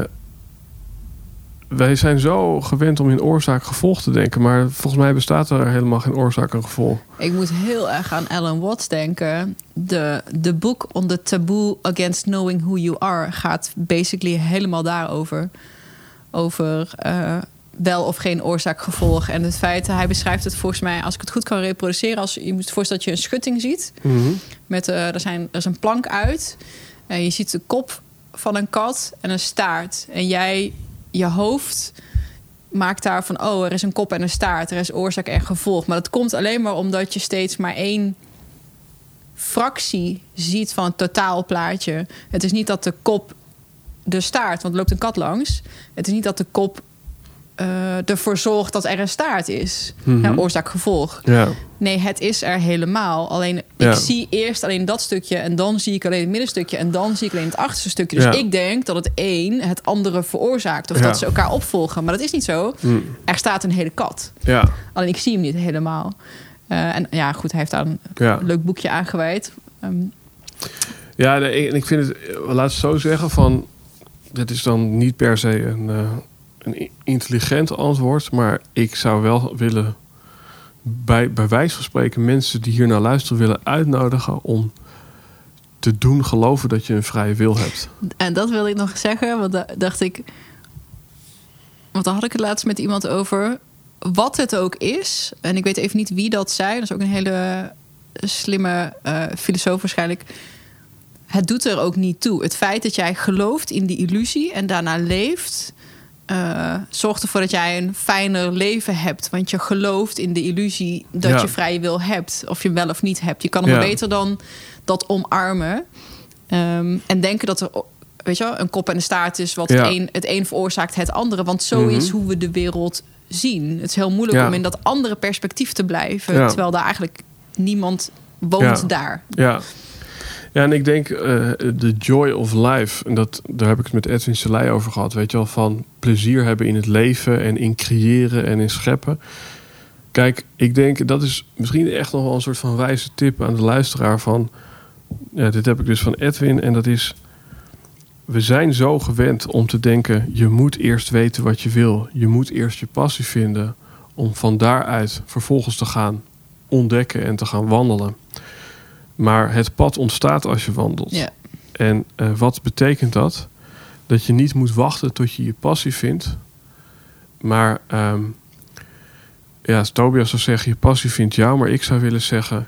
[SPEAKER 2] wij zijn zo gewend om in oorzaak-gevolg te denken, maar volgens mij bestaat er helemaal geen oorzaak en gevolg.
[SPEAKER 1] Ik moet heel erg aan Alan Watts denken. De, de boek On the Taboo Against Knowing Who You Are gaat basically helemaal daarover. Over uh, wel of geen oorzaak-gevolg. En het feit, hij beschrijft het volgens mij, als ik het goed kan reproduceren, als je moet voorstellen dat je een schutting ziet.
[SPEAKER 2] Mm-hmm.
[SPEAKER 1] Met, uh, er, zijn, er is een plank uit. En je ziet de kop van een kat en een staart. En jij, je hoofd maakt daarvan, oh, er is een kop en een staart. Er is oorzaak en gevolg. Maar dat komt alleen maar omdat je steeds maar één fractie ziet van het totaalplaatje. Het is niet dat de kop de staart, want er loopt een kat langs. Het is niet dat de kop uh, ervoor zorgt dat er een staart is. Mm-hmm. Ja, oorzaak-gevolg.
[SPEAKER 2] Ja.
[SPEAKER 1] Nee, het is er helemaal. Alleen,
[SPEAKER 2] ja.
[SPEAKER 1] ik zie eerst alleen dat stukje en dan zie ik alleen het middenstukje en dan zie ik alleen het achterste stukje. Dus
[SPEAKER 2] ja.
[SPEAKER 1] ik denk dat het een het andere veroorzaakt of
[SPEAKER 2] ja.
[SPEAKER 1] dat ze elkaar opvolgen. Maar dat is niet zo. Mm. Er staat een hele kat.
[SPEAKER 2] Ja.
[SPEAKER 1] Alleen ik zie hem niet helemaal. Uh, en ja, goed, hij heeft daar een
[SPEAKER 2] ja.
[SPEAKER 1] leuk boekje aan gewijd. Um,
[SPEAKER 2] ja, en ik vind het, laat het zo zeggen, van dit is dan niet per se een, uh, een intelligent antwoord, maar ik zou wel willen, bij, bij wijze van spreken, mensen die hier naar luisteren willen uitnodigen om te doen geloven dat je een vrije wil hebt.
[SPEAKER 1] En dat wilde ik nog zeggen, want daar dacht ik, want daar had ik het laatst met iemand over, wat het ook is, en ik weet even niet wie dat zei, dat is ook een hele slimme uh, filosoof waarschijnlijk. Het doet er ook niet toe. Het feit dat jij gelooft in die illusie en daarna leeft, Uh, zorgt ervoor dat jij een fijner leven hebt. Want je gelooft in de illusie dat ja. je vrije wil hebt. Of je wel of niet hebt. Je kan hem ja. beter dan dat omarmen. Um, en denken dat er, weet je wel, een kop en een staart is. Wat ja. het, een, het een veroorzaakt het andere. Want zo mm-hmm. is hoe we de wereld zien. Het is heel moeilijk ja. om in dat andere perspectief te blijven. Ja. Terwijl daar eigenlijk niemand woont ja. daar.
[SPEAKER 2] Ja. Ja, en ik denk, de uh, joy of life, en dat, daar heb ik het met Edwin Selei over gehad, weet je wel, van plezier hebben in het leven en in creëren en in scheppen. Kijk, ik denk, dat is misschien echt nog wel een soort van wijze tip aan de luisteraar van, ja, dit heb ik dus van Edwin, en dat is, we zijn zo gewend om te denken, je moet eerst weten wat je wil. Je moet eerst je passie vinden om van daaruit vervolgens te gaan ontdekken en te gaan wandelen. Maar het pad ontstaat als je wandelt. Ja. En uh, wat betekent dat? Dat je niet moet wachten tot je je passie vindt. Maar um, ja, Tobias zou zeggen, je passie vindt jou. Maar ik zou willen zeggen,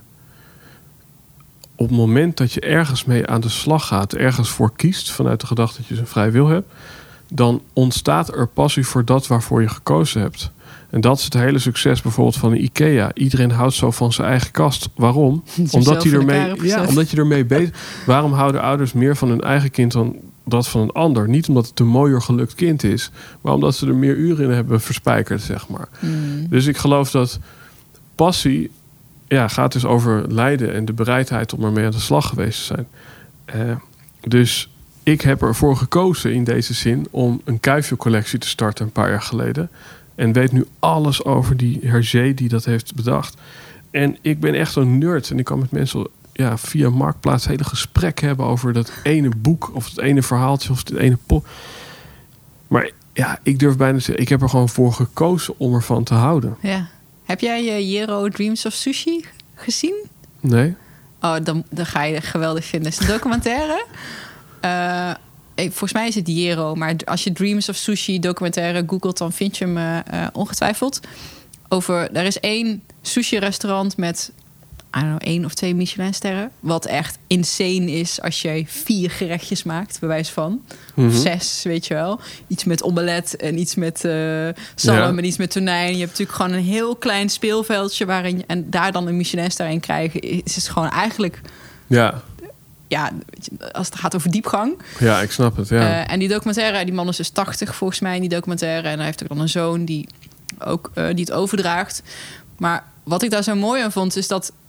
[SPEAKER 2] op het moment dat je ergens mee aan de slag gaat, ergens voor kiest, vanuit de gedachte dat je een vrije wil hebt, dan ontstaat er passie voor dat waarvoor je gekozen hebt. En dat is het hele succes bijvoorbeeld van de IKEA. Iedereen houdt zo van zijn eigen kast. Waarom? Omdat, hij ermee, ja, omdat je ermee bezig... Waarom houden ouders meer van hun eigen kind dan dat van een ander? Niet omdat het een mooier gelukt kind is, maar omdat ze er meer uren in hebben verspijkerd, zeg maar. Mm. Dus ik geloof dat passie ja, gaat dus over lijden en de bereidheid om ermee aan de slag geweest te zijn. Uh, dus ik heb ervoor gekozen in deze zin om een Kuifje-collectie te starten een paar jaar geleden. En weet nu alles over die Hergé die dat heeft bedacht. En ik ben echt een nerd. En ik kan met mensen ja, via Marktplaats hele gesprek hebben over dat ene boek. Of het ene verhaaltje of het ene pop. Maar ja, ik durf bijna te zeggen, ik heb er gewoon voor gekozen om ervan te houden. Ja.
[SPEAKER 1] Heb jij uh, Jiro Dreams of Sushi gezien?
[SPEAKER 2] Nee.
[SPEAKER 1] Oh, dan, dan ga je het geweldig vinden. Het is een documentaire. uh, Volgens mij is het Jero, maar als je Dreams of Sushi documentaire googelt, dan vind je hem uh, uh, ongetwijfeld. Over, er is één sushi-restaurant met, I don't know, één of twee Michelin-sterren. Wat echt insane is als je vier gerechtjes maakt, bij wijze van. Mm-hmm. Of zes, weet je wel. Iets met omelet en iets met uh, zalm ja. en iets met tonijn. Je hebt natuurlijk gewoon een heel klein speelveldje waarin je, en daar dan een Michelin-ster in krijgen, is het gewoon eigenlijk
[SPEAKER 2] Ja.
[SPEAKER 1] Ja, als het gaat over diepgang.
[SPEAKER 2] Ja, ik snap het, ja.
[SPEAKER 1] Uh, en die documentaire, die man is dus tachtig volgens mij in die documentaire. En hij heeft ook dan een zoon die, ook, uh, die het overdraagt. Maar wat ik daar zo mooi aan vond, is dat...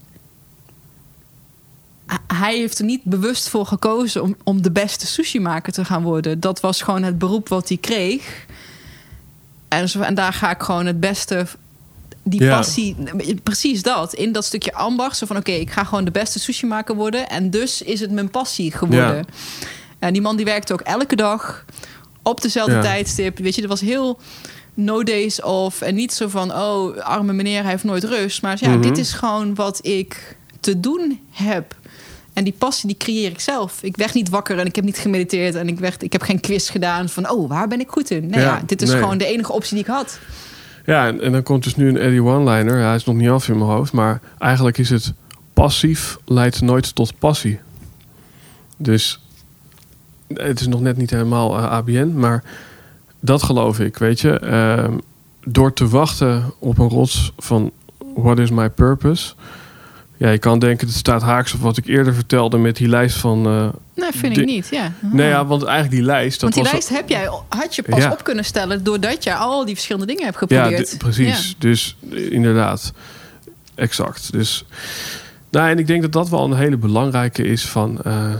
[SPEAKER 1] hij heeft er niet bewust voor gekozen om, om de beste sushi-maker te gaan worden. Dat was gewoon het beroep wat hij kreeg. En, zo, en daar ga ik gewoon het beste... Die
[SPEAKER 2] ja.
[SPEAKER 1] passie, precies dat. In dat stukje ambacht. Zo van, oké, okay, ik ga gewoon de beste sushi-maker worden. En dus is het mijn passie geworden. Ja. En die man die werkte ook elke dag op dezelfde ja. tijdstip. Weet je, er was heel no days off. En niet zo van, oh, arme meneer, hij heeft nooit rust. Maar ja, mm-hmm. dit is gewoon wat ik te doen heb. En die passie, die creëer ik zelf. Ik werd niet wakker en ik heb niet gemediteerd. En ik, werd, ik heb geen quiz gedaan van, oh, waar ben ik goed in? Nee, ja, ja, dit is nee. gewoon de enige optie die ik had.
[SPEAKER 2] Ja, en, en dan komt dus nu een Eddie One-liner. Ja, hij is nog niet af in mijn hoofd. Maar eigenlijk is het passief leidt nooit tot passie. Dus het is nog net niet helemaal uh, A B N. Maar dat geloof ik, weet je. Uh, door te wachten op een rots van what is my purpose... Ja, je kan denken, het staat haaks op wat ik eerder vertelde met die lijst van... Uh,
[SPEAKER 1] nee, vind
[SPEAKER 2] de...
[SPEAKER 1] ik niet, ja. Oh.
[SPEAKER 2] Nee, ja, want eigenlijk die lijst... Dat
[SPEAKER 1] want die
[SPEAKER 2] was
[SPEAKER 1] lijst heb jij, had je pas ja. op kunnen stellen... doordat je al die verschillende dingen hebt geprobeerd.
[SPEAKER 2] Ja, d- precies. Ja. Dus inderdaad, exact. Dus, nou, en ik denk dat dat wel een hele belangrijke is van... Uh,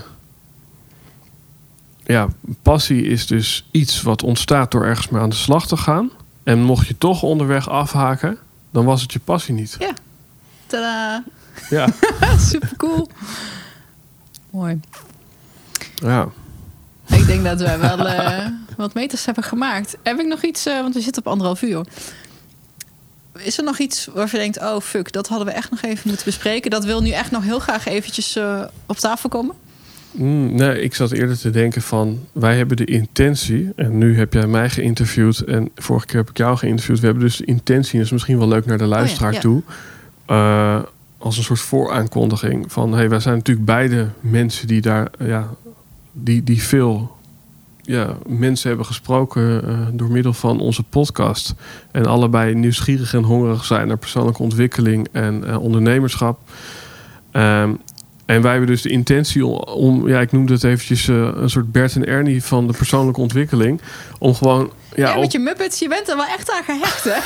[SPEAKER 2] ja, passie is dus iets wat ontstaat door ergens mee aan de slag te gaan. En mocht je toch onderweg afhaken, dan was het je passie niet.
[SPEAKER 1] Ja, tadaa.
[SPEAKER 2] Ja.
[SPEAKER 1] Super cool. Mooi.
[SPEAKER 2] Ja.
[SPEAKER 1] Ik denk dat wij wel uh, wat meters hebben gemaakt. Heb ik nog iets, uh, want we zitten op anderhalf uur. Is er nog iets waarvan je denkt, oh fuck, dat hadden we echt nog even moeten bespreken. Dat wil nu echt nog heel graag eventjes uh, op tafel komen?
[SPEAKER 2] Mm, nee, ik zat eerder te denken van, wij hebben de intentie. En nu heb jij mij geïnterviewd en vorige keer heb ik jou geïnterviewd. We hebben dus de intentie, en dat is misschien wel leuk naar de luisteraar oh ja, ja. toe. Uh, als een soort vooraankondiging van... hey, wij zijn natuurlijk beide mensen die daar... Ja, die, die veel ja, mensen hebben gesproken... Uh, door middel van onze podcast. En allebei nieuwsgierig en hongerig zijn... naar persoonlijke ontwikkeling en uh, ondernemerschap. Um, en wij hebben dus de intentie om... om ja, ik noemde het eventjes uh, een soort Bert en Ernie... van de persoonlijke ontwikkeling. Om gewoon... Ja,
[SPEAKER 1] ja met
[SPEAKER 2] op...
[SPEAKER 1] je Muppets, je bent er wel echt aan gehecht, hè?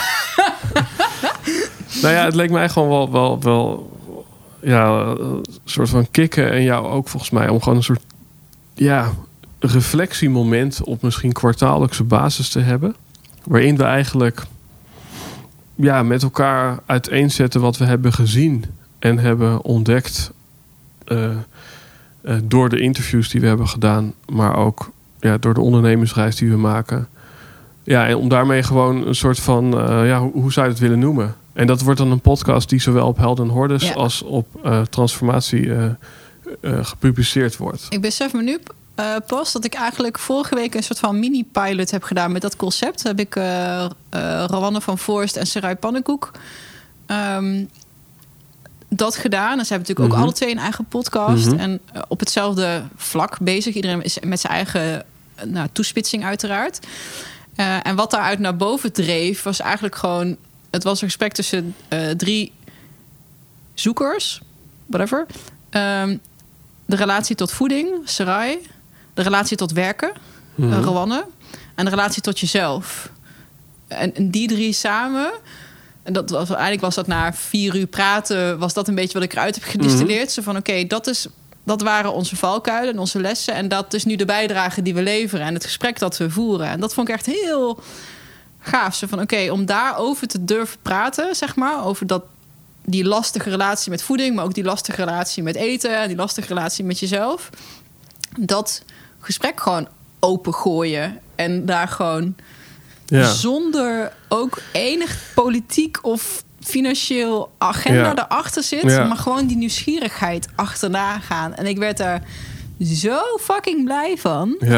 [SPEAKER 2] Nou ja, het leek mij gewoon wel, wel, wel ja, een soort van kicken. En jou ook volgens mij. Om gewoon een soort ja, reflectiemoment op misschien kwartaallijkse basis te hebben. Waarin we eigenlijk ja, met elkaar uiteenzetten wat we hebben gezien. En hebben ontdekt uh, uh, door de interviews die we hebben gedaan. Maar ook ja, door de ondernemersreis die we maken. Ja, en om daarmee gewoon een soort van... Uh, ja, hoe, hoe zou je het willen noemen? En dat wordt dan een podcast die zowel op Helden en Hordes... Ja. als op uh, Transformatie uh, uh, gepubliceerd wordt.
[SPEAKER 1] Ik besef me nu uh, pas dat ik eigenlijk vorige week... een soort van mini-pilot heb gedaan met dat concept. Heb ik uh, uh, Rowanne van Voorst en Sarai Pannenkoek... Um, dat gedaan. En ze hebben natuurlijk mm-hmm. ook alle twee een eigen podcast. Mm-hmm. En uh, op hetzelfde vlak bezig. Iedereen is met zijn eigen nou, toespitsing uiteraard... Uh, en wat daaruit naar boven dreef, was eigenlijk gewoon... Het was een gesprek tussen uh, drie zoekers, whatever. Um, de relatie tot voeding, Sarai. De relatie tot werken, mm-hmm. uh, Rowanne. En de relatie tot jezelf. En, en die drie samen... En dat was, eigenlijk was dat na vier uur praten... was dat een beetje wat ik eruit heb gedistilleerd. Mm-hmm. Zo van, oké, okay, dat is... Dat waren onze valkuilen en onze lessen. En dat is nu de bijdrage die we leveren. En het gesprek dat we voeren. En dat vond ik echt heel gaaf. Zo van, oké, okay, om daarover te durven praten, zeg maar. Over dat, die lastige relatie met voeding. Maar ook die lastige relatie met eten. Die lastige relatie met jezelf. Dat gesprek gewoon opengooien. En daar gewoon ja. zonder ook enig politiek of... financieel agenda ja. erachter zit... Ja. maar gewoon die nieuwsgierigheid achterna gaan. En ik werd daar zo fucking blij van.
[SPEAKER 2] Ja.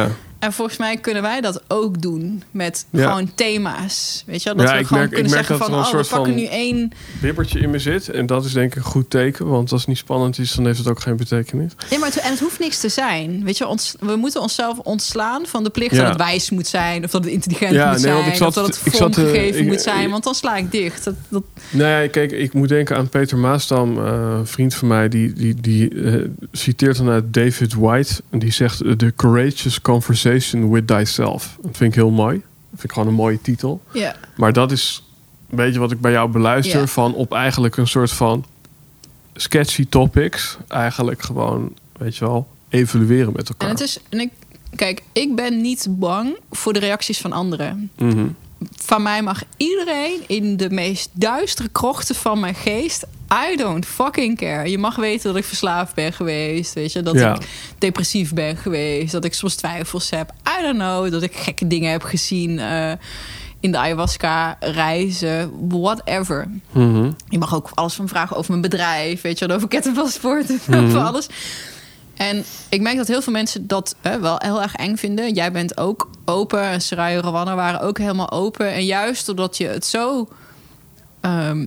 [SPEAKER 1] En volgens mij kunnen wij dat ook doen met
[SPEAKER 2] Ja.
[SPEAKER 1] gewoon thema's. Weet je wel? Dat
[SPEAKER 2] Ja,
[SPEAKER 1] we
[SPEAKER 2] ik
[SPEAKER 1] gewoon
[SPEAKER 2] merk- ik
[SPEAKER 1] kunnen
[SPEAKER 2] merk
[SPEAKER 1] zeggen
[SPEAKER 2] dat er
[SPEAKER 1] van...
[SPEAKER 2] een
[SPEAKER 1] oh, we
[SPEAKER 2] soort
[SPEAKER 1] pakken
[SPEAKER 2] van-
[SPEAKER 1] nu één...
[SPEAKER 2] bibbertje in me zit. En dat is denk ik een goed teken. Want als het niet spannend is, dan heeft het ook geen betekenis.
[SPEAKER 1] Ja, maar het, en het hoeft niks te zijn. Weet je, ons, we moeten onszelf ontslaan van de plicht
[SPEAKER 2] Ja.
[SPEAKER 1] dat het wijs moet zijn... of dat het intelligent
[SPEAKER 2] Ja,
[SPEAKER 1] moet
[SPEAKER 2] nee, want
[SPEAKER 1] zijn...
[SPEAKER 2] ik zat-
[SPEAKER 1] of dat het
[SPEAKER 2] ik zat, eh,
[SPEAKER 1] vormgegeven
[SPEAKER 2] ik-
[SPEAKER 1] moet zijn.
[SPEAKER 2] ik-
[SPEAKER 1] Want dan sla ik dicht. Dat, dat,
[SPEAKER 2] Nou ja, kijk, ik moet denken aan Peter Maasdam, uh, een vriend van mij, die, die, die uh, citeert dan uit David White. En die zegt: The Courageous Conversation with Thyself. Dat vind ik heel mooi. Dat vind ik gewoon een mooie titel.
[SPEAKER 1] ja.
[SPEAKER 2] Maar dat is een beetje wat ik bij jou beluister.
[SPEAKER 1] Ja.
[SPEAKER 2] Van op eigenlijk een soort van sketchy topics. Eigenlijk gewoon, weet je wel, evalueren met elkaar.
[SPEAKER 1] En het is... En ik, kijk, ik ben niet bang voor de reacties van anderen.
[SPEAKER 2] Mhm.
[SPEAKER 1] Van mij mag iedereen in de meest duistere krochten van mijn geest... I don't fucking care. Je mag weten dat ik verslaafd ben geweest. Weet je, dat
[SPEAKER 2] Ja.
[SPEAKER 1] ik depressief ben geweest. Dat ik soms twijfels heb. I don't know. Dat ik gekke dingen heb gezien uh, in de ayahuasca reizen. Whatever.
[SPEAKER 2] Mhm.
[SPEAKER 1] Je mag ook alles van vragen over mijn bedrijf. Weet je, over kettingpaspoorten.
[SPEAKER 2] Mhm.
[SPEAKER 1] Over alles. En ik merk dat heel veel mensen dat hè, wel heel erg eng vinden. Jij bent ook open. En Soraya en Rowanna waren ook helemaal open. En juist doordat je het zo um,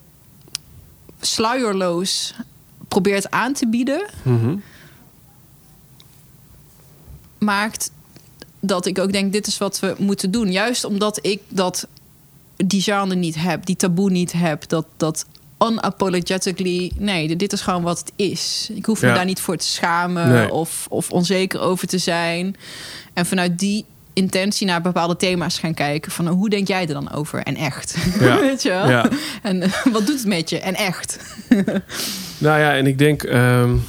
[SPEAKER 1] sluierloos probeert aan te bieden...
[SPEAKER 2] Mhm.
[SPEAKER 1] maakt dat ik ook denk, dit is wat we moeten doen. Juist omdat ik dat die genre niet heb, die taboe niet heb... dat, dat unapologetically... nee, dit is gewoon wat het is. Ik hoef me
[SPEAKER 2] Ja.
[SPEAKER 1] daar niet voor te schamen
[SPEAKER 2] Nee.
[SPEAKER 1] of, of onzeker over te zijn. En vanuit die intentie naar bepaalde thema's gaan kijken... van hoe denk jij er dan over? En echt.
[SPEAKER 2] Ja.
[SPEAKER 1] Weet je wel?
[SPEAKER 2] Ja.
[SPEAKER 1] En uh, wat doet het met je? En echt.
[SPEAKER 2] Nou ja, en ik denk... Um,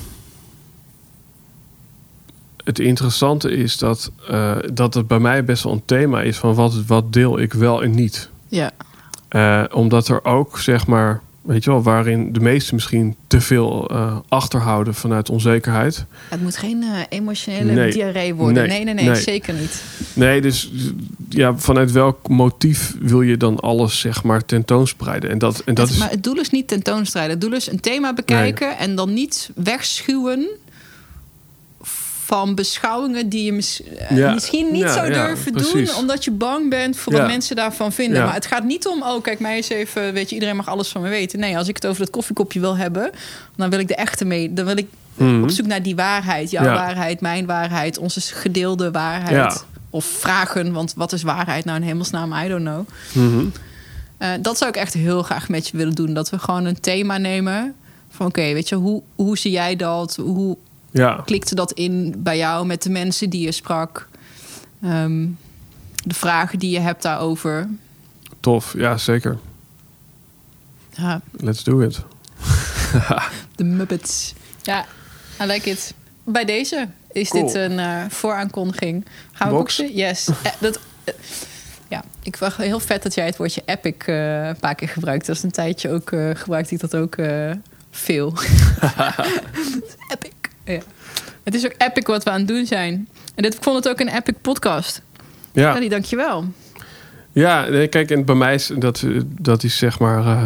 [SPEAKER 2] het interessante is dat, uh, dat het bij mij best wel een thema is... van wat, wat deel ik wel en niet.
[SPEAKER 1] Ja.
[SPEAKER 2] Uh, omdat er ook, zeg maar... weet je wel, waarin de meesten misschien te veel uh, achterhouden vanuit onzekerheid.
[SPEAKER 1] Het moet geen uh, emotionele
[SPEAKER 2] Nee.
[SPEAKER 1] diarree worden.
[SPEAKER 2] Nee.
[SPEAKER 1] Nee, nee, nee,
[SPEAKER 2] Nee.
[SPEAKER 1] zeker niet.
[SPEAKER 2] Nee, dus ja, vanuit welk motief wil je dan alles, zeg maar, tentoonspreiden? En dat, en dat
[SPEAKER 1] het,
[SPEAKER 2] is...
[SPEAKER 1] Maar het doel is niet tentoonstrijden. Het doel is een thema bekijken... en dan niet wegschuwen van beschouwingen die je mis, uh,
[SPEAKER 2] Ja.
[SPEAKER 1] misschien niet
[SPEAKER 2] Ja,
[SPEAKER 1] zou
[SPEAKER 2] ja,
[SPEAKER 1] durven
[SPEAKER 2] precies.
[SPEAKER 1] doen... omdat je bang bent voor
[SPEAKER 2] Ja.
[SPEAKER 1] wat mensen daarvan vinden.
[SPEAKER 2] Ja.
[SPEAKER 1] Maar het gaat niet om, oh, kijk mij eens even... weet je, iedereen mag alles van me weten. Nee, als ik het over dat koffiekopje wil hebben... dan wil ik de echte mee. Dan wil ik
[SPEAKER 2] Mhm.
[SPEAKER 1] op zoek naar die waarheid. Jouw
[SPEAKER 2] Ja.
[SPEAKER 1] waarheid, mijn waarheid, onze gedeelde waarheid.
[SPEAKER 2] Ja.
[SPEAKER 1] Of vragen, want wat is waarheid nou in hemelsnaam? I don't know.
[SPEAKER 2] Mhm.
[SPEAKER 1] Uh, dat zou ik echt heel graag met je willen doen. Dat we gewoon een thema nemen. Van oké, okay, weet je, hoe, hoe zie jij dat? Hoe
[SPEAKER 2] Ja.
[SPEAKER 1] klikte dat in bij jou met de mensen die je sprak? Um, de vragen die je hebt daarover.
[SPEAKER 2] Tof, ja, zeker.
[SPEAKER 1] Ja,
[SPEAKER 2] Let's do it.
[SPEAKER 1] de Muppets. Ja, I like it. Bij deze is
[SPEAKER 2] Cool.
[SPEAKER 1] dit een uh, vooraankondiging. Gaan we
[SPEAKER 2] Box?
[SPEAKER 1] boxen? Yes. Uh, dat, uh, ja, ik vond heel vet dat jij het woordje epic uh, een paar keer gebruikt. Dat is een tijdje ook uh, gebruikte ik dat ook uh, veel. Epic. Ja. Het is ook epic wat we aan het doen zijn. En dit, ik vond het ook een epic podcast.
[SPEAKER 2] Ja,
[SPEAKER 1] Ellie, dank je wel.
[SPEAKER 2] ja nee, kijk, en bij mij is dat, dat is zeg maar... Uh,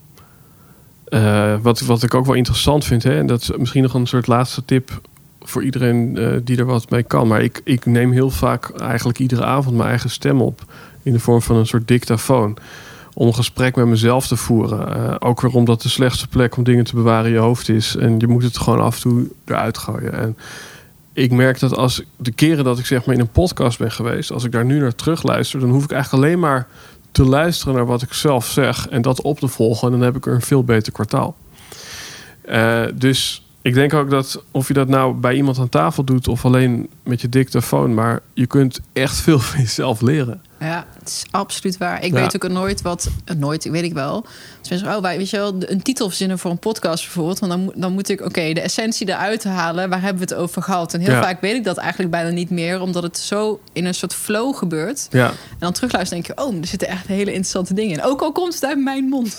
[SPEAKER 2] uh, wat, wat ik ook wel interessant vind, hè, en dat is misschien nog een soort laatste tip... voor iedereen uh, die er wat mee kan. Maar ik, ik neem heel vaak eigenlijk iedere avond mijn eigen stem op... in de vorm van een soort dictafoon... om een gesprek met mezelf te voeren. Uh, ook weer omdat de slechtste plek om dingen te bewaren in je hoofd is. En je moet het gewoon af en toe eruit gooien. En ik merk dat als de keren dat ik zeg maar in een podcast ben geweest... als ik daar nu naar terug luister... dan hoef ik eigenlijk alleen maar te luisteren naar wat ik zelf zeg... en dat op te volgen. En dan heb ik er een veel beter kwartaal. Uh, dus... Ik denk ook dat of je dat nou bij iemand aan tafel doet... of alleen met je dictafoon... maar je kunt echt veel van jezelf leren.
[SPEAKER 1] Ja, het is absoluut waar. Ik
[SPEAKER 2] Ja.
[SPEAKER 1] weet ook nooit wat... Nooit, weet ik wel. Dus mensen zeggen, oh, wij, weet je wel, een titel verzinnen voor een podcast bijvoorbeeld. Want dan, moet- dan moet ik, oké, okay, de essentie eruit halen. Waar hebben we het over gehad? En heel
[SPEAKER 2] Ja.
[SPEAKER 1] vaak weet ik dat eigenlijk bijna niet meer. Omdat het zo in een soort flow gebeurt.
[SPEAKER 2] Ja,
[SPEAKER 1] En dan terugluisteren denk je, oh, er zitten echt hele interessante dingen in. Ook al komt het uit mijn mond.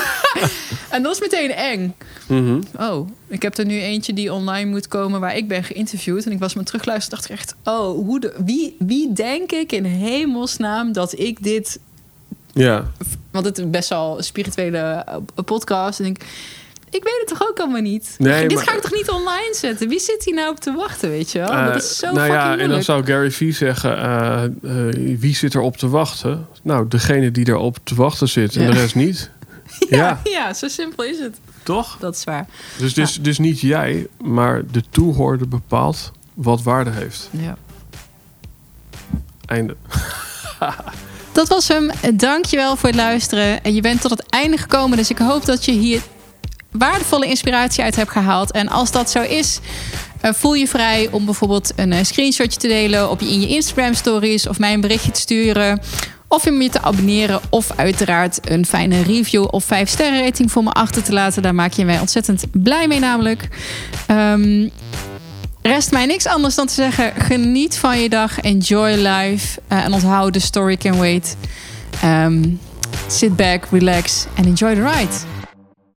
[SPEAKER 1] En dat is meteen eng.
[SPEAKER 2] mhm.
[SPEAKER 1] Oh, ik heb er nu eentje die online moet komen waar ik ben geïnterviewd. En ik was me terugluisteren dacht ik echt, oh, hoe de, wie, wie denk ik in hemelsnaam dat ik dit...
[SPEAKER 2] ja,
[SPEAKER 1] Want het is best wel een spirituele uh, podcast. En ik, Ik weet het toch ook allemaal niet?
[SPEAKER 2] Nee,
[SPEAKER 1] Dit
[SPEAKER 2] maar,
[SPEAKER 1] ga ik toch niet online zetten? Wie zit hier nou op te wachten, weet je wel?
[SPEAKER 2] Uh,
[SPEAKER 1] dat is zo
[SPEAKER 2] nou
[SPEAKER 1] fucking
[SPEAKER 2] ja,
[SPEAKER 1] moeilijk.
[SPEAKER 2] En dan zou Gary Vee zeggen... Uh, uh, wie zit er op te wachten? Nou, degene die erop te wachten zit en ja. de rest niet.
[SPEAKER 1] ja, ja. ja, zo simpel is het.
[SPEAKER 2] Toch?
[SPEAKER 1] Dat is waar.
[SPEAKER 2] Dus, dus, ja. dus niet jij, maar de toehoorder bepaalt wat waarde heeft.
[SPEAKER 1] Ja.
[SPEAKER 2] Einde.
[SPEAKER 1] Dat was hem. Dankjewel voor het luisteren. En je bent tot het einde gekomen. Dus ik hoop dat je hier waardevolle inspiratie uit hebt gehaald. En als dat zo is, voel je vrij om bijvoorbeeld een screenshotje te delen op je, in je Instagram stories. Of mij een berichtje te sturen. Of om je te abonneren. Of uiteraard een fijne review of vijf sterren rating voor me achter te laten. Daar maak je mij ontzettend blij mee namelijk. Um, Rest mij niks anders dan te zeggen... geniet van je dag, enjoy life... Uh, en onthoud, the story can wait. Um, sit back, relax and enjoy the ride.